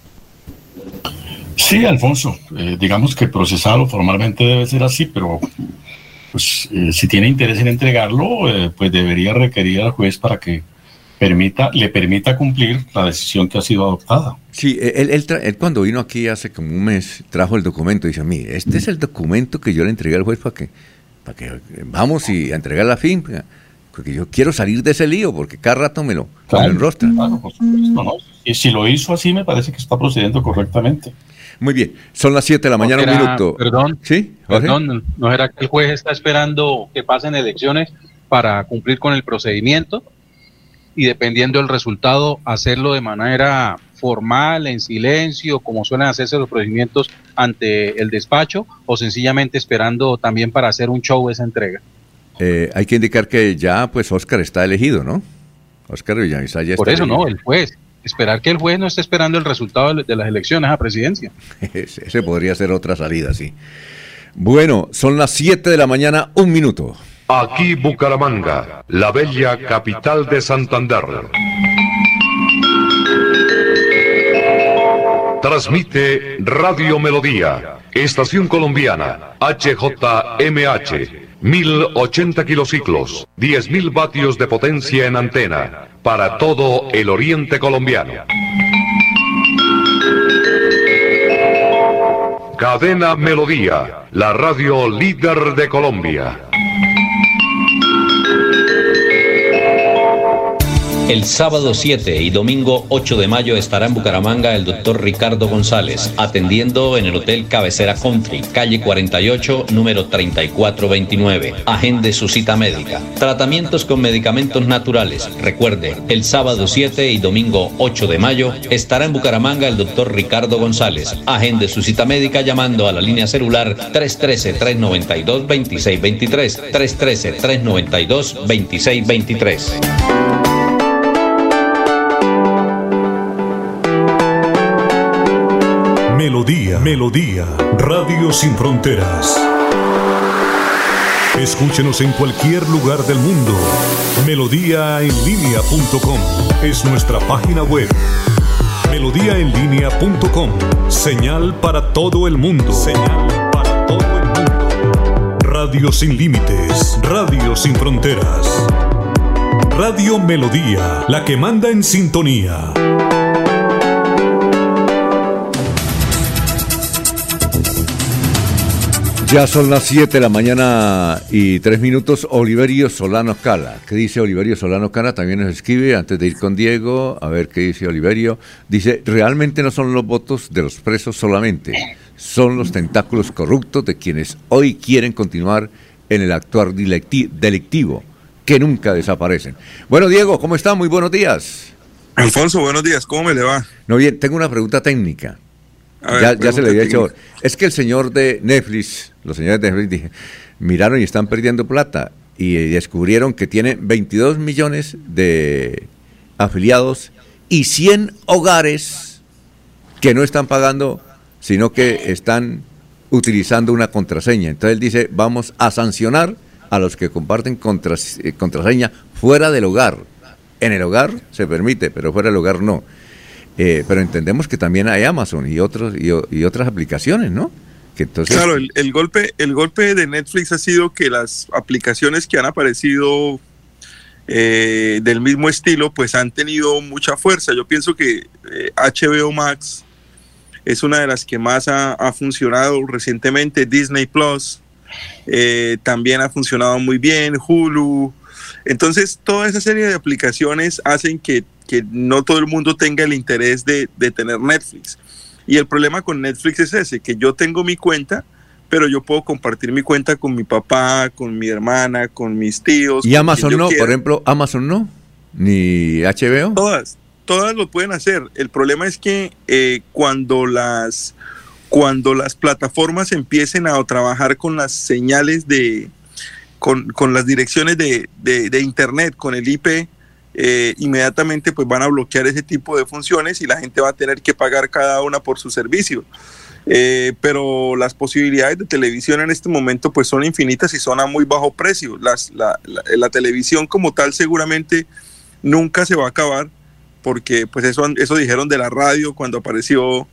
Sí, Alfonso, digamos que procesarlo formalmente debe ser así, pero pues si tiene interés en entregarlo, pues debería requerir al juez para que le permita cumplir la decisión que ha sido adoptada. Sí, él cuando vino aquí hace como un mes trajo el documento y dice, mire, este es el documento que yo le entregué al juez para que vamos y a entregar la finca, porque yo quiero salir de ese lío, porque cada rato me lo enrostra. Claro, por supuesto, ¿no? Y si lo hizo así, me parece que está procediendo correctamente. Muy bien, son las 7 de la mañana, un minuto. Perdón, ¿Sí? Perdón, ¿no era que el juez está esperando que pasen elecciones para cumplir con el procedimiento? Y dependiendo del resultado, hacerlo de manera formal, en silencio, como suelen hacerse los procedimientos ante el despacho, o sencillamente esperando también para hacer un show esa entrega. Hay que indicar que ya, pues, Óscar está elegido, ¿no? Óscar Villamizar ya está elegido. Por eso, no, el juez. Esperar que el juez no esté esperando el resultado de las elecciones a presidencia. Ese podría ser otra salida, sí. Bueno, son las 7 de la mañana, un minuto. Aquí Bucaramanga, la bella capital de Santander. Transmite Radio Melodía, Estación Colombiana, HJMH, 1080 kilociclos, 10.000 vatios de potencia en antena, para todo el oriente colombiano. Cadena Melodía, la radio líder de Colombia. El sábado 7 y domingo 8 de mayo estará en Bucaramanga el doctor Ricardo González, atendiendo en el Hotel Cabecera Country, calle 48, número 3429. Agende su cita médica. Tratamientos con medicamentos naturales. Recuerde, el sábado 7 y domingo 8 de mayo estará en Bucaramanga el doctor Ricardo González. Agende su cita médica llamando a la línea celular 313-392-2623. 313-392-2623. Melodía, Radio Sin Fronteras. Escúchenos en cualquier lugar del mundo. Melodíaenlínea.com es nuestra página web. Melodíaenlínea.com, señal para todo el mundo. Radio sin límites, Radio sin fronteras. Radio Melodía, la que manda en sintonía. Ya son las 7 de la mañana y 3 minutos. Oliverio Solano Cala. ¿Qué dice Oliverio Solano Cala? También nos escribe antes de ir con Diego. A ver qué dice Oliverio. Dice, realmente no son los votos de los presos solamente. Son los tentáculos corruptos de quienes hoy quieren continuar en el actuar delictivo, que nunca desaparecen. Bueno, Diego, ¿cómo está? Muy buenos días. Alfonso, buenos días. ¿Cómo me le va? No, bien, tengo una pregunta técnica. Ver, ya se le había hecho. Es que el señor de Netflix, los señores de Netflix, miraron y están perdiendo plata y descubrieron que tienen 22 millones de afiliados y 100 hogares que no están pagando, sino que están utilizando una contraseña. Entonces él dice, vamos a sancionar a los que comparten contraseña fuera del hogar. En el hogar se permite, pero fuera del hogar no. Pero entendemos que también hay Amazon y otras aplicaciones, ¿no? Que entonces... Claro, el golpe de Netflix ha sido que las aplicaciones que han aparecido del mismo estilo, pues han tenido mucha fuerza. Yo pienso que HBO Max es una de las que más ha funcionado recientemente. Disney Plus también ha funcionado muy bien, Hulu. Entonces, toda esa serie de aplicaciones hacen que no todo el mundo tenga el interés de tener Netflix. Y el problema con Netflix es ese, que yo tengo mi cuenta, pero yo puedo compartir mi cuenta con mi papá, con mi hermana, con mis tíos. ¿Y Amazon no? Por ejemplo, ¿Amazon no? ¿Ni HBO? Todas lo pueden hacer. El problema es que cuando las plataformas empiecen a trabajar con las señales con las direcciones de internet, con el IP, inmediatamente pues van a bloquear ese tipo de funciones y la gente va a tener que pagar cada una por su servicio. Pero las posibilidades de televisión en este momento pues son infinitas y son a muy bajo precio. La televisión como tal seguramente nunca se va a acabar, porque pues eso dijeron de la radio cuando aparecieron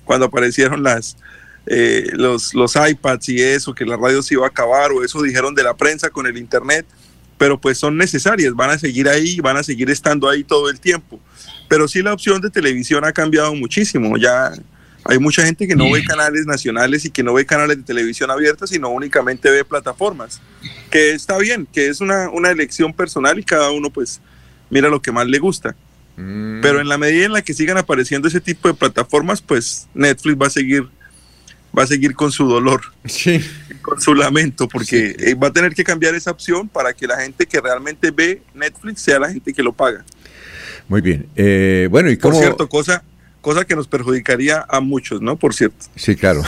los iPads y eso, que la radio se iba a acabar, o eso dijeron de la prensa con el internet, pero pues son necesarias, van a seguir ahí, van a seguir estando ahí todo el tiempo. Pero sí, la opción de televisión ha cambiado muchísimo. Ya hay mucha gente que no ve canales nacionales y que no ve canales de televisión abiertas, sino únicamente ve plataformas, que está bien, que es una elección personal y cada uno pues mira lo que más le gusta. Pero en la medida en la que sigan apareciendo ese tipo de plataformas, pues Netflix va a seguir con su dolor, sí, con su lamento, porque va a tener que cambiar esa opción para que la gente que realmente ve Netflix sea la gente que lo paga. Muy bien. Bueno, ¿y cómo? Por cierto, cosa que nos perjudicaría a muchos, ¿no? Por cierto. Sí, claro.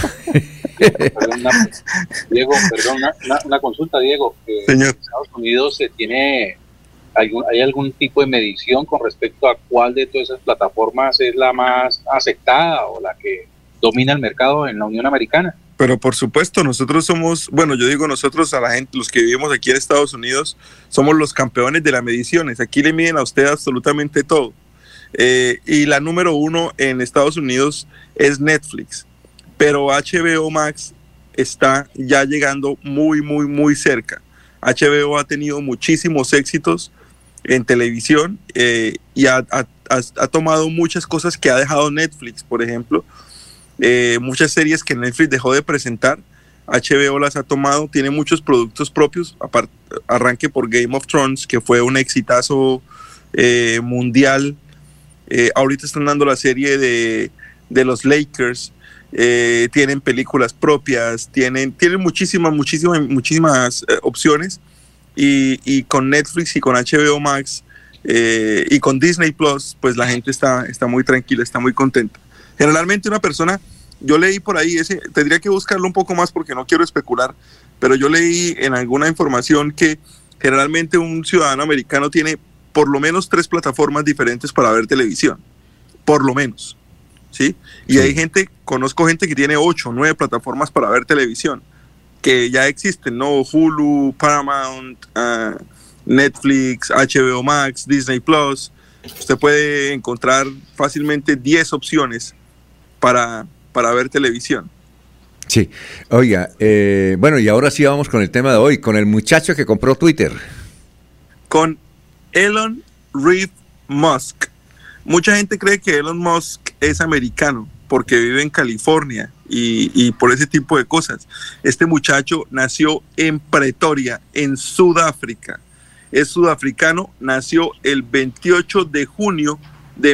Diego, perdón, una consulta, Diego. Señor. En Estados Unidos ¿hay algún tipo de medición con respecto a cuál de todas esas plataformas es la más aceptada o la que domina el mercado en la Unión Americana? Pero por supuesto, nosotros somos, bueno, yo digo nosotros a la gente, los que vivimos aquí en Estados Unidos, somos los campeones de las mediciones. Aquí le miden a usted absolutamente todo. Y la número 1 en Estados Unidos es Netflix, pero HBO Max está ya llegando muy, muy, muy cerca. HBO ha tenido muchísimos éxitos en televisión y ha tomado muchas cosas que ha dejado Netflix, por ejemplo. Muchas series que Netflix dejó de presentar, HBO las ha tomado, tiene muchos productos propios, arranque por Game of Thrones, que fue un exitazo mundial. Ahorita están dando la serie de los Lakers, tienen películas propias, tienen muchísimas opciones, y con Netflix y con HBO Max y con Disney Plus, pues la gente está muy tranquila, está muy contenta. Generalmente una persona, yo leí por ahí, tendría que buscarlo un poco más porque no quiero especular, pero yo leí en alguna información que generalmente un ciudadano americano tiene por lo menos 3 plataformas diferentes para ver televisión, por lo menos, ¿sí? Y hay conozco gente que tiene 8 o 9 plataformas para ver televisión, que ya existen, ¿no? Hulu, Paramount, Netflix, HBO Max, Disney Plus. Usted puede encontrar fácilmente 10 opciones para ver televisión. Sí, oiga, bueno, y ahora sí vamos con el tema de hoy, con el muchacho que compró Twitter. Con Elon Reed Musk. Mucha gente cree que Elon Musk es americano porque vive en California y por ese tipo de cosas. Este muchacho nació en Pretoria, en Sudáfrica. Es sudafricano, nació el 28 de junio de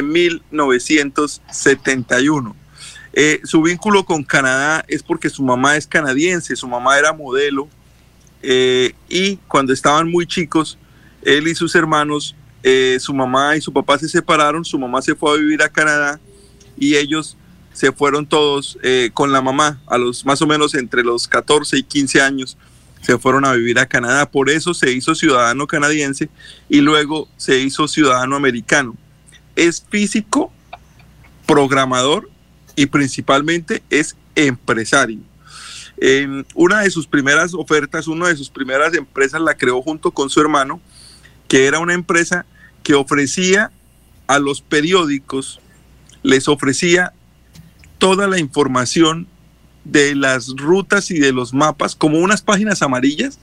1971. Su vínculo con Canadá es porque su mamá es canadiense, su mamá era modelo, y cuando estaban muy chicos, él y sus hermanos, su mamá y su papá se separaron, su mamá se fue a vivir a Canadá y ellos se fueron todos con la mamá, a los más o menos entre los 14 y 15 años, se fueron a vivir a Canadá. Por eso se hizo ciudadano canadiense y luego se hizo ciudadano americano. Es físico, programador y principalmente es empresario. Una de sus primeras ofertas, una de sus primeras empresas la creó junto con su hermano, que era una empresa que ofrecía a los periódicos, les ofrecía toda la información de las rutas y de los mapas, como unas páginas amarillas,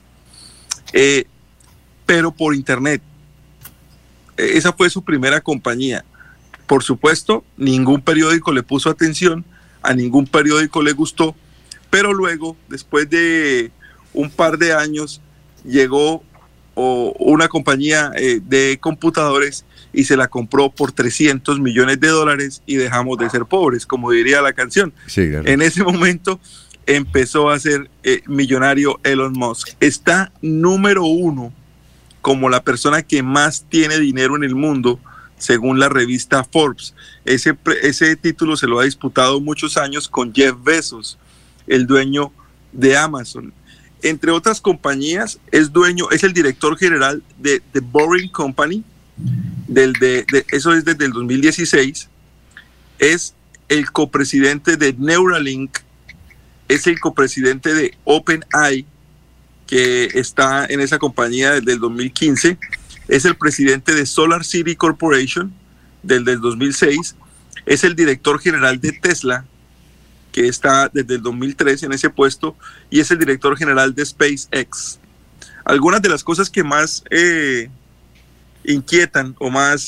pero por internet. Esa fue su primera compañía. Por supuesto, ningún periódico le puso atención, a ningún periódico le gustó, pero luego, después de un par de años, llegó una compañía de computadores y se la compró por $300 millones y dejamos de ser pobres, como diría la canción. Sí, claro. En ese momento empezó a ser millonario Elon Musk. Está número 1 como la persona que más tiene dinero en el mundo, según la revista Forbes. Ese título se lo ha disputado muchos años con Jeff Bezos, el dueño de Amazon. Entre otras compañías, es el director general de The Boring Company, eso es desde el 2016, es el copresidente de Neuralink, es el copresidente de OpenAI, que está en esa compañía desde el 2015, es el presidente de Solar City Corporation desde el 2006, es el director general de Tesla, que está desde el 2003 en ese puesto, y es el director general de SpaceX. Algunas de las cosas que más inquietan o más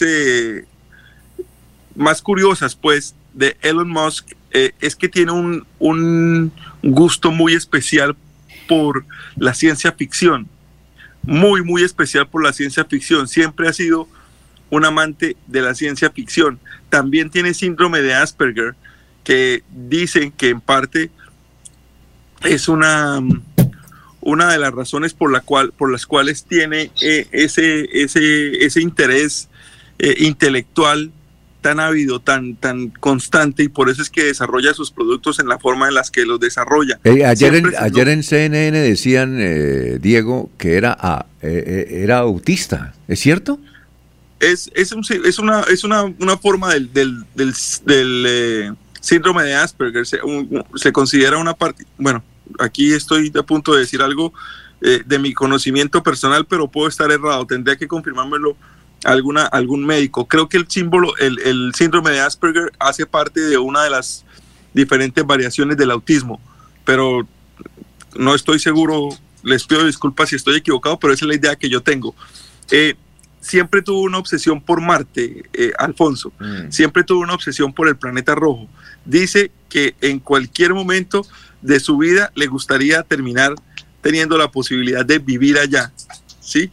curiosas, pues, de Elon Musk es que tiene un gusto muy especial por la ciencia ficción, muy, muy especial por la ciencia ficción. Siempre ha sido un amante de la ciencia ficción. También tiene síndrome de Asperger, que dicen que en parte es una de las razones por las cuales tiene ese interés intelectual tan ávido, tan constante, y por eso es que desarrolla sus productos en la forma en las que los desarrolla. Ayer en CNN decían, Diego, que era autista, ¿es cierto? Es una forma del síndrome de Asperger. Se considera una parte, bueno, aquí estoy a punto de decir algo de mi conocimiento personal, pero puedo estar errado, tendría que confirmármelo algún médico. Creo que el síndrome de Asperger hace parte de una de las diferentes variaciones del autismo, pero no estoy seguro, les pido disculpas si estoy equivocado, pero esa es la idea que yo tengo. siempre tuvo una obsesión por Marte, Alfonso. Siempre tuvo una obsesión por el planeta rojo. Dice que en cualquier momento de su vida le gustaría terminar teniendo la posibilidad de vivir allá, ¿sí?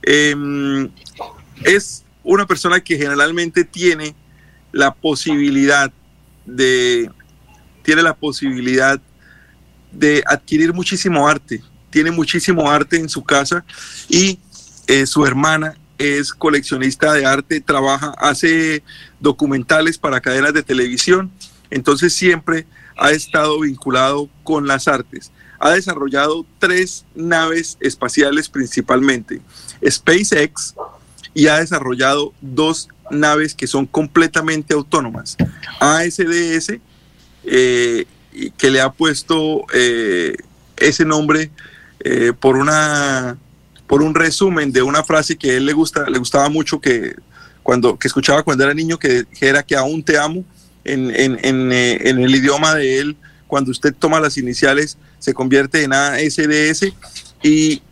Es una persona que generalmente tiene la posibilidad de adquirir muchísimo arte. Tiene muchísimo arte en su casa y su hermana es coleccionista de arte, hace documentales para cadenas de televisión, entonces siempre ha estado vinculado con las artes. Ha desarrollado 3 naves espaciales principalmente, SpaceX, y ha desarrollado 2 naves que son completamente autónomas, ASDS, que le ha puesto ese nombre por un resumen de una frase que a él le gustaba mucho, que escuchaba cuando era niño, que era que aún te amo. En el idioma de él, cuando usted toma las iniciales se convierte en ASDS, y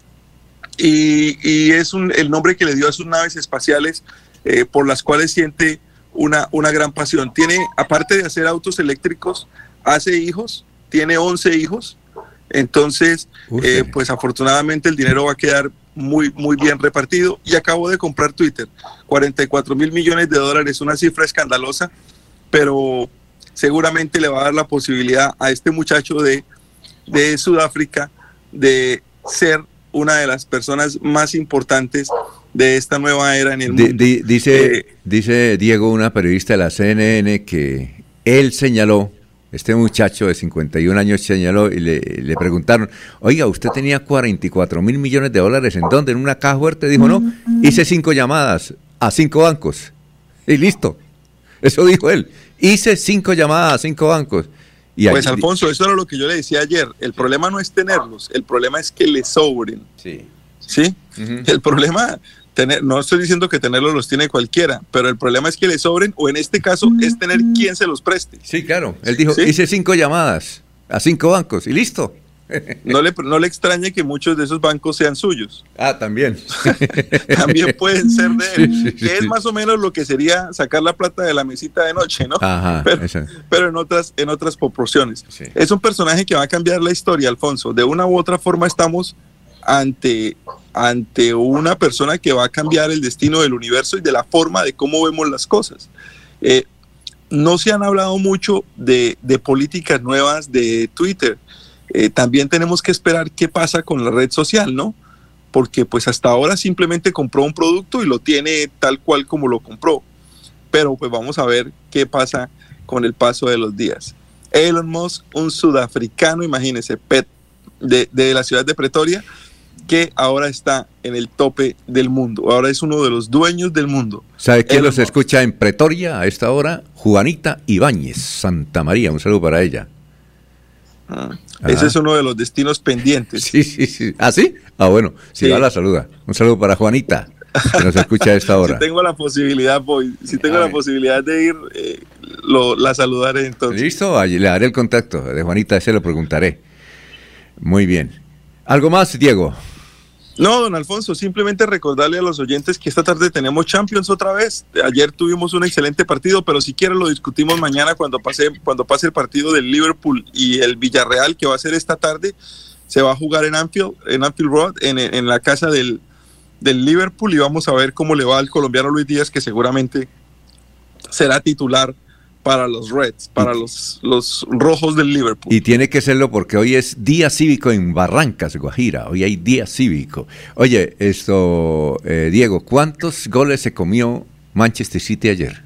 es el nombre que le dio a sus naves espaciales, por las cuales siente una gran pasión. Tiene, aparte de hacer autos eléctricos, hace hijos, tiene 11 hijos. Entonces, pues afortunadamente el dinero va a quedar muy, muy bien repartido. Y acabó de comprar Twitter, $44,000 millones, una cifra escandalosa, pero seguramente le va a dar la posibilidad a este muchacho de Sudáfrica de ser una de las personas más importantes de esta nueva era en el mundo. Dice Diego, una periodista de la CNN, que él señaló, este muchacho de 51 años señaló, y le preguntaron, oiga, ¿usted tenía $44,000 millones? ¿En dónde? ¿En una caja fuerte? Dijo, no, hice 5 llamadas a 5 bancos y listo. Eso dijo él, hice 5 llamadas a 5 bancos. Y pues Alfonso, eso era lo que yo le decía ayer, el problema no es tenerlos, el problema es que le sobren. Sí. El problema, no estoy diciendo que tenerlos los tiene cualquiera, pero el problema es que le sobren, o en este caso es tener quien se los preste. Sí, claro, él dijo, hice 5 llamadas a 5 bancos y listo. No le extrañe que muchos de esos bancos sean suyos. También. También pueden ser de él, que es más o menos lo que sería sacar la plata de la mesita de noche, ¿no? Pero en otras proporciones. Sí. Es un personaje que va a cambiar la historia, Alfonso. De una u otra forma estamos ante una persona que va a cambiar el destino del universo y de la forma de cómo vemos las cosas. No se han hablado mucho de políticas nuevas de Twitter. También tenemos que esperar qué pasa con la red social, ¿no? Porque pues hasta ahora simplemente compró un producto y lo tiene tal cual como lo compró. Pero pues vamos a ver qué pasa con el paso de los días. Elon Musk, un sudafricano, imagínense, de la ciudad de Pretoria, que ahora está en el tope del mundo. Ahora es uno de los dueños del mundo. ¿Sabe quién los escucha en Pretoria a esta hora? Juanita Ibáñez, Santa María. Un saludo para ella. Ese es uno de los destinos pendientes. Sí. ¿Ah, sí? Bueno, sí, va la saluda. Un saludo para Juanita, que nos escucha a esta hora. Si tengo la posibilidad, voy. Si tengo la posibilidad de ir, la saludaré entonces. Listo, allí le daré el contacto de Juanita, ese lo preguntaré. Muy bien. ¿Algo más, Diego? No, don Alfonso, simplemente recordarle a los oyentes que esta tarde tenemos Champions otra vez. Ayer tuvimos un excelente partido, pero si quieren lo discutimos mañana cuando pase el partido del Liverpool y el Villarreal, que va a ser esta tarde. Se va a jugar en Anfield Road, en la casa del Liverpool, y vamos a ver cómo le va al colombiano Luis Díaz, que seguramente será titular para los Reds, para los rojos del Liverpool. Y tiene que serlo porque hoy es día cívico en Barrancas, Guajira. Hoy hay día cívico. Oye, Diego, ¿cuántos goles se comió Manchester City ayer?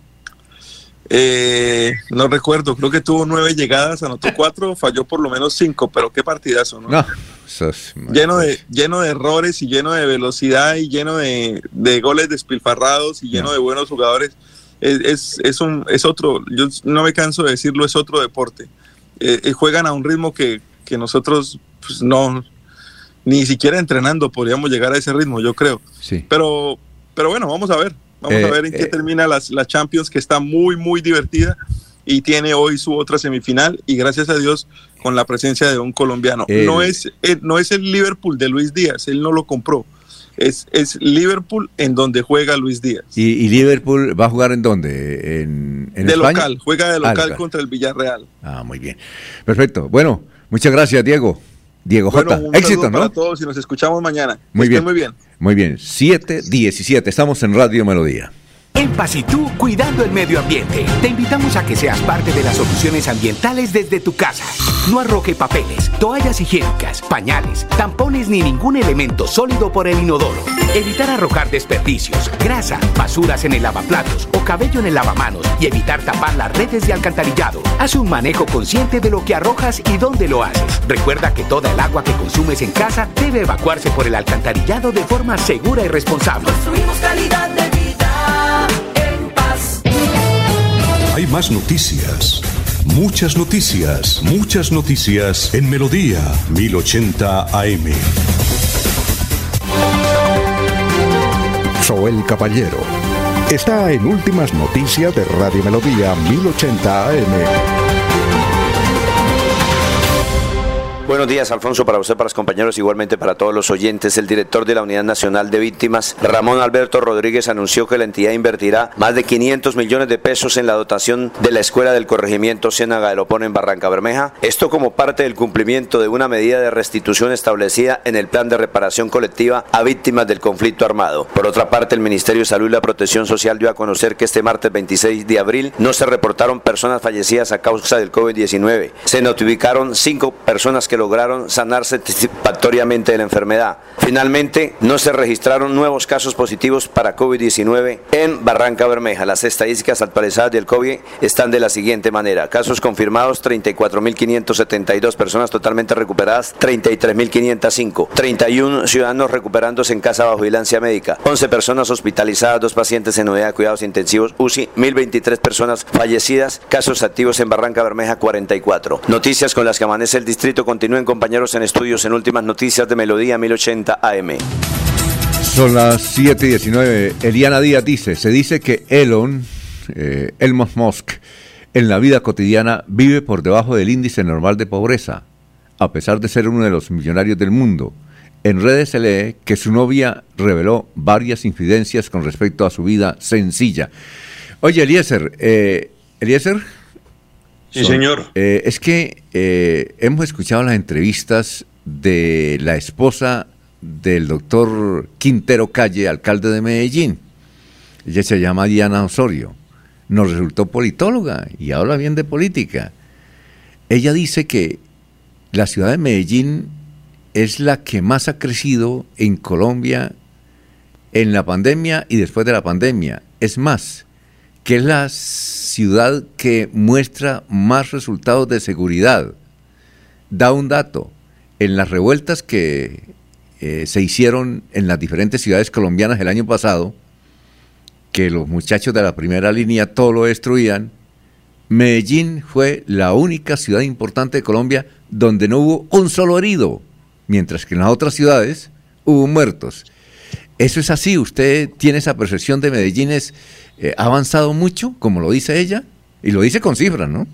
No recuerdo, creo que tuvo 9 llegadas, anotó 4, falló por lo menos 5, pero qué partidazo, ¿no? Lleno de errores y lleno de velocidad y lleno de goles despilfarrados y lleno de buenos jugadores. Es otro, yo no me canso de decirlo, es otro deporte. Juegan a un ritmo que nosotros pues, no, ni siquiera entrenando podríamos llegar a ese ritmo, yo creo. Sí. Pero bueno, vamos a ver en qué termina la Champions, que está muy, muy divertida y tiene hoy su otra semifinal, y gracias a Dios con la presencia de un colombiano. No es el Liverpool de Luis Díaz, él no lo compró. Es Liverpool en donde juega Luis Díaz. ¿Y Liverpool va a jugar en dónde? ¿En de España? Local, juega de local contra el Villarreal. Muy bien. Perfecto. Bueno, muchas gracias, Diego. Diego J. Un Éxito, saludo ¿no? para todos y nos escuchamos mañana. Muy bien. Muy bien. Muy bien. 7:17. Estamos en Radio Melodía. En Paz y tú, cuidando el medio ambiente. Te invitamos a que seas parte de las soluciones ambientales desde tu casa. No arroje papeles, toallas higiénicas, pañales, tampones ni ningún elemento sólido por el inodoro. Evitar arrojar desperdicios, grasa, basuras en el lavaplatos o cabello en el lavamanos y evitar tapar las redes de alcantarillado. Haz un manejo consciente de lo que arrojas y dónde lo haces. Recuerda que toda el agua que consumes en casa debe evacuarse por el alcantarillado de forma segura y responsable. Construimos calidad de vida. Hay más noticias. Muchas noticias en Melodía 1080 AM. Soel Caballero está en Últimas Noticias de Radio Melodía 1080 AM. Buenos días, Alfonso, para usted, para los compañeros, igualmente para todos los oyentes. El director de la Unidad Nacional de Víctimas, Ramón Alberto Rodríguez, anunció que la entidad invertirá más de 500 millones de pesos en la dotación de la Escuela del Corregimiento Ciénaga de Lopón en Barrancabermeja. Esto como parte del cumplimiento de una medida de restitución establecida en el Plan de Reparación Colectiva a Víctimas del Conflicto Armado. Por otra parte, el Ministerio de Salud y la Protección Social dio a conocer que este martes 26 de abril no se reportaron personas fallecidas a causa del COVID-19. Se notificaron 5 personas que lograron sanarse satisfactoriamente de la enfermedad. Finalmente, no se registraron nuevos casos positivos para COVID-19 en Barrancabermeja. Las estadísticas actualizadas del COVID están de la siguiente manera: casos confirmados 34.572, personas totalmente recuperadas 33.505, 31 ciudadanos recuperándose en casa bajo vigilancia médica, 11 personas hospitalizadas, 2 pacientes en unidad de cuidados intensivos UCI, 1.023 personas fallecidas, casos activos en Barrancabermeja 44. Noticias con las que amanece el distrito. Continúen, compañeros, en estudios en Últimas Noticias de Melodía 1080 AM. Son las 7:19. Eliana Díaz dice, se dice que Elon Musk en la vida cotidiana vive por debajo del índice normal de pobreza, a pesar de ser uno de los millonarios del mundo. En redes se lee que su novia reveló varias infidencias con respecto a su vida sencilla. Oye, Eliezer, Sí, señor. Es que hemos escuchado las entrevistas de la esposa del doctor Quintero Calle, alcalde de Medellín. Ella se llama Diana Osorio. Nos resultó politóloga y habla bien de política. Ella dice que la ciudad de Medellín es la que más ha crecido en Colombia en la pandemia y después de la pandemia. Es más, que es la ciudad que muestra más resultados de seguridad. Da un dato: en las revueltas que se hicieron en las diferentes ciudades colombianas el año pasado, que los muchachos de la primera línea todo lo destruían, Medellín fue la única ciudad importante de Colombia donde no hubo un solo herido, mientras que en las otras ciudades hubo muertos. ¿Eso es así? ¿Usted tiene esa percepción de Medellín? ¿Ha avanzado mucho, como lo dice ella? Y lo dice con cifras, ¿no?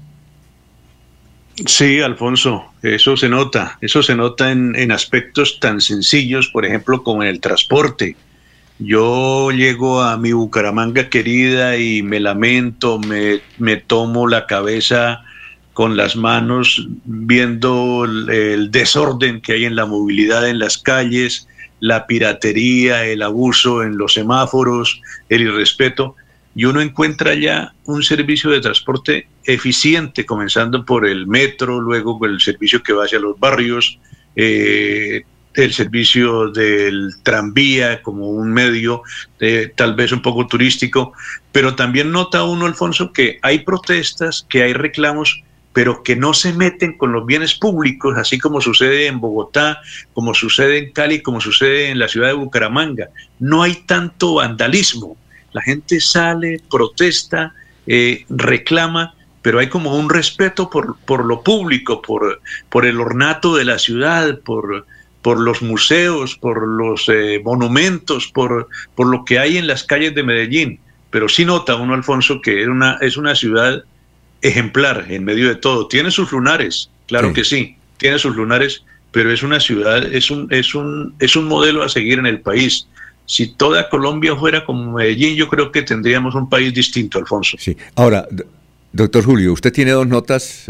Sí, Alfonso, eso se nota en aspectos tan sencillos, por ejemplo, como en el transporte. Yo llego a mi Bucaramanga querida y me lamento, me tomo la cabeza con las manos viendo el desorden que hay en la movilidad en las calles, la piratería, el abuso en los semáforos, el irrespeto. Y uno encuentra ya un servicio de transporte eficiente, comenzando por el metro, luego por el servicio que va hacia los barrios, el servicio del tranvía como un medio tal vez un poco turístico, pero también nota uno, Alfonso, que hay protestas, que hay reclamos, pero que no se meten con los bienes públicos, así como sucede en Bogotá, como sucede en Cali, como sucede en la ciudad de Bucaramanga. No hay tanto vandalismo. La gente sale, protesta, reclama, pero hay como un respeto por lo público, por el ornato de la ciudad, por los museos, por los monumentos, por lo que hay en las calles de Medellín. Pero sí nota uno, Alfonso, que es una ciudad ejemplar en medio de todo. Tiene sus lunares, claro que sí, tiene sus lunares, pero es una ciudad, es un modelo a seguir en el país. Si toda Colombia fuera como Medellín, yo creo que tendríamos un país distinto, Alfonso. Sí. Ahora, doctor Julio, usted tiene dos notas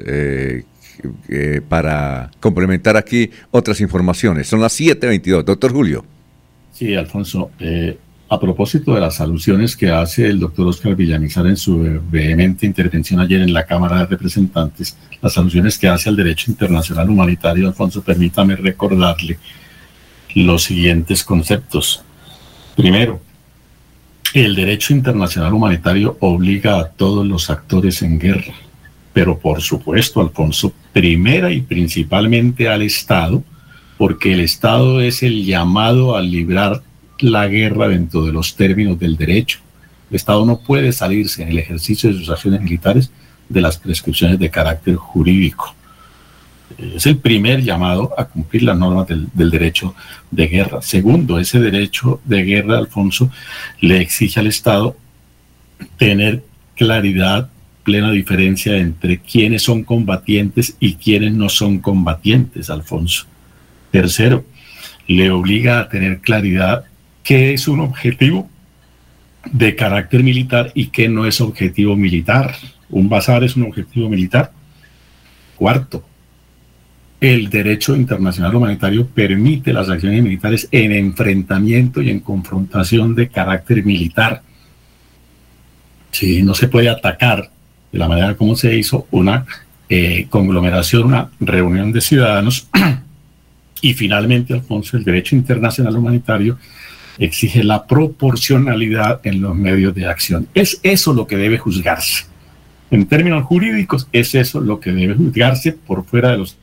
para complementar aquí otras informaciones. Son las 7:22. Doctor Julio. Sí, Alfonso. A propósito de las alusiones que hace el doctor Óscar Villamizar en su vehemente intervención ayer en la Cámara de Representantes, las alusiones que hace al derecho internacional humanitario, Alfonso, permítame recordarle los siguientes conceptos. Primero, el derecho internacional humanitario obliga a todos los actores en guerra, pero por supuesto, Alfonso, primera y principalmente al Estado, porque el Estado es el llamado a librar la guerra dentro de los términos del derecho. El Estado no puede salirse en el ejercicio de sus acciones militares de las prescripciones de carácter jurídico. Es el primer llamado a cumplir las normas del derecho de guerra. Segundo, ese derecho de guerra, Alfonso, le exige al Estado tener claridad, plena diferencia entre quiénes son combatientes y quiénes no son combatientes, Alfonso. Tercero, le obliga a tener claridad qué es un objetivo de carácter militar y qué no es objetivo militar. Un bazar es un objetivo militar. Cuarto, el derecho internacional humanitario permite las acciones militares en enfrentamiento y en confrontación de carácter militar. Sí, no se puede atacar de la manera como se hizo una conglomeración, una reunión de ciudadanos. Y finalmente, Alfonso, el derecho internacional humanitario exige la proporcionalidad en los medios de acción. Es eso lo que debe juzgarse. En términos jurídicos, es eso lo que debe juzgarse por fuera de los...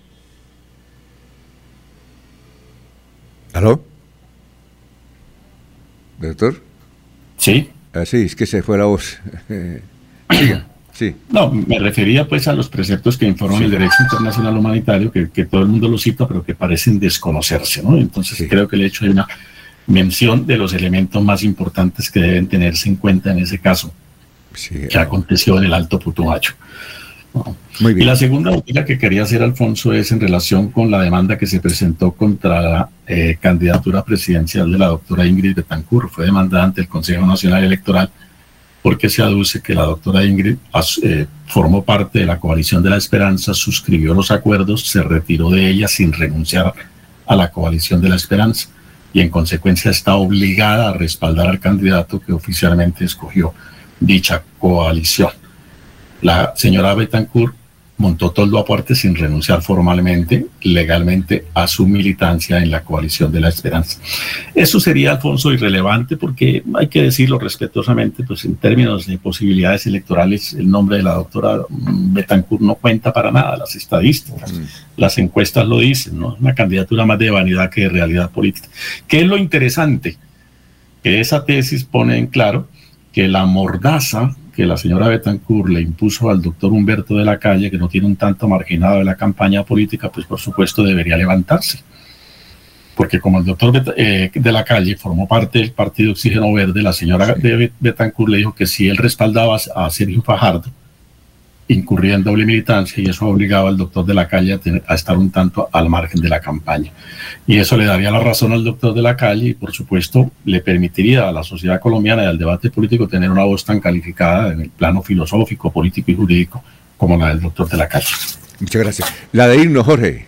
¿Aló? ¿Doctor? Sí. Sí, es que se fue la voz. Siga. Sí. No, me refería pues a los preceptos que informan el derecho internacional humanitario, que todo el mundo lo cita, pero que parecen desconocerse, ¿no? Entonces creo que el hecho de una mención de los elementos más importantes que deben tenerse en cuenta en ese caso que aconteció en el Alto Putumayo. Muy bien. Y la segunda noticia que quería hacer, Alfonso, es en relación con la demanda que se presentó contra la candidatura presidencial de la doctora Ingrid Betancourt. Fue demandada ante el Consejo Nacional Electoral porque se aduce que la doctora Ingrid formó parte de la Coalición de la Esperanza, suscribió los acuerdos, se retiró de ella sin renunciar a la Coalición de la Esperanza y en consecuencia está obligada a respaldar al candidato que oficialmente escogió dicha coalición. La señora Betancourt montó toldo aparte sin renunciar formalmente, legalmente, a su militancia en la Coalición de la Esperanza. Eso sería, Alfonso, irrelevante porque hay que decirlo respetuosamente, pues en términos de posibilidades electorales, el nombre de la doctora Betancourt no cuenta para nada, las estadísticas, las encuestas lo dicen, ¿no? Una candidatura más de vanidad que de realidad política. ¿Qué es lo interesante? Que esa tesis pone en claro que la mordaza que la señora Betancourt le impuso al doctor Humberto de la Calle, que no tiene un tanto marginado de la campaña política, pues por supuesto debería levantarse. Porque como el doctor de la Calle formó parte del partido Oxígeno Verde, la señora Betancourt le dijo que si él respaldaba a Sergio Fajardo, incurría en doble militancia y eso obligaba al doctor de la Calle a estar un tanto al margen de la campaña. Y eso le daría la razón al doctor de la Calle y por supuesto le permitiría a la sociedad colombiana y al debate político tener una voz tan calificada en el plano filosófico, político y jurídico como la del doctor de la Calle. Muchas gracias. La de irnos, Jorge.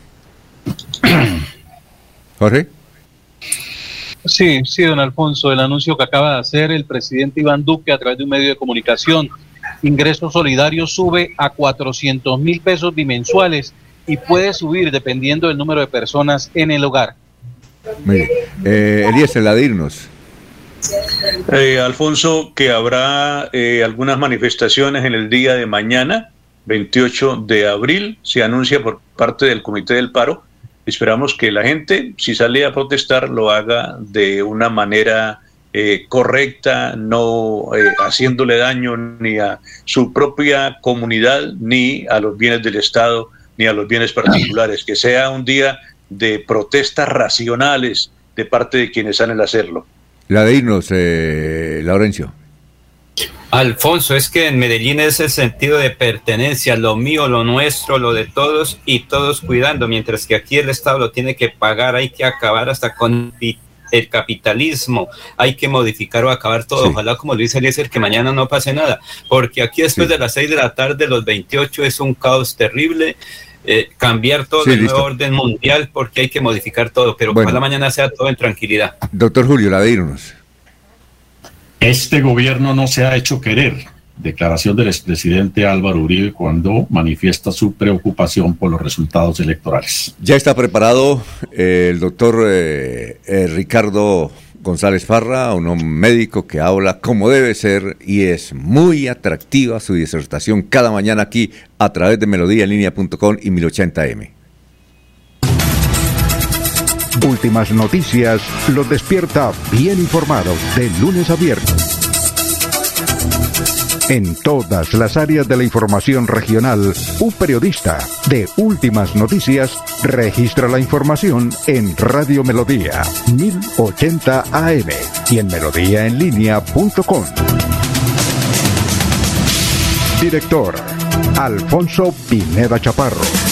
Jorge. Sí, don Alfonso, el anuncio que acaba de hacer el presidente Iván Duque a través de un medio de comunicación. Ingreso solidario sube a 400.000 pesos bimensuales y puede subir dependiendo del número de personas en el hogar. Muy bien. Eliezer, la de irnos. Alfonso, que habrá algunas manifestaciones en el día de mañana, 28 de abril, se anuncia por parte del Comité del Paro. Esperamos que la gente, si sale a protestar, lo haga de una manera correcta, no haciéndole daño ni a su propia comunidad, ni a los bienes del Estado, ni a los bienes particulares, que sea un día de protestas racionales de parte de quienes salen a hacerlo. La de irnos, Laurencio. Alfonso, es que en Medellín es el sentido de pertenencia, lo mío, lo nuestro, lo de todos y todos cuidando, mientras que aquí el Estado lo tiene que pagar, hay que acabar hasta con el capitalismo, hay que modificar o acabar todo. Sí. Ojalá, como lo dice Eliezer, que mañana no pase nada, porque aquí después de las 6 de la tarde, los 28, es un caos terrible. Cambiar todo el nuevo orden mundial, porque hay que modificar todo, pero ojalá mañana sea todo en tranquilidad. Doctor Julio, la de irnos. Este gobierno no se ha hecho querer. Declaración del expresidente Álvaro Uribe cuando manifiesta su preocupación por los resultados electorales. Ya está preparado el doctor Ricardo González Parra, un médico que habla como debe ser y es muy atractiva su disertación cada mañana aquí a través de melodíaenlínea.com y 1080m. Últimas noticias los despierta bien informados de lunes a viernes. En todas las áreas de la información regional, un periodista de Últimas Noticias registra la información en Radio Melodía 1080 AM y en melodíaenlínea.com. Director Alfonso Pineda Chaparro.